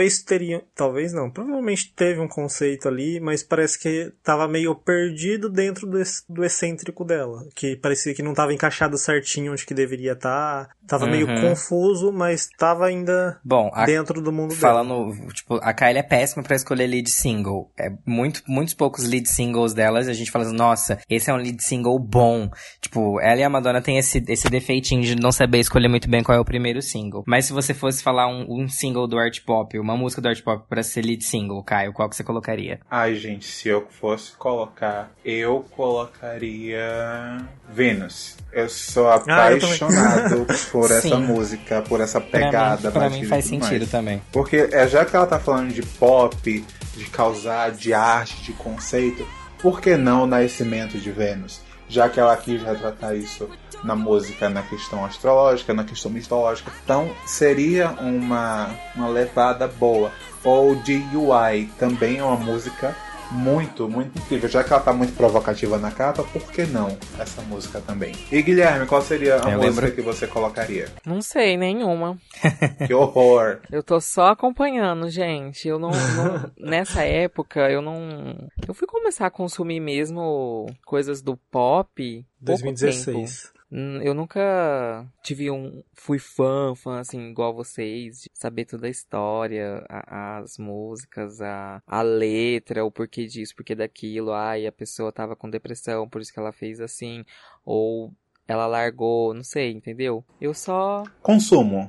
provavelmente teve um conceito ali, mas parece que tava meio perdido dentro do excêntrico dela, que parecia que não tava encaixado certinho onde que deveria estar, tava meio confuso, mas tava ainda dentro do mundo dela. Tipo, a Kylie é péssima pra escolher lead single, muitos poucos lead singles delas, a gente fala assim, nossa, esse é um lead single bom, tipo, ela e a Madonna tem esse defeitinho de não saber escolher muito bem qual é o primeiro single, mas se você fosse falar um single do art pop, uma música do art pop pra ser lead single, Caio, qual que você colocaria? Ai, gente, se eu fosse colocar, eu colocaria Venus. Eu sou apaixonado por essa música, por essa pegada. Pra mim faz sentido também. Porque já que ela tá falando de pop, de causar, de arte, de conceito, por que não o nascimento de Vênus? Já que ela quis retratar isso na música, na questão astrológica, na questão mitológica. Então, seria uma levada boa. Ou DUI, também é uma música muito, muito incrível. Já que ela tá muito provocativa na capa, por que não essa música também? E Guilherme, qual seria a música que você colocaria? Não sei, nenhuma. Que horror! Eu tô só acompanhando, gente. Eu não nessa época, eu fui começar a consumir mesmo coisas do pop 2016. Eu nunca fui fã, assim, igual vocês, de saber toda a história, as músicas, a letra, o porquê disso, porquê daquilo, a pessoa tava com depressão, por isso que ela fez assim, ou ela largou, não sei, entendeu? Eu só... Consumo.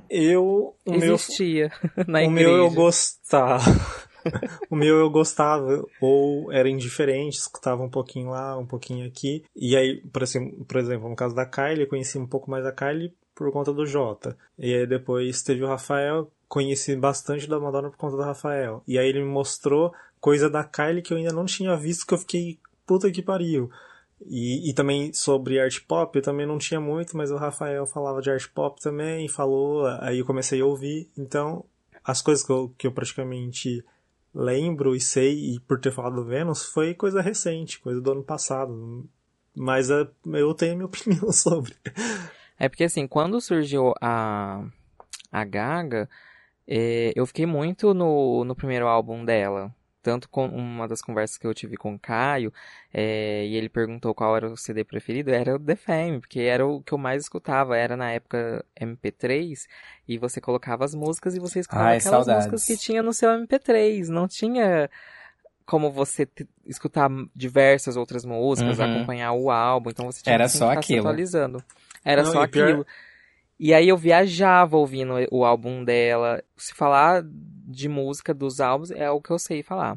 Existia na igreja. O meu eu gostava. O meu eu gostava, ou era indiferente, escutava um pouquinho lá, um pouquinho aqui. E aí, por exemplo, no caso da Kylie, eu conheci um pouco mais a Kylie por conta do Jota. E aí depois teve o Rafael, conheci bastante da Madonna por conta do Rafael. E aí ele me mostrou coisa da Kylie que eu ainda não tinha visto, que eu fiquei, puta que pariu. E também sobre art pop, eu também não tinha muito, mas o Rafael falava de art pop também, falou, aí eu comecei a ouvir. Então, as coisas que eu praticamente lembro e sei, e por ter falado do Vênus, foi coisa recente, coisa do ano passado. Mas eu tenho a minha opinião sobre. É porque, assim, quando surgiu a Gaga, eu fiquei muito no primeiro álbum dela. Tanto com uma das conversas que eu tive com o Caio, e ele perguntou qual era o CD preferido, era o The Fame, porque era o que eu mais escutava. Era na época MP3, e você colocava as músicas e você escutava aquelas saudades. músicas que tinha no seu MP3. Não tinha como você escutar diversas outras músicas, acompanhar o álbum, então você tinha Era que só ficar se aquilo. atualizando. Era Não, só e pior- aquilo. E aí eu viajava ouvindo o álbum dela. Se falar de música dos álbuns, é o que eu sei falar.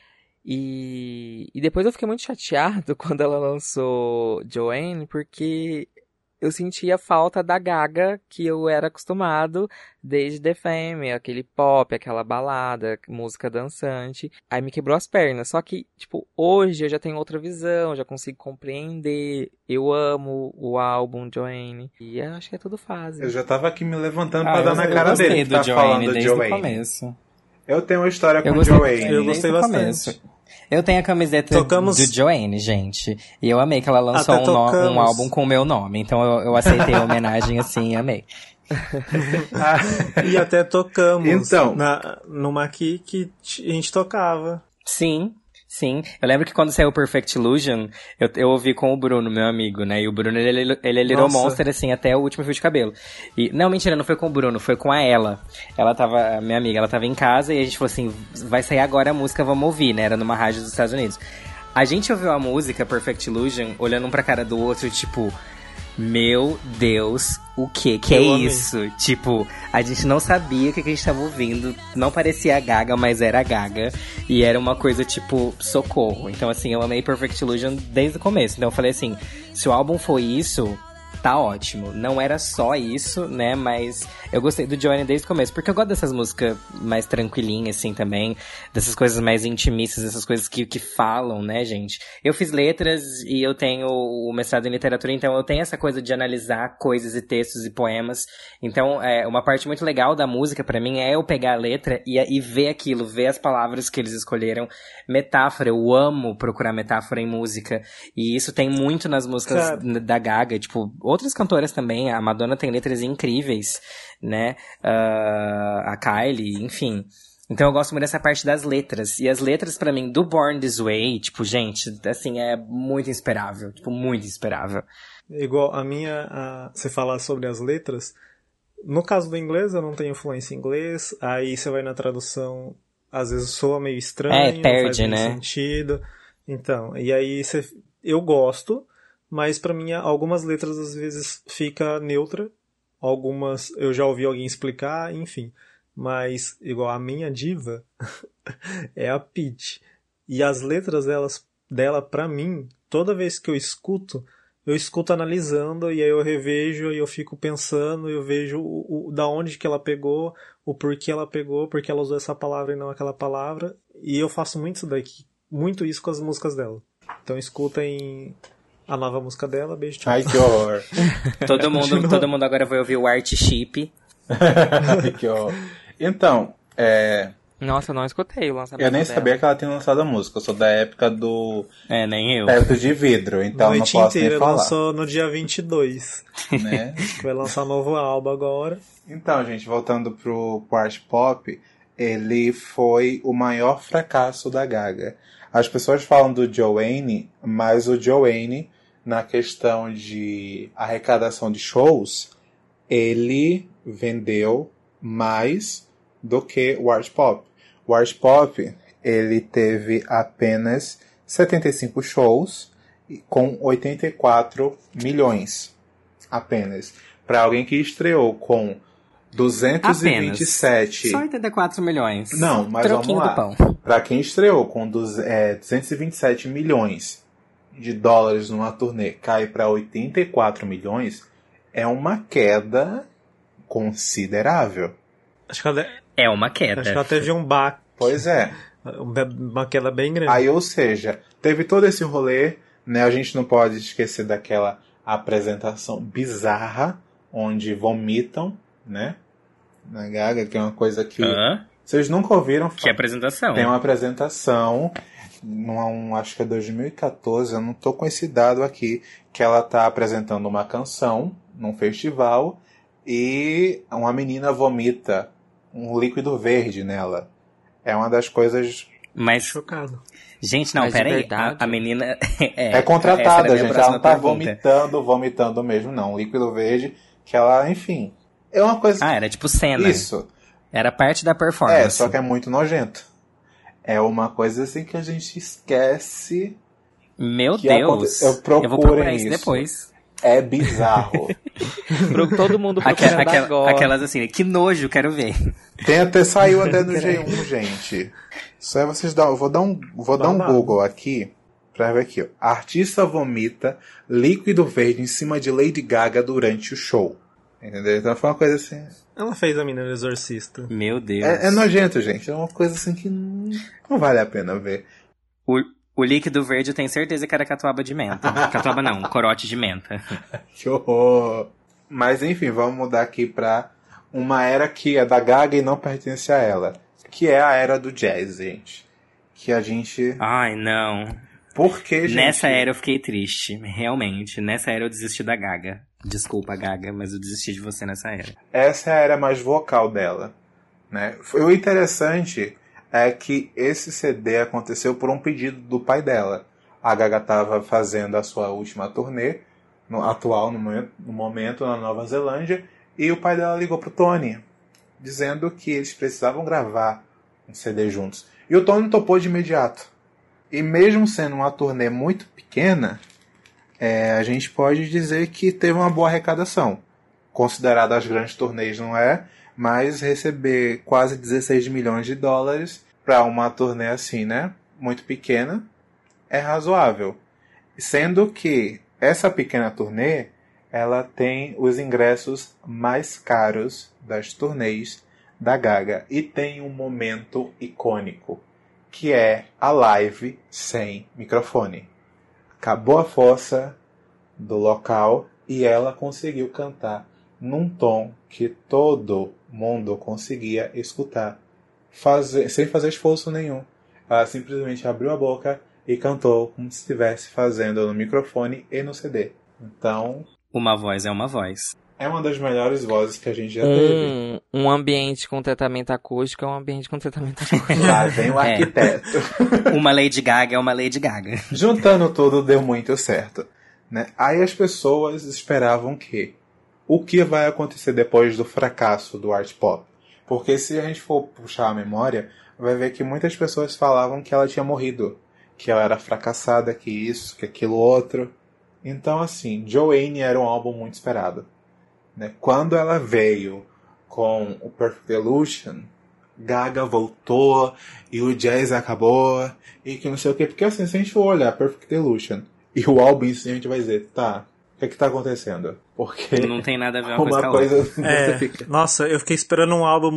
E depois eu fiquei muito chateado quando ela lançou Joanne, porque eu sentia falta da Gaga que eu era acostumado desde The Fame, aquele pop, aquela balada, música dançante. Aí me quebrou as pernas. Só que, tipo, hoje eu já tenho outra visão, já consigo compreender. Eu amo o álbum Joanne. E eu acho que é tudo fase. Eu já tava aqui me levantando pra dar na eu cara gostei dele, do tá Joanne falando do desde o Joanne. começo. Eu tenho uma história Eu com gostei, Joanne. Eu gostei desde o bastante. começo. Eu tenho a camiseta Tocamos- do Joanne, gente. E eu amei que ela lançou Até um tocamos. álbum com o meu nome. Então eu aceitei a homenagem assim e amei. E até tocamos Então. numa aqui que a gente tocava. Sim. Eu lembro que quando saiu o Perfect Illusion, eu ouvi com o Bruno, meu amigo, né? E o Bruno, ele é Little Nossa. Monster, assim, até o último fio de cabelo. E, não, mentira, não foi com o Bruno, foi com a Ela. Ela tava, minha amiga, ela tava em casa e a gente falou assim, vai sair agora a música, vamos ouvir, né? Era numa rádio dos Estados Unidos. A gente ouviu a música Perfect Illusion, olhando um pra cara do outro, tipo... Meu Deus, o que é Eu amei. isso? Tipo, a gente não sabia o que a gente tava ouvindo. Não parecia a Gaga, mas era a Gaga. E era uma coisa tipo, socorro. Então assim, eu amei Perfect Illusion desde o começo. Então eu falei assim, se o álbum foi isso, tá ótimo. Não era só isso, né, mas eu gostei do Joanne desde o começo. Porque eu gosto dessas músicas mais tranquilinhas, assim, também. Dessas coisas mais intimistas, dessas coisas que falam, né, gente? Eu fiz letras e eu tenho o mestrado em literatura, então eu tenho essa coisa de analisar coisas e textos e poemas. Então, uma parte muito legal da música pra mim é eu pegar a letra e ver aquilo, ver as palavras que eles escolheram. Metáfora, eu amo procurar metáfora em música. E isso tem muito nas músicas da Gaga, tipo, outras cantoras também. A Madonna tem letras incríveis, né? A Kylie, enfim. Então eu gosto muito dessa parte das letras. E as letras, pra mim, do Born This Way, tipo, gente, assim, é muito inspirável. Tipo, muito inspirável. Igual você falar sobre as letras. No caso do inglês, eu não tenho fluência em inglês. Aí você vai na tradução, às vezes soa meio estranho, perde, não faz muito né? sentido. Então, e aí eu gosto, mas pra mim algumas letras às vezes fica neutra. Algumas eu já ouvi alguém explicar, enfim. Mas, igual a minha diva, é a Pitty. E as letras dela, pra mim, toda vez que eu escuto analisando, e aí eu revejo, e eu fico pensando, eu vejo da onde que ela pegou, o porquê ela pegou, porque ela usou essa palavra e não aquela palavra. E eu faço muito isso com as músicas dela. Então escutem a nova música dela, beijo, tchau. Ai, que horror. Todo mundo agora vai ouvir o Art Chip. Que horror. Então, Nossa, eu não escutei o lançamento eu nem dela. sabia que ela tinha lançado a música. Eu sou da época do Nem eu. Teto de Vidro, então não Noite posso nem inteira, falar. lançou no dia 22. Né? Vai lançar um novo álbum agora. Então, gente, voltando pro art pop, ele foi o maior fracasso da Gaga. As pessoas falam do Joanne, mas o Joanne, na questão de arrecadação de shows, ele vendeu mais do que o art pop. O art pop, ele teve apenas 75 shows com 84 milhões. Apenas. Para alguém que estreou com 227... Só 84 milhões. Não, mas Troquinho vamos lá. do pão. Para quem estreou com 227 milhões de dólares numa turnê, cai para 84 milhões, é uma queda considerável. Acho que ela, É uma queda. acho que ela teve um baque, Pois é. uma queda bem grande. Aí, ou seja, teve todo esse rolê, né? A gente não pode esquecer daquela apresentação bizarra, onde vomitam, né? Na Gaga, que é uma coisa que Hã? vocês nunca ouviram. Que apresentação. Tem uma apresentação, acho que é 2014, eu não tô com esse dado aqui, que ela tá apresentando uma canção num festival e uma menina vomita um líquido verde nela. É uma das coisas... Mas, Chocado. gente, não, Mas de peraí. verdade? A menina... É essa contratada, era a minha gente. Ela próxima não tá pergunta. vomitando mesmo, não. Líquido verde, que ela, enfim... É uma coisa... Ah, era tipo cena. Isso. Era parte da performance. É, só que é muito nojento. É uma coisa assim que a gente esquece. Meu que Deus. eu procurem vou procurar isso isso. depois. É bizarro. Todo mundo procurando agora. Aquelas assim, que nojo, quero ver. Saiu até no G1, gente. Só é vocês dar, vou dar um Google aqui pra ver aqui, ó. Artista vomita líquido verde em cima de Lady Gaga durante o show. Entendeu? Então foi uma coisa assim. Ela fez a menina do Exorcista. Meu Deus. É nojento, gente. É uma coisa assim que não vale a pena ver. O líquido verde eu tenho certeza que era catuaba de menta. Catuaba não, corote de menta. Que horror. Mas enfim, vamos mudar aqui pra uma era que é da Gaga e não pertence a ela. Que é a era do jazz, gente. Que a gente... Ai, não. Por que, gente? Nessa era eu fiquei triste, realmente. Nessa era eu desisti da Gaga. Desculpa, Gaga, mas eu desisti de você nessa era. Essa é a era mais vocal dela, né? O interessante é que esse CD aconteceu por um pedido do pai dela. A Gaga estava fazendo a sua última turnê, atual no momento, na Nova Zelândia, e o pai dela ligou pro Tony, dizendo que eles precisavam gravar um CD juntos. E o Tony topou de imediato. E mesmo sendo uma turnê muito pequena, a gente pode dizer que teve uma boa arrecadação. Considerada as grandes turnês, não é? Mas receber quase 16 milhões de dólares para uma turnê assim, né? Muito pequena, é razoável. Sendo que essa pequena turnê, ela tem os ingressos mais caros das turnês da Gaga. E tem um momento icônico, que é a live sem microfone. Acabou a força do local e ela conseguiu cantar num tom que todo mundo conseguia escutar, sem fazer esforço nenhum. Ela simplesmente abriu a boca e cantou como se estivesse fazendo no microfone e no CD. Então, uma voz é uma voz. é uma das melhores vozes que a gente já teve. Um ambiente com tratamento acústico é um ambiente com tratamento acústico. Lá vem o arquiteto. Uma Lady Gaga é uma Lady Gaga. Juntando tudo, deu muito certo, né? Aí as pessoas esperavam o que vai acontecer depois do fracasso do art pop? Porque se a gente for puxar a memória, vai ver que muitas pessoas falavam que ela tinha morrido, que ela era fracassada, que isso, que aquilo outro. Então, assim, Joanne era um álbum muito esperado, né? Quando ela veio com o Perfect Illusion, Gaga voltou e o jazz acabou e que não sei o que. Porque assim, se a gente for olhar Perfect Illusion e o álbum em si, a gente vai dizer, tá, o que tá acontecendo? Porque não tem nada a ver uma coisa com a você outra. fica... Nossa, eu fiquei esperando um álbum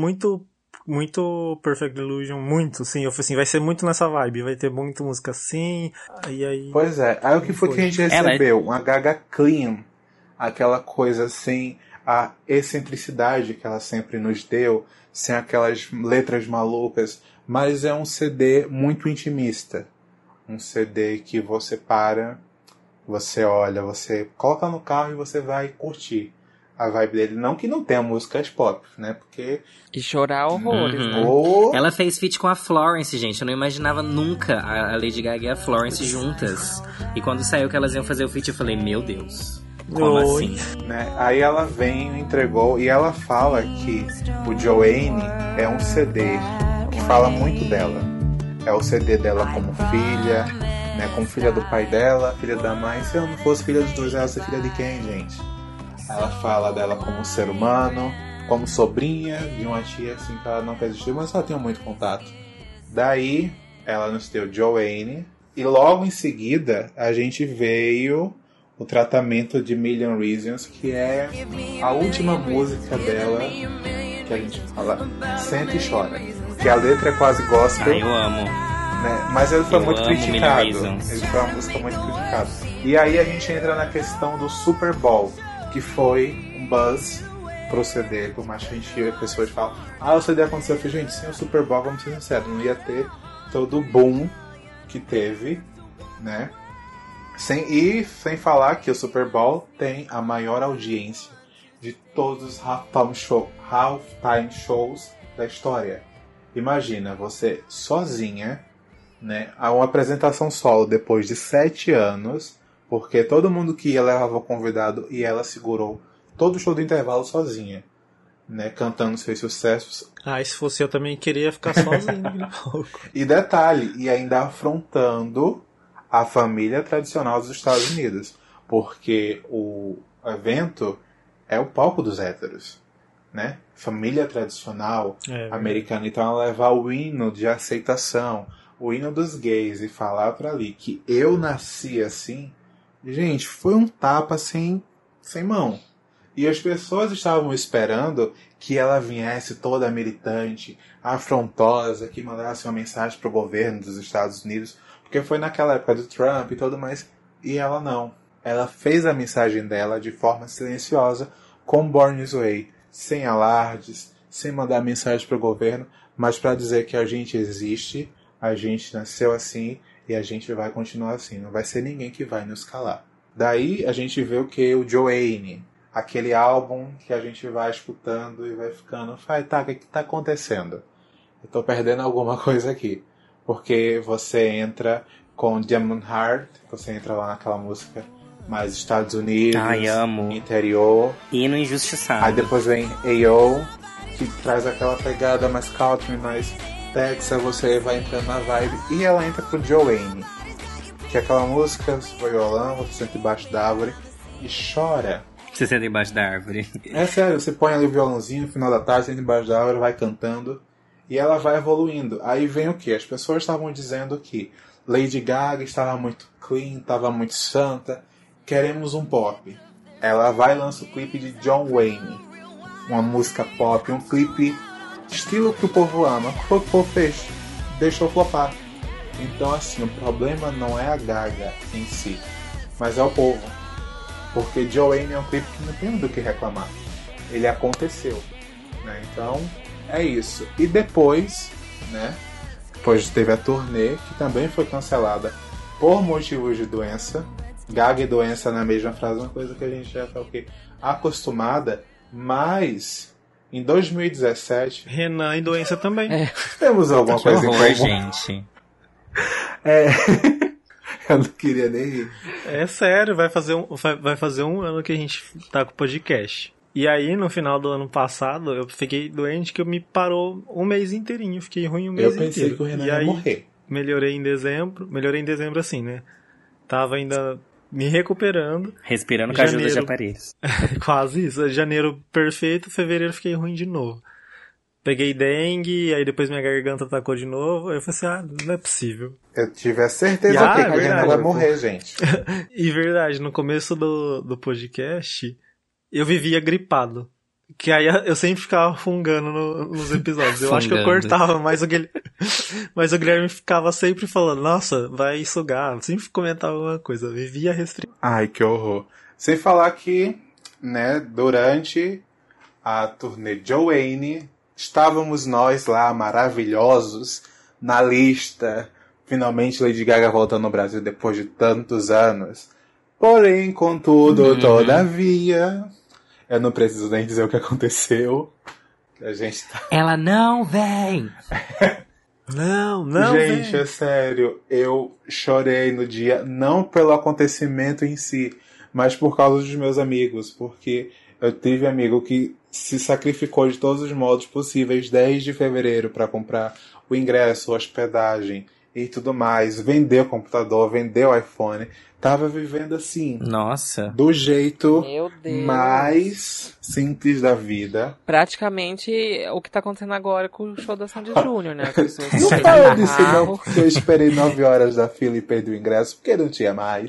muito Perfect Illusion, muito, sim. Eu falei assim, vai ser muito nessa vibe, vai ter muita música assim, e aí... Pois é, aí o que foi que a gente recebeu? Uma Gaga clean, aquela coisa assim, a excentricidade que ela sempre nos deu, sem aquelas letras malucas, mas é um CD muito intimista. Um CD que você para, você olha, você coloca no carro e você vai curtir a vibe dele. Não que não tenha músicas pop, né? Porque... E chorar horrores, né? Ela fez feat com a Florence, gente. Eu não imaginava nunca a Lady Gaga e a Florence juntas. E quando saiu que elas iam fazer o feat, eu falei, meu Deus, como assim? Né? Aí ela vem, entregou, e ela fala que o Joanne é um CD que fala muito dela. É o CD dela como filha, né? Como filha do pai dela, filha da mãe. Se eu não fosse filha dos dois, ela ia ser filha de quem, gente? Ela fala dela como ser humano, como sobrinha de uma tia assim que ela nunca existiu, mas ela tinha muito contato. Daí ela nos deu Joanne, e logo em seguida a gente veio o tratamento de Million Reasons, que é a última música dela, que a gente fala, Senta e Chora. Que a letra é quase gospel. Eu amo. Né? Mas ele foi muito criticado. Ele foi uma música muito criticada. E aí a gente entra na questão do Super Bowl, que foi um buzz pro CD, por mais que a gente pessoas falam, o CD aconteceu. Eu falei, gente, sem o Super Bowl, vamos ser sinceros, não ia ter todo o boom que teve, né? Sem falar que o Super Bowl tem a maior audiência de todos os halftime shows da história. Imagina, você sozinha, né, a uma apresentação solo depois de 7 anos, porque todo mundo que ia levava o convidado e ela segurou todo o show do intervalo sozinha, né, cantando seus sucessos. E se fosse eu também queria ficar sozinho no palco. E detalhe, e ainda afrontando a família tradicional dos Estados Unidos, porque o evento é o palco dos héteros, né? Família tradicional americana, então ela levar o hino de aceitação, o hino dos gays e falar pra ali que eu nasci assim, gente, foi um tapa sem mão. E as pessoas estavam esperando que ela viesse toda militante, afrontosa, que mandasse uma mensagem pro governo dos Estados Unidos, porque foi naquela época do Trump e tudo mais, e ela não. Ela fez a mensagem dela de forma silenciosa, com Born This Way, sem alardes, sem mandar mensagem pro governo, mas para dizer que a gente existe, a gente nasceu assim e a gente vai continuar assim. Não vai ser ninguém que vai nos calar. Daí a gente vê o que? O Joanne, aquele álbum que a gente vai escutando e vai ficando, o que tá acontecendo? Eu tô perdendo alguma coisa aqui. Porque você entra com Diamond Heart, você entra lá naquela música mais Estados Unidos, amo. Interior. Hino injustiçado. Aí depois vem A.O., que traz aquela pegada mais country, mais Texas, você vai entrando na vibe. E ela entra pro Joanne, que é aquela música, você vai violão, você senta embaixo da árvore e chora. Você senta embaixo da árvore. É sério, você põe ali o violãozinho no final da tarde, senta embaixo da árvore, vai cantando. E ela vai evoluindo. Aí vem o que? As pessoas estavam dizendo que Lady Gaga estava muito clean, estava muito santa. Queremos um pop. Ela vai e lança o clipe de John Wayne. Uma música pop, um clipe estilo que o povo ama. O povo fez, deixou flopar. Então assim, o problema não é a Gaga em si, mas é o povo. Porque John Wayne é um clipe que não tem do que reclamar. Ele aconteceu, né? Então é isso. E depois, né? Depois teve a turnê, que também foi cancelada por motivos de doença. Gaga e doença na mesma frase, uma coisa que a gente já está acostumada. Mas em 2017, Renan e doença também. temos alguma coisa em comum. Gente. Eu não queria nem rir. É sério, vai fazer um ano que a gente tá com o podcast. E aí, no final do ano passado, eu fiquei doente que me parou um mês inteirinho. Fiquei ruim um mês inteiro. Eu pensei que o Renan e ia aí, morrer. Melhorei em dezembro assim, né? Tava ainda me recuperando. Respirando com a ajuda de aparelhos. Quase isso. Janeiro perfeito, fevereiro fiquei ruim de novo. Peguei dengue, aí depois minha garganta atacou de novo. Aí eu falei assim, não é possível. Eu tive a certeza que a Renan vai morrer, gente. E verdade, no começo do podcast, eu vivia gripado. Que aí eu sempre ficava fungando nos episódios. Eu acho que eu cortava, mas o Guilherme ficava sempre falando, nossa, vai sugar. Sempre comentava alguma coisa. Vivia restrito. Ai, que horror. Sem falar que, né, durante a turnê Joanne, estávamos nós lá, maravilhosos, na lista. Finalmente Lady Gaga voltando no Brasil depois de tantos anos. Porém, contudo, todavia, eu não preciso nem dizer o que aconteceu. A gente tá... Ela não vem! Não, gente, vem. é sério, eu chorei no dia, não pelo acontecimento em si, mas por causa dos meus amigos, porque eu tive amigo que se sacrificou de todos os modos possíveis desde fevereiro para comprar o ingresso, a hospedagem e tudo mais, vendeu o computador, vendeu o iPhone, tava vivendo assim, nossa, do jeito Meu Deus. mais simples da vida. Praticamente o que tá acontecendo agora com o show da Sandy Júnior, né? As pessoas Não saem fala do disso não, carro. porque eu esperei 9 horas da fila e perdi o ingresso, porque não tinha mais.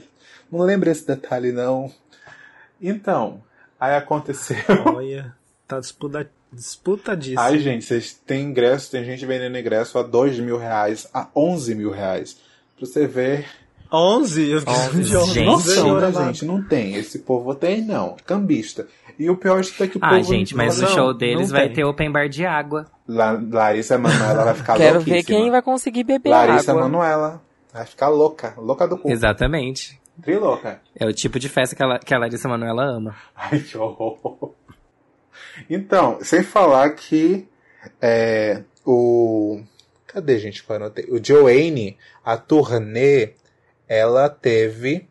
Não lembro esse detalhe, não. Então, aí aconteceu... Olha, tá disputadíssimo. Ai, gente, vocês têm ingresso, tem gente vendendo ingresso a R$2.000, a R$11.000. Pra você ver... 11? Eu fiquei de 11. Gente. Noção, né, gente? Não tem. Esse povo tem, não. Cambista. E o pior de tudo é que o povo... Gente, mas no Não, show deles não vai tem. ter open bar de água. Larissa Manoela vai ficar Quero louquíssima. ver quem vai conseguir beber Larissa água. Manoela. Vai ficar louca. Louca do cu. Exatamente. Trilouca. É o tipo de festa que a Larissa Manoela ama. Ai, que horror. Então, sem falar que Cadê, gente, que eu anotei? O Joanne, a turnê, ela teve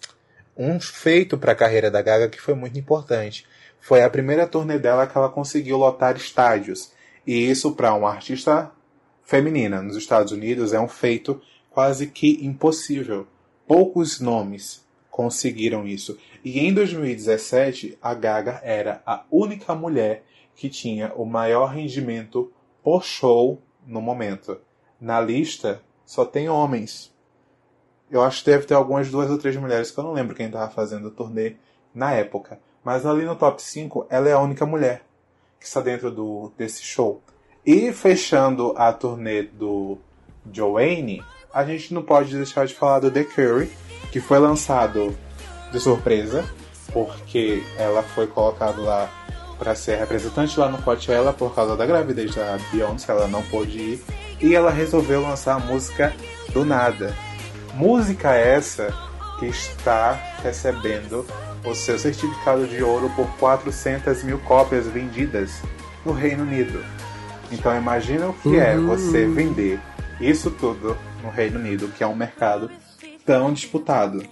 um feito para a carreira da Gaga que foi muito importante. Foi a primeira turnê dela que ela conseguiu lotar estádios. E isso, para uma artista feminina nos Estados Unidos, é um feito quase que impossível. Poucos nomes conseguiram isso. E em 2017, a Gaga era a única mulher que tinha o maior rendimento por show no momento. Na lista, só tem homens. Eu acho que deve ter algumas 2 ou 3 mulheres, que eu não lembro quem estava fazendo o turnê na época. Mas ali no top 5, ela é a única mulher que está dentro desse show. E fechando a turnê do Joanne, a gente não pode deixar de falar do The Curry, que foi lançado de surpresa, porque ela foi colocada lá para ser representante lá no Coachella por causa da gravidez da Beyoncé, ela não pôde ir, e ela resolveu lançar a música do nada. Música essa que está recebendo o seu certificado de ouro por 400 mil cópias vendidas no Reino Unido. Então imagina o que é você vender isso tudo no Reino Unido, que é um mercado tão disputado.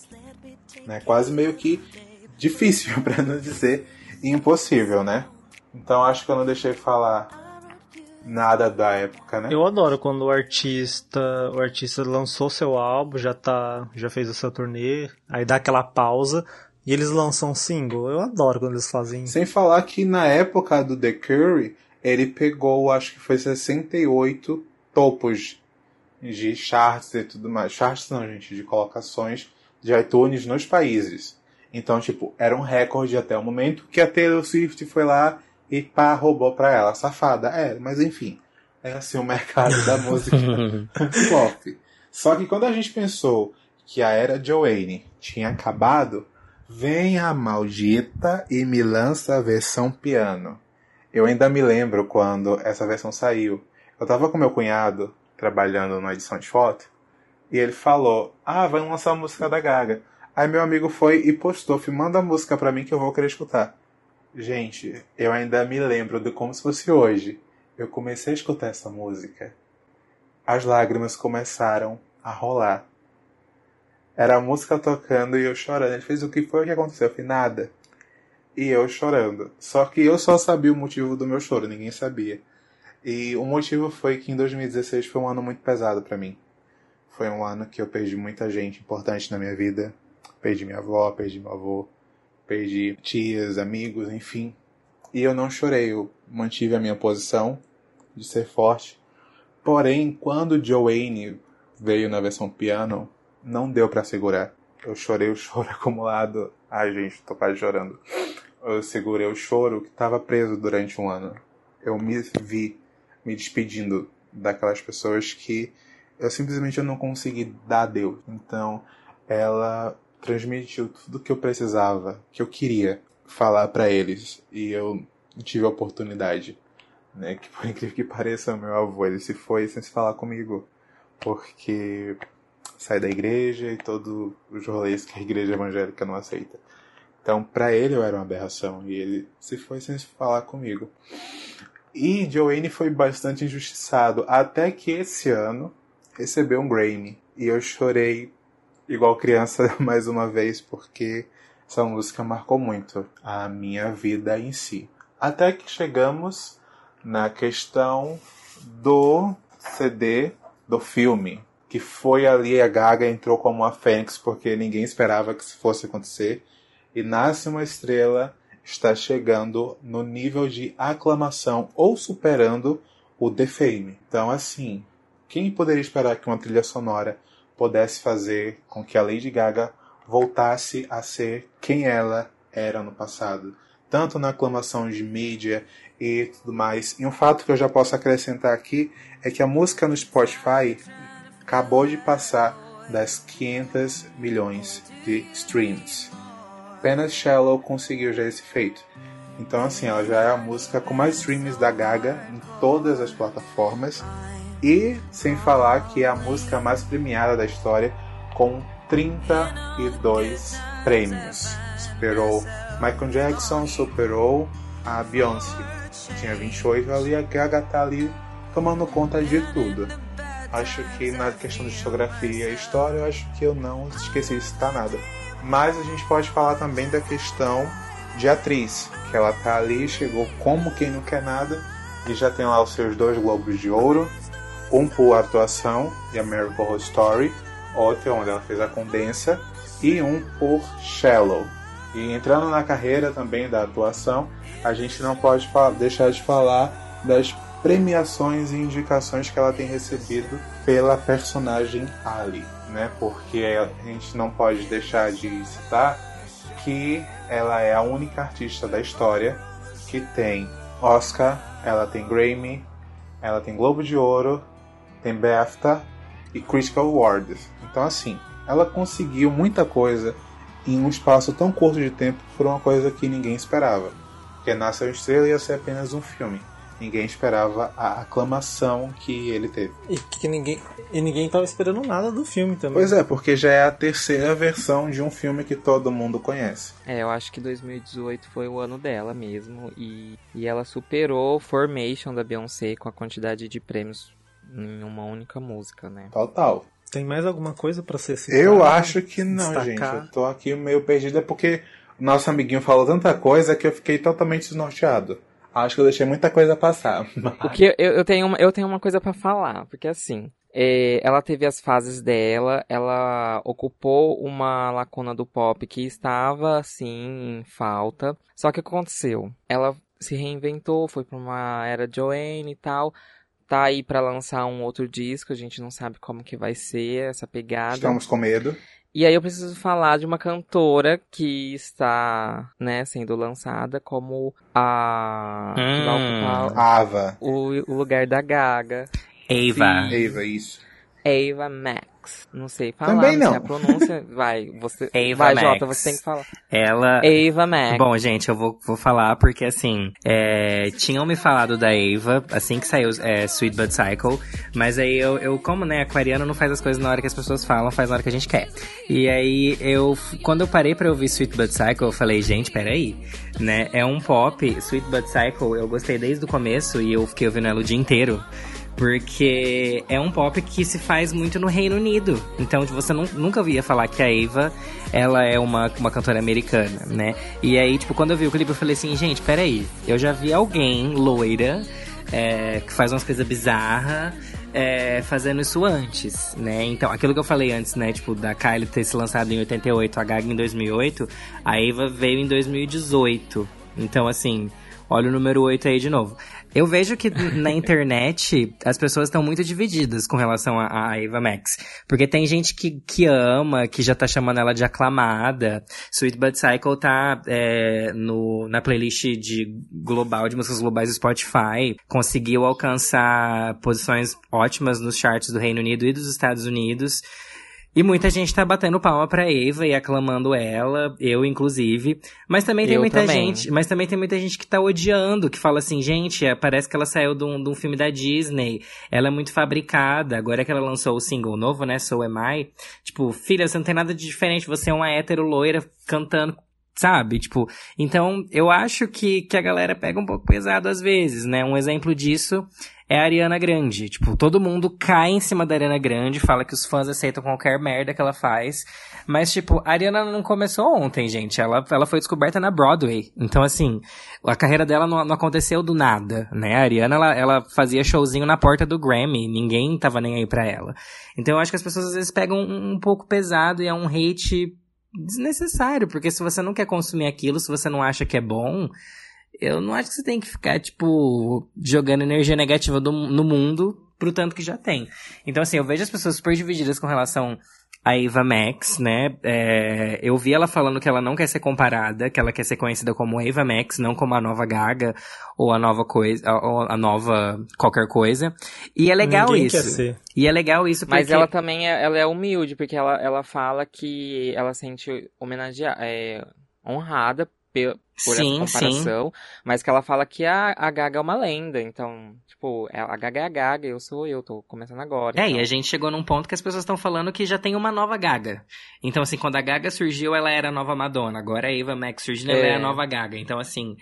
Né? Quase meio que difícil, para não dizer impossível, né? Então acho que eu não deixei falar nada da época, né? Eu adoro quando o artista lançou seu álbum, já fez a sua turnê, aí dá aquela pausa e eles lançam um single. Eu adoro quando eles fazem. Sem falar que na época do The Curry, ele pegou, acho que foi 68 topos de charts e tudo mais. Charts não, gente, de colocações de iTunes nos países. Então, tipo, era um recorde até o momento que a Taylor Swift foi lá e pá, roubou pra ela. Safada. Mas enfim. É assim o mercado da música pop. Só que quando a gente pensou que a era Joanne tinha acabado, vem a maldita e me lança a versão piano. Eu ainda me lembro quando essa versão saiu. Eu tava com meu cunhado trabalhando na edição de foto e ele falou, vai lançar a música da Gaga. Aí meu amigo foi e postou, manda a música pra mim que eu vou querer escutar. Gente, eu ainda me lembro de como se fosse hoje. Eu comecei a escutar essa música. As lágrimas começaram a rolar. Era a música tocando e eu chorando. Ele fez o que foi que aconteceu? Eu falei, nada. E eu chorando. Só que eu só sabia o motivo do meu choro, ninguém sabia. E o motivo foi que em 2016 foi um ano muito pesado pra mim. Foi um ano que eu perdi muita gente importante na minha vida. Perdi minha avó, perdi meu avô, perdi tias, amigos, enfim. E eu não chorei, eu mantive a minha posição de ser forte. Porém, quando Joanne veio na versão piano, não deu pra segurar. Eu chorei o choro acumulado. Ai, gente, tô quase chorando. Eu segurei o choro que estava preso durante um ano. Eu me vi me despedindo daquelas pessoas que eu simplesmente não consegui dar adeus. Então, ela transmitiu tudo o que eu precisava, que eu queria falar pra eles. E eu tive a oportunidade, né? Que por incrível que pareça, meu avô, ele se foi sem se falar comigo. Porque sai da igreja e todos os rolês que a igreja evangélica não aceita. Então, pra ele eu era uma aberração. E ele se foi sem se falar comigo. E Joanne foi bastante injustiçado. Até que esse ano recebeu um Grammy. E eu chorei igual criança mais uma vez. Porque essa música marcou muito a minha vida em si. Até que chegamos na questão do CD do filme. Que foi ali a Gaga entrou como uma fênix. Porque ninguém esperava que isso fosse acontecer. E Nasce uma Estrela está chegando no nível de aclamação ou superando o The Fame. Então, assim, quem poderia esperar que uma trilha sonora pudesse fazer com que a Lady Gaga voltasse a ser quem ela era no passado. Tanto na aclamação de mídia e tudo mais. E um fato que eu já posso acrescentar aqui é que a música no Spotify acabou de passar das 500 milhões de streams. Apenas Shallow conseguiu já esse feito. Então assim, ela já é a música com mais streams da Gaga em todas as plataformas. E sem falar que é a música mais premiada da história, com 32 prêmios. Superou Michael Jackson, superou a Beyoncé. Tinha 28 ali, a Gaga tá ali tomando conta de tudo. Acho que na questão de discografia e história, eu acho que eu não esqueci de citar nada. Mas a gente pode falar também da questão de atriz, que ela tá ali, chegou como quem não quer nada, e já tem lá os seus 2 Globos de Ouro, um por atuação, de American Horror Story, outro onde ela fez a Condensa, e um por Shallow. E entrando na carreira também da atuação, a gente não pode deixar de falar das premiações e indicações que ela tem recebido pela personagem Ali, né? Porque a gente não pode deixar de citar que ela é a única artista da história que tem Oscar, ela tem Grammy, ela tem Globo de Ouro, tem BAFTA e Critical Awards. Então assim, ela conseguiu muita coisa em um espaço tão curto de tempo por uma coisa que ninguém esperava. Porque Nasce uma Estrela ia ser apenas um filme. Ninguém esperava a aclamação que ele teve. E ninguém tava esperando nada do filme também. Pois é, porque já é a terceira versão de um filme que todo mundo conhece. Eu acho que 2018 foi o ano dela mesmo. E ela superou Formation da Beyoncé com a quantidade de prêmios em uma única música, né? Total. Tem mais alguma coisa pra ser citada? Eu acho que não, destacar? gente. Eu tô aqui meio perdido. É porque o nosso amiguinho falou tanta coisa que eu fiquei totalmente desnorteado. Acho que eu deixei muita coisa passar. Porque eu tenho uma coisa pra falar. Porque assim, ela teve as fases dela, ela ocupou uma lacuna do pop que estava, assim, em falta. Só que o que aconteceu? Ela se reinventou, foi pra uma era Joanne e tal. Tá aí pra lançar um outro disco, a gente não sabe como que vai ser essa pegada. Estamos com medo. E aí eu preciso falar de uma cantora que está, né, sendo lançada como a... que vai ocupar Ava. o lugar da Gaga. Ava. Ava, isso. Ava Max. Não sei falar, Também não. sei a pronúncia. Vai, você... Ava vai, Max. Jota, você tem que falar. Ela... Ava Max. Bom, gente, eu vou falar porque, assim, tinham me falado da Ava, assim que saiu Sweet But Psycho, mas aí eu como, né, aquariano não faz as coisas na hora que as pessoas falam, faz na hora que a gente quer. E aí, quando eu parei pra ouvir Sweet But Psycho, eu falei, gente, peraí, né, é um pop, Sweet But Psycho, eu gostei desde o começo e eu fiquei ouvindo ela o dia inteiro. Porque é um pop que se faz muito no Reino Unido. Então você nunca ouvia falar que a Ava, ela é uma cantora americana, né? E aí, tipo, quando eu vi o clipe eu falei assim, gente, peraí. Eu já vi alguém loira, que faz umas coisas bizarras, fazendo isso antes, né? Então, aquilo que eu falei antes, né? Tipo, da Kylie ter se lançado em 88, a Gaga em 2008, a Ava veio em 2018. Então, assim... Olha o número 8 aí de novo. Eu vejo que na internet as pessoas estão muito divididas com relação a Ava Max. Porque tem gente que ama, que já tá chamando ela de aclamada. Sweet But Psycho tá na playlist de músicas globais do Spotify. Conseguiu alcançar posições ótimas nos charts do Reino Unido e dos Estados Unidos. E muita gente tá batendo palma pra Ava e aclamando ela, eu inclusive. Mas também tem muita gente que tá odiando, que fala assim, gente, parece que ela saiu de um filme da Disney. Ela é muito fabricada. Agora que ela lançou o single novo, né, So Am I. Tipo, filha, você não tem nada de diferente, você é uma hétero loira cantando, sabe? Tipo, então eu acho que a galera pega um pouco pesado às vezes, né? Um exemplo disso é a Ariana Grande. Tipo, todo mundo cai em cima da Ariana Grande, fala que os fãs aceitam qualquer merda que ela faz. Mas, tipo, a Ariana não começou ontem, gente. Ela foi descoberta na Broadway. Então, assim, a carreira dela não aconteceu do nada, né? A Ariana, ela fazia showzinho na porta do Grammy. Ninguém tava nem aí pra ela. Então, eu acho que as pessoas, às vezes, pegam um pouco pesado e é um hate desnecessário. Porque se você não quer consumir aquilo, se você não acha que é bom... Eu não acho que você tem que ficar, tipo, jogando energia negativa no mundo pro tanto que já tem. Então, assim, eu vejo as pessoas super divididas com relação a Ava Max, né? Eu vi ela falando que ela não quer ser comparada, que ela quer ser conhecida como Ava Max, não como a nova Gaga ou a nova coisa, ou a nova qualquer coisa. E é legal Ninguém isso. quer ser. E é legal isso porque... Mas ela também ela é humilde, porque ela fala que ela sente honrada por essa Sim, comparação, mas que ela fala que a Gaga é uma lenda, então, tipo, a Gaga é a Gaga, eu sou eu, tô começando agora. E então. a gente chegou num ponto que as pessoas estão falando que já tem uma nova Gaga. Então, assim, quando a Gaga surgiu, ela era a nova Madonna. Agora a Ava Max surgindo, ela é a nova Gaga. Então, assim...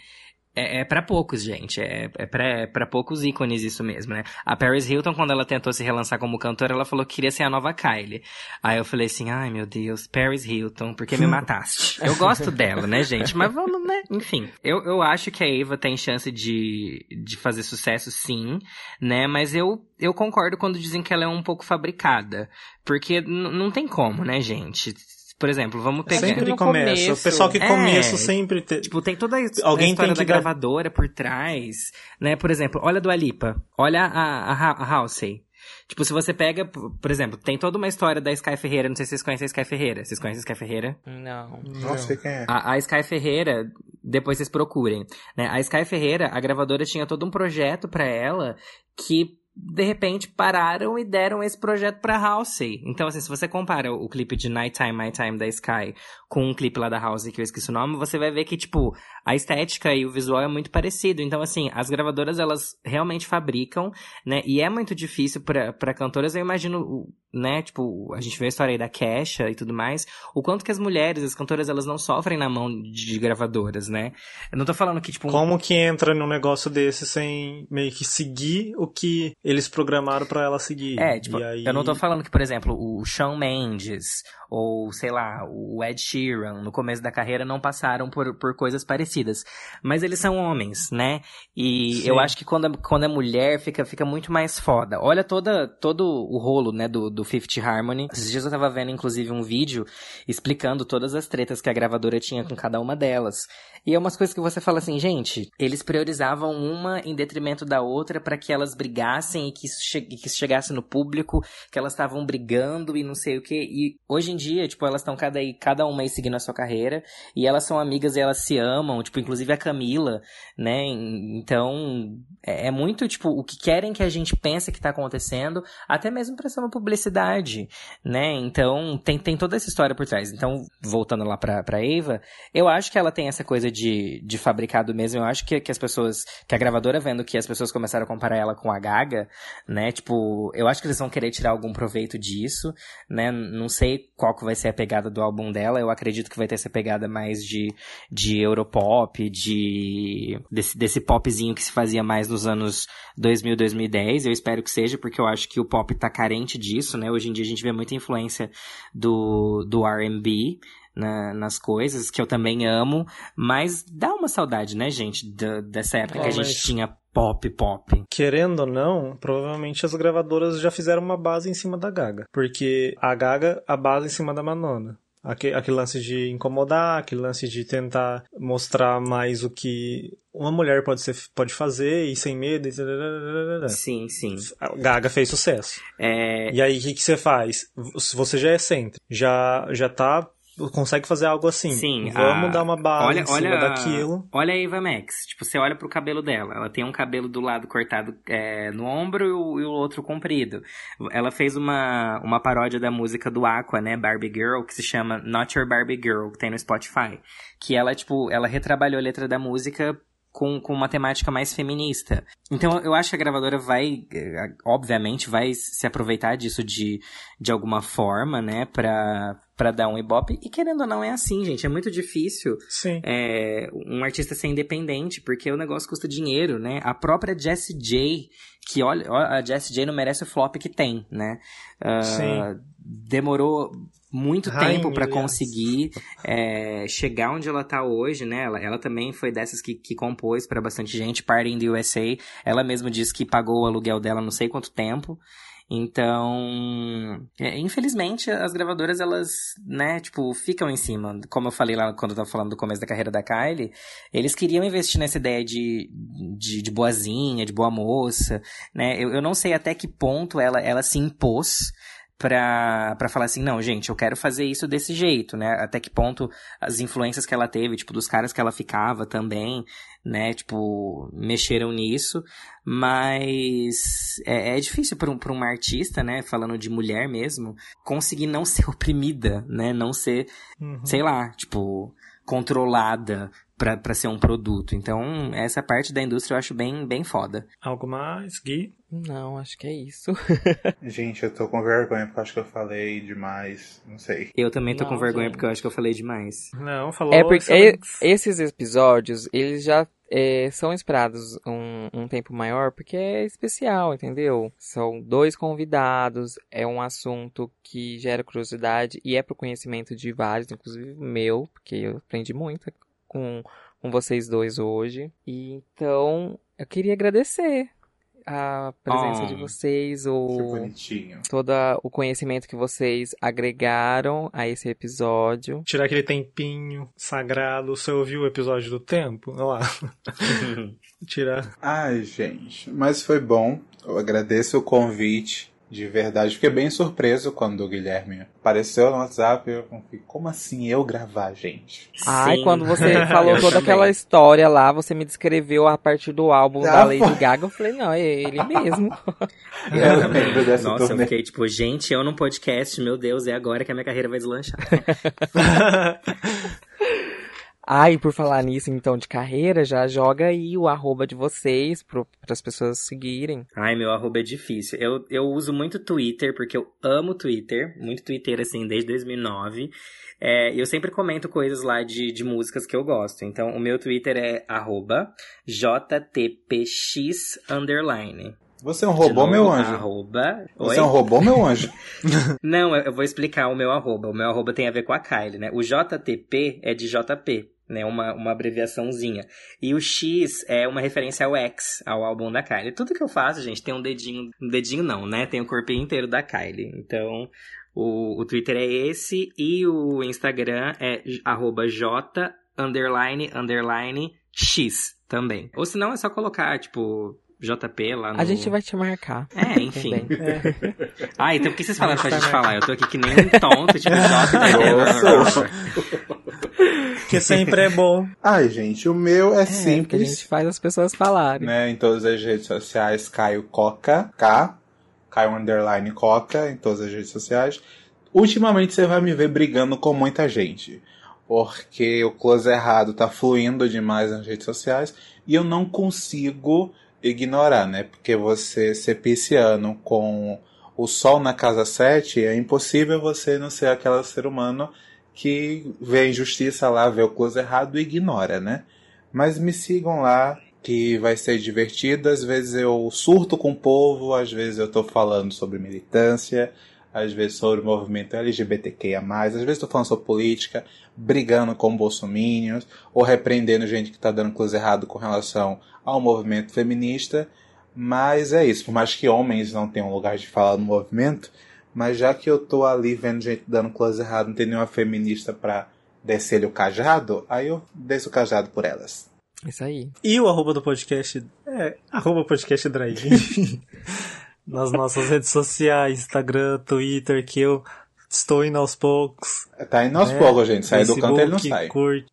É pra poucos, gente. É pra poucos ícones isso mesmo, né? A Paris Hilton, quando ela tentou se relançar como cantora, ela falou que queria ser a nova Kylie. Aí eu falei assim, ai meu Deus, Paris Hilton, por que me mataste? Eu gosto dela, né, gente? Mas vamos, né? Enfim. Eu acho que a Ava tem chance de fazer sucesso, sim, né? Mas eu concordo quando dizem que ela é um pouco fabricada. Porque não tem como, né, gente? Por exemplo, vamos pegar... Sempre no começa. começo. O pessoal que começa sempre... Tipo, tem toda a Alguém história tem da que dar- gravadora por trás, né? Por exemplo, olha a Dua Lipa, olha a Halsey. Tipo, se você pega, por exemplo, tem toda uma história da Sky Ferreira, não sei se vocês conhecem a Sky Ferreira. Vocês conhecem a Sky Ferreira? Não. Nossa, sei quem é. A Sky Ferreira, depois vocês procurem, né? A Sky Ferreira, a gravadora tinha todo um projeto pra ela que... de repente pararam e deram esse projeto pra Halsey. Então, assim, se você compara o clipe de Nighttime, My Time da Sky com um clipe lá da Halsey, que eu esqueci o nome, você vai ver que, tipo, a estética e o visual é muito parecido. Então, assim, as gravadoras, elas realmente fabricam, né? E é muito difícil pra cantoras, eu imagino, né? Tipo, a gente vê a história aí da Kesha e tudo mais, o quanto que as mulheres, as cantoras, elas não sofrem na mão de gravadoras, né? Eu não tô falando que, tipo... Como que entra num negócio desse sem meio que seguir o que eles programaram pra ela seguir? Tipo, E aí... eu não tô falando que, por exemplo, o Shawn Mendes ou, sei lá, o Ed Sheeran, no começo da carreira, não passaram por coisas parecidas. Mas eles são homens, né? E Sim. eu acho que quando é mulher, fica muito mais foda. Olha todo o rolo, né, do Fifth Harmony. Esses dias eu tava vendo, inclusive, um vídeo explicando todas as tretas que a gravadora tinha com cada uma delas. E é umas coisas que você fala assim, gente, eles priorizavam uma em detrimento da outra pra que elas brigassem e que isso chegasse no público, que elas estavam brigando e não sei o quê. E hoje em dia, tipo, elas estão cada uma aí seguindo a sua carreira, e elas são amigas e elas se amam, tipo, inclusive a Camila, né? Então, é muito, tipo, o que querem que a gente pense que tá acontecendo, até mesmo pra ser uma publicidade, né? Então, tem toda essa história por trás. Então, voltando lá pra Ava, eu acho que ela tem essa coisa de fabricado mesmo. Eu acho que as pessoas, que a gravadora vendo que as pessoas começaram a comparar ela com a Gaga, né? Tipo, eu acho que eles vão querer tirar algum proveito disso, né? Não sei qual que vai ser a pegada do álbum dela. Eu acredito que vai ter essa pegada mais de Europop, desse popzinho que se fazia mais nos anos 2000, 2010. Eu espero que seja, porque eu acho que o pop tá carente disso, né? Hoje em dia a gente vê muita influência do R&B nas coisas, que eu também amo, mas dá uma saudade, né, gente, dessa época que a gente tinha pop. Querendo ou não, provavelmente as gravadoras já fizeram uma base em cima da Gaga, porque a Gaga, a base em cima da Madonna. Aquele lance de incomodar, aquele lance de tentar mostrar mais o que uma mulher pode fazer e sem medo. Sim. A Gaga fez sucesso. E aí, o que você faz? Você já é excêntrico, já tá... consegue fazer algo assim. Sim, vamos dar uma base em cima olha daquilo. Olha a Ava Max. Tipo, você olha pro cabelo dela. Ela tem um cabelo do lado cortado no ombro e o outro comprido. Ela fez uma paródia da música do Aqua, né? Barbie Girl, que se chama Not Your Barbie Girl, que tem no Spotify. Que ela, tipo, ela retrabalhou a letra da música com uma temática mais feminista. Então, eu acho que a gravadora obviamente, vai se aproveitar disso de alguma forma, né, pra dar um ibope. E querendo ou não, é assim, gente. É muito difícil um artista ser independente, porque o negócio custa dinheiro, né? A própria Jessie J, que olha, a Jessie J não merece o flop que tem, né? Demorou muito tempo pra conseguir chegar onde ela tá hoje, né? Ela também foi dessas que compôs pra bastante gente. Party in the USA. Ela mesma disse que pagou o aluguel dela não sei quanto tempo. Então, infelizmente, as gravadoras, elas, né, tipo, ficam em cima. Como eu falei lá quando eu tava falando do começo da carreira da Kylie, eles queriam investir nessa ideia de boazinha, de boa moça, né? Eu não sei até que ponto ela se impôs pra falar assim, não, gente, eu quero fazer isso desse jeito, né? Até que ponto as influências que ela teve, tipo, dos caras que ela ficava também, né? Tipo, mexeram nisso. Mas é difícil pra uma artista, né? Falando de mulher mesmo, conseguir não ser oprimida, né? Não ser, sei lá, tipo, controlada pra ser um produto. Então, essa parte da indústria eu acho bem, bem foda. Algo mais, Gui? Não, acho que é isso. Gente, eu tô com vergonha porque eu acho que eu falei demais. Não sei. Eu também tô com Não, vergonha gente. porque eu acho que eu falei demais. Não, falou. É porque excelentes. esses episódios, eles já são esperados um tempo maior porque é especial, entendeu? São 2 convidados, é um assunto que gera curiosidade e é pro conhecimento de vários, inclusive meu, porque eu aprendi muito com vocês dois hoje. E então, eu queria agradecer a presença de vocês, Que bonitinho. todo o conhecimento que vocês agregaram a esse episódio. Tirar aquele tempinho sagrado. Você ouviu o episódio do tempo? Olha lá. Tirar. Ai, gente, mas foi bom. Eu agradeço o convite. De verdade, fiquei bem surpreso quando o Guilherme apareceu no WhatsApp. Eu fiquei, como assim eu gravar, gente? Ai, Sim. quando você falou Eu toda também. aquela história lá, você me descreveu a partir do álbum da Ah, Lady foi. Gaga, eu falei, não, é ele mesmo. Eu também. lembro dessa Nossa, eu turnê. fiquei tipo, gente, eu num podcast, meu Deus, é agora que a minha carreira vai deslanchar. Ai, por falar nisso, então, de carreira, já joga aí o @, de vocês, para as pessoas seguirem. Ai, meu arroba é difícil. Eu uso muito Twitter, porque eu amo Twitter. Muito Twitter, assim, desde 2009. Eu sempre comento coisas lá de músicas que eu gosto. Então, o meu Twitter é @JTPX_. Você é um robô, meu anjo? Você é um robô, meu anjo? Não, eu vou explicar o meu arroba. O meu arroba tem a ver com a Kylie, né? O JTP é de JP, né? Uma abreviaçãozinha. E o X é uma referência ao X, ao álbum da Kylie. Tudo que eu faço, gente, tem um dedinho não, né? Tem o corpinho inteiro da Kylie. Então, o Twitter é esse e o Instagram é @J__X também. Ou senão é só colocar, tipo, JP lá no... A gente vai te marcar. Enfim. Também. Ah, então por que vocês falaram pra gente falar? Eu tô aqui que nem um tonto, tipo, Nossa. Que sempre é bom. Ai, gente, o meu é Porque a simples. gente faz as pessoas falarem. Né, em todas as redes sociais, Caio Coca, Caio _ Coca, em todas as redes sociais. Ultimamente você vai me ver brigando com muita gente, porque o Close Errado tá fluindo demais nas redes sociais e eu não consigo ignorar, né? Porque você ser pisciano com o sol na casa 7, é impossível você não ser aquele ser humano que vê a injustiça lá, vê o Close Errado e ignora, né? Mas me sigam lá, que vai ser divertido. Às vezes eu surto com o povo, às vezes eu tô falando sobre militância, às vezes sobre o movimento LGBTQIA+, às vezes tô falando sobre política, brigando com bolsominions, ou repreendendo gente que tá dando Close Errado com relação ao movimento feminista. Mas é isso, por mais que homens não tenham lugar de falar no movimento, mas já que eu tô ali vendo gente dando Close Errado, não tem nenhuma feminista pra descer-lhe o cajado, aí eu desço o cajado por elas. Isso aí. E o @ do podcast é @podcast drive. Nas nossas redes sociais, Instagram, Twitter, que eu estou indo aos poucos. Tá indo aos poucos, gente. Sair do canto ele não sai. Curte.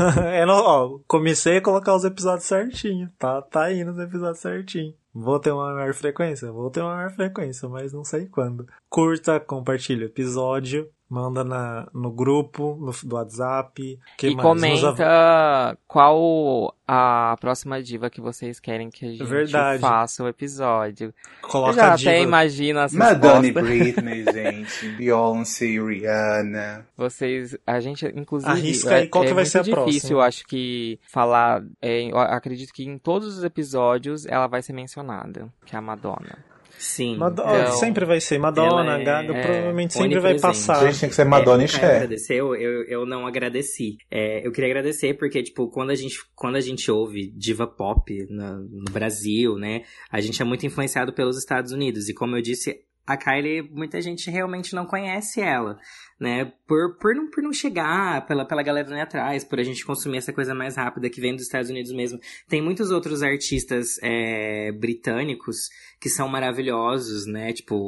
Comecei a colocar os episódios certinho. Tá indo os episódios certinho. Vou ter uma maior frequência? Vou ter uma maior frequência, mas não sei quando. Curta, compartilha o episódio, manda no grupo do WhatsApp. E comenta qual a próxima diva que vocês querem que a gente faça o episódio. Coloca eu já a diva. até imagino as Madonna e respostas. Britney, gente. Beyoncé, Rihanna. A gente, inclusive, Arrisca aí qual que vai ser a muito difícil, próxima. eu acho que falar, eu acredito que em todos os episódios ela vai ser mencionada, que é a Madonna. Sim. Então, sempre vai ser Madonna, Gaga, provavelmente sempre vai passar. A gente tem que ser Madonna e Cher. Eu não agradeci. Eu queria agradecer porque, tipo, quando a gente ouve diva pop no Brasil, né, a gente é muito influenciado pelos Estados Unidos. E como eu disse, a Kylie, muita gente realmente não conhece ela, né? Por não chegar pela galera ali atrás, por a gente consumir essa coisa mais rápida que vem dos Estados Unidos mesmo. Tem muitos outros artistas britânicos que são maravilhosos, né? Tipo,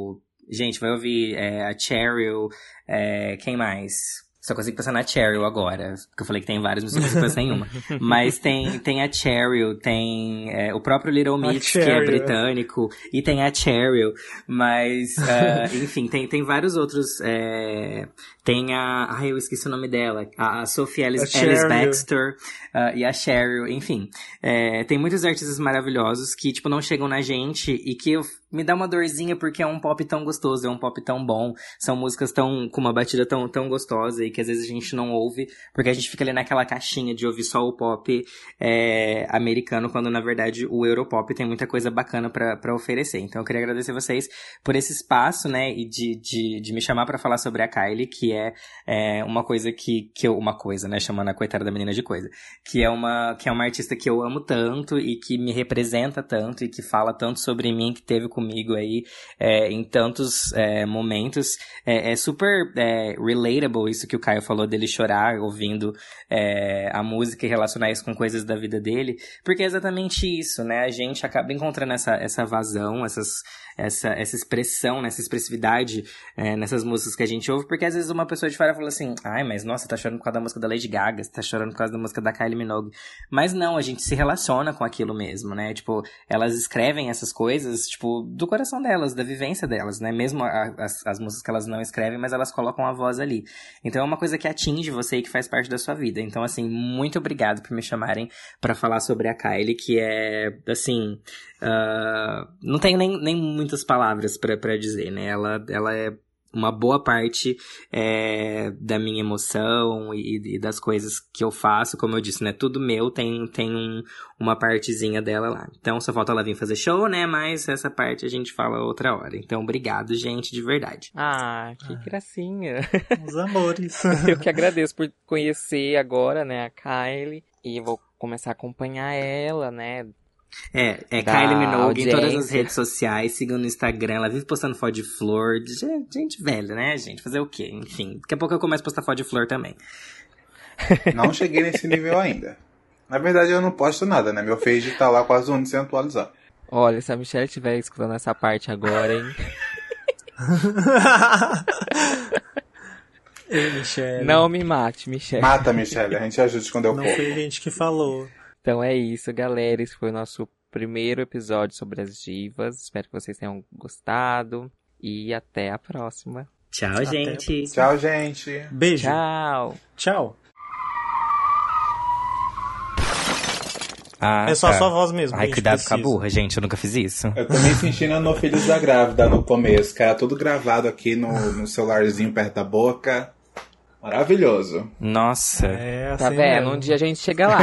Gente, vai ouvir a Cheryl, quem mais? Só consigo pensar na Cheryl agora, porque eu falei que tem várias músicas, eu pensei em uma. Mas tem a Cheryl, tem o próprio Little Mix, que é britânico, e tem a Cheryl, mas, enfim, tem vários outros, tem eu esqueci o nome dela, a Sophie Ellis Baxter, e a Cheryl, enfim. Tem muitos artistas maravilhosos que, tipo, não chegam na gente e que me dá uma dorzinha porque é um pop tão gostoso, é um pop tão bom, são músicas com uma batida tão gostosa e que às vezes a gente não ouve, porque a gente fica ali naquela caixinha de ouvir só o pop americano, quando na verdade o Europop tem muita coisa bacana pra oferecer. Então eu queria agradecer vocês por esse espaço, né, e de me chamar pra falar sobre a Kylie, que é uma coisa uma coisa, né, chamando a coitada da menina de coisa, que é uma artista que eu amo tanto e que me representa tanto e que fala tanto sobre mim, que teve comigo aí em tantos momentos. É super relatable isso que o Caio falou, dele chorar ouvindo a música e relacionar isso com coisas da vida dele, porque é exatamente isso, né? A gente acaba encontrando essa vazão, essa expressão, essa expressividade nessas músicas que a gente ouve, porque às vezes uma pessoa de fora fala assim, ai, mas nossa, tá chorando por causa da música da Lady Gaga, você tá chorando por causa da música da Kylie Minogue. Mas não, a gente se relaciona com aquilo mesmo, né? Tipo, elas escrevem essas coisas, tipo, do coração delas, da vivência delas, né? Mesmo as músicas que elas não escrevem, mas elas colocam a voz ali. Então é uma coisa que atinge você e que faz parte da sua vida. Então, assim, muito obrigado por me chamarem pra falar sobre a Kylie, que é, assim, não tenho nem muitas palavras pra dizer, né? Ela é uma boa parte da minha emoção e das coisas que eu faço, como eu disse, né? Tudo meu tem uma partezinha dela lá. Então, só falta ela vir fazer show, né? Mas essa parte a gente fala outra hora. Então, obrigado, gente, de verdade. Ah, que gracinha. Os amores. Eu que agradeço por conhecer agora, né, a Kylie. E vou começar a acompanhar ela, né? Kylie Minogue em todas as redes sociais, sigam no Instagram, ela vive postando foto de flor, gente velha, né, gente, fazer o quê? Enfim, daqui a pouco eu começo a postar foto de flor também. Não cheguei nesse nível ainda. Na verdade eu não posto nada, né, meu feed tá lá quase um ano sem atualizar. Olha, se a Michelle estiver escutando essa parte agora, hein? Ei, Michelle. Não me mate, Michelle. Mata, Michelle, a gente ajuda quando eu for. Não foi a gente que falou. Então é isso, galera. Esse foi o nosso primeiro episódio sobre as divas. Espero que vocês tenham gostado. E até a próxima. Tchau, gente. Tchau, gente. Beijo. Tchau. Tchau. Ah, é só a sua voz mesmo. Ai, cuidado com a burra, gente. Eu nunca fiz isso. Eu também sentindo no Filhos da Grávida no começo, que era tudo gravado aqui no celularzinho perto da boca. Maravilhoso. Nossa. Tá assim vendo? mesmo. Um dia a gente chega lá.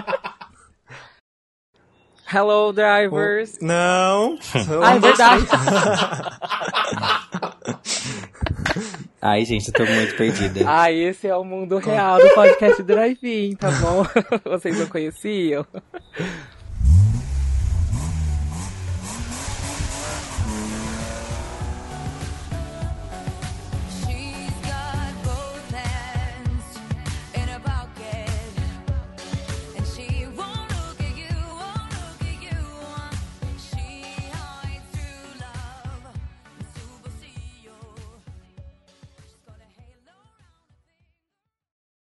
Hello, drivers. Não. É verdade. Ai, gente, eu tô muito perdida. Esse é o mundo real do podcast Drive-In, tá bom? Vocês não conheciam?